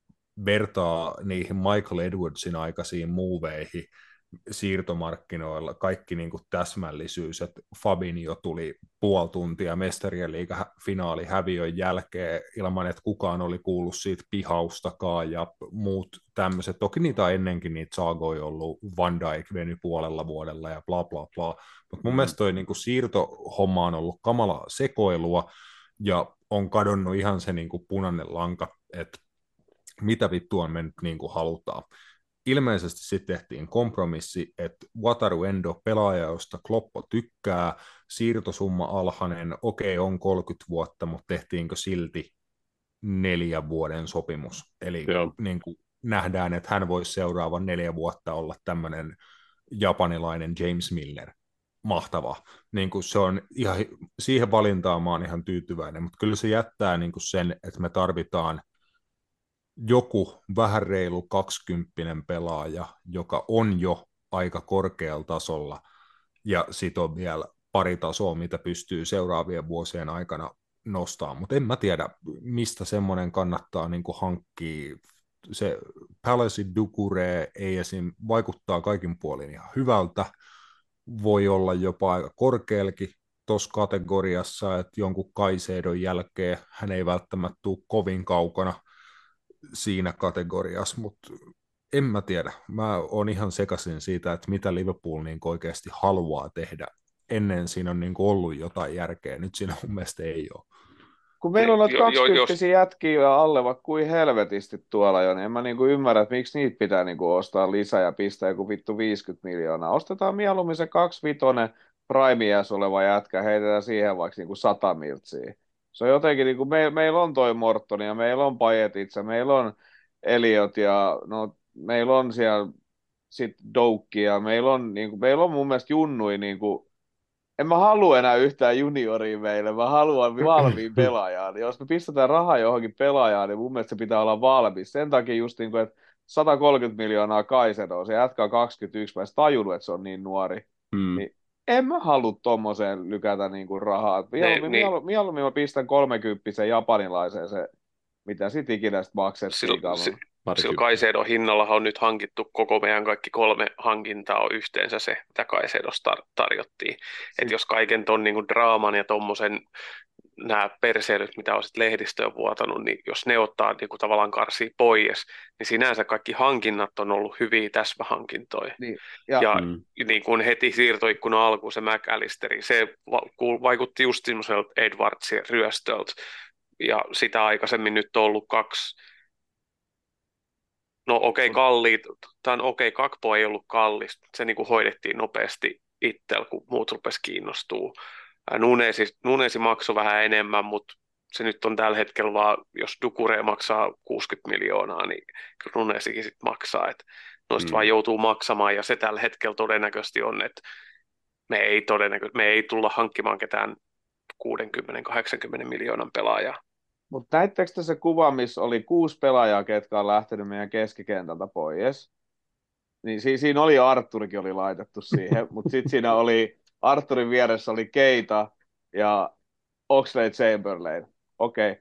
vertaa niihin Michael Edwardsin aikaisiin muuveihin siirtomarkkinoilla, kaikki niin kuin täsmällisyys, että Fabinho tuli puoli tuntia Mestarien liiga-finaali häviön jälkeen ilman, että kukaan oli kuullut siitä pihaustakaan ja muut tämmöiset. Toki niitä on ennenkin niitä saagoja ollut, Van Dijk veny puolella vuodella ja bla bla bla, mutta mun mielestä toi niin kuin siirtohomma on ollut kamalaa sekoilua ja on kadonnut ihan se niin kuin punainen lanka, että mitä vittua me nyt niin kuin halutaan. Ilmeisesti sitten tehtiin kompromissi, että Wataru Endo pelaaja, josta Kloppo tykkää, siirtosumma alhainen, okei on 30 vuotta, mutta tehtiinkö silti 4 vuoden sopimus. Eli niin kuin nähdään, että hän voisi seuraavan 4 vuotta olla tämmöinen japanilainen James Milner. Mahtavaa. Niin kuin se on ihan, siihen valintaan mä oon ihan tyytyväinen, mutta kyllä se jättää niin kuin sen, että me tarvitaan joku vähän reilu 20 pelaaja, joka on jo aika korkealla tasolla, ja sitten on vielä pari tasoa, mitä pystyy seuraavien vuosien aikana nostamaan, mutta en mä tiedä, mistä semmoinen kannattaa niin kuin hankkia. Se Palace Doucouré ei esim. Vaikuttaa kaikin puolin ihan hyvältä, voi olla jopa aika korkeallekin tuossa kategoriassa, että jonkun Caicedo'n jälkeen hän ei välttämättä tule kovin kaukana siinä kategoriassa, mutta en mä tiedä. Mä oon ihan sekaisin siitä, että mitä Liverpool niin oikeasti haluaa tehdä. Ennen siinä on niin ollut jotain järkeä, nyt siinä mun mielestä ei ole.
kun meillä on noita
Jos
20 jätkiä jo alle vaikka kuin helvetisti tuolla jo, niin en mä niinku ymmärrä, että miksi niitä pitää niinku ostaa lisää ja pistää joku vittu 50 miljoonaa. Ostetaan mieluummin se 25 prime-iäs oleva jätkä, heitetään siihen vaikka niinku 100 miltsiä. Se on jotenkin, niinku, meillä on toi Morton ja meillä on Pajetitsa, meillä on Eliot ja no, meillä on siellä sit Doukki ja meillä on mun mielestä junnui niinku, en mä halua enää yhtään junioria meille, mä haluan valmiin pelaajaa. Jos me pistetään rahaa johonkin pelaajaan, niin mun mielestä se pitää olla valmis. Sen takia just niin kuin, että 130 miljoonaa Kaisedoa, se jätkää 21, mä en tajunnut, että se on niin nuori. Niin en mä halua tommoseen lykätä niin kuin rahaa. Mieluummin mä pistän 30 japanilaiseen se, mitä sit ikinä sit maksettiin.
Sillä Kaisedon hinnallahan on nyt hankittu koko meidän kaikki 3 hankintaa on yhteensä se, mitä Kaisedosta tarjottiin. Että jos kaiken ton niin kuin draaman ja tommosen nämä perseilyt, mitä on sitten lehdistöön vuotanut, niin jos ne ottaa niin kuin tavallaan karsii pois, niin sinänsä kaikki hankinnat on ollut hyviä täsmähankintoja.
Niin,
ja niin kuin heti siirtoikkunan alkuun se McAllisteri, se vaikutti just semmoiselta Edwardsin ryöstöltä. Ja sitä aikaisemmin nyt on ollut 2. No kalliit. Kakpo ei ollut kallis. Se niin kuin hoidettiin nopeasti itsellä, kun muut rupesi kiinnostuu. Nunesi maksoi vähän enemmän, mutta se nyt on tällä hetkellä vaan, jos Dukure maksaa 60 miljoonaa, niin kyllä Nunesikin sitten maksaa. Et noista vaan joutuu maksamaan, ja se tällä hetkellä todennäköisesti on, että me ei tulla hankkimaan ketään 60-80 miljoonan pelaajaa.
Mutta näittekö te se kuva, missä oli 6 pelaajaa, ketkä on lähtenyt meidän keskikentältä pois? Niin siinä oli Arturikin oli laitettu siihen, mutta sitten siinä oli, Arturin vieressä oli Keita ja Oxlade Chamberlain. Okei.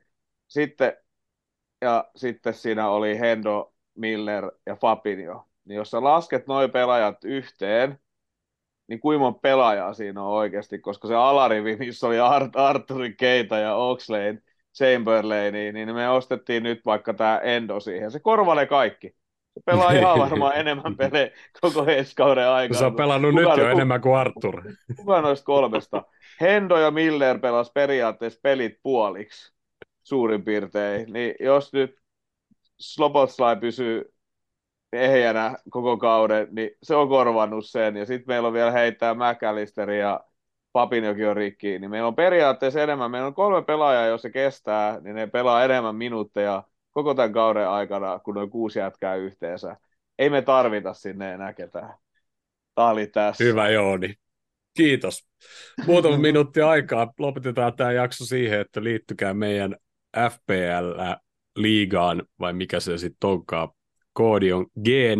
Sitten siinä oli Hendo, Miller ja Fabinho. Niin jos sä lasket noi pelaajat yhteen, niin kuinka monta pelaajaa siinä on oikeasti, koska se alarivi, missä oli Arturin, Keita ja Oxlade Chamberlain, niin me ostettiin nyt vaikka tämä Endo siihen. Se korvaa ne kaikki. Se pelaa ihan varmaan enemmän pelejä koko ensi-kauden aikana.
Se on pelannut nyt jo enemmän kuin Artur.
Kuka noista 3? Hendo ja Miller pelas periaatteessa pelit puoliksi suurin piirtein. Niin jos nyt Slobotslai pysyy ehjänä koko kauden, niin se on korvannut sen. Ja sitten meillä on vielä heittää McAllister ja Fabinhokin on rikki, niin meillä on periaatteessa enemmän, meillä on 3 pelaajaa, jos se kestää, niin ne pelaa enemmän minuutteja koko tämän kauden aikana, kun noin 6 jätkää yhteensä. Ei me tarvita sinne enää ketään. Tämä oli tässä.
Hyvä Jooni. Kiitos. Muutama minuutti aikaa. Lopetetaan tämä jakso siihen, että liittykää meidän FPL-liigaan, vai mikä se sitten onkaan. Koodi on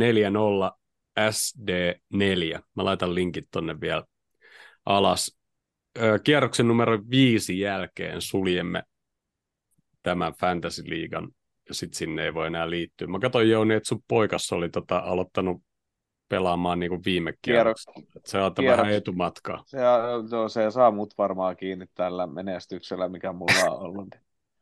G40SD4. Mä laitan linkit tonne vielä alas. Kierroksen numero 5 jälkeen suljemme tämän Fantasy-liigan, ja sitten sinne ei voi enää liittyä. Mä katsoin, Jouni, että sun poikas oli aloittanut pelaamaan niin kuin viime kierroksella. Se on vähän etumatkaa.
Se saa mut varmaan kiinni tällä menestyksellä, mikä mulla on ollut.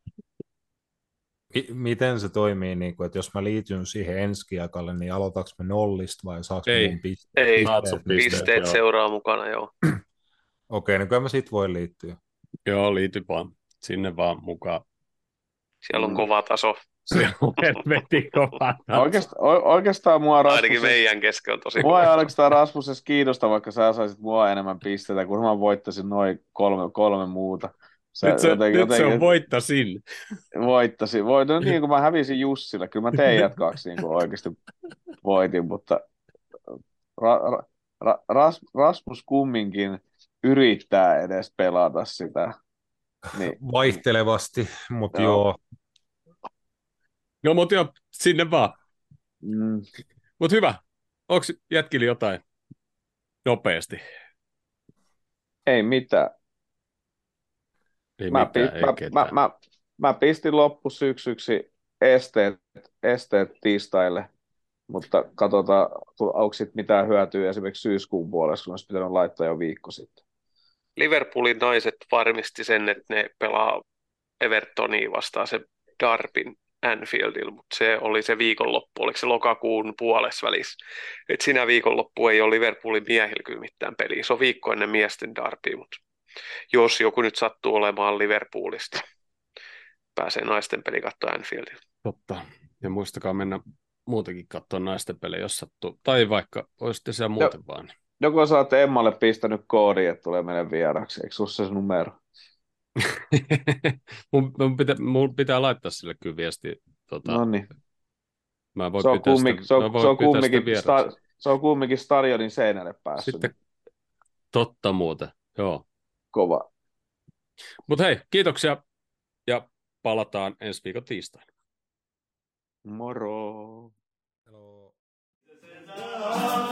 Miten se toimii, niin kuin, että jos mä liityn siihen ensi kiekalle, niin aloitaks me nollista vai saaks mun pisteet?
Ei, pisteet seuraa mukana, joo.
Okei, niin kyllä mä sit voi liittyä.
Joo, liity vaan. Sinne vaan mukaan.
Siellä on kova taso.
Se on helvetin kova taso.
Oikeastaan mua Rasmus...
Ainakin meidän kesken on tosi
mua ei oikeastaan Rasmus edes kiinnosta, vaikka sä saisit mua enemmän pisteitä, kun mä voittaisin noin kolme muuta.
Nyt se on voittasin.
Voittasin. No niin kuin mä hävisin Jussille. Kyllä mä teidät 2 niin kuin oikeasti voitin, mutta Rasmus kumminkin yrittää edes pelata sitä. Niin.
Vaihtelevasti, mutta joo.
No, mutta joo, sinne vaan. Mutta hyvä. Onko jätkili jotain nopeasti?
Ei mitään. Mä pistin loppusyksyksi esteet tiistaille, mutta katsotaan, onko sitten mitään hyötyä esimerkiksi syyskuun puolesta, kun olisi pitänyt laittaa jo viikko sitten.
Liverpoolin naiset varmisti sen, että ne pelaa Evertonia vastaan se Darbin Anfieldilla, mutta se oli se viikonloppu, oliko se lokakuun puolesvälissä. Et sinä viikonloppu ei ole Liverpoolin miehillä kyllä mitään peliä, se on viikko ennen miesten Darby, mutta jos joku nyt sattuu olemaan Liverpoolista, pääsee naisten peli katsoa Anfieldilla.
Totta. Ja muistakaa mennä muutenkin katsoa naisten pelejä, jos sattuu. Tai vaikka olisitte siellä muuten vaan.
Joko sä oot Emmalle pistänyt koodin, että tulee meidän vieraksi, eikö sussa se numero?
mun pitää laittaa sille kyllä viesti.
No niin.
Mä voin pitää sitä vieraksi.
Se on kumminkin stadionin seinälle päässyt.
Sitten totta muuten, joo.
Kova.
Mutta hei, kiitoksia ja palataan ensi viikon tiistaina.
Moro.
Hello.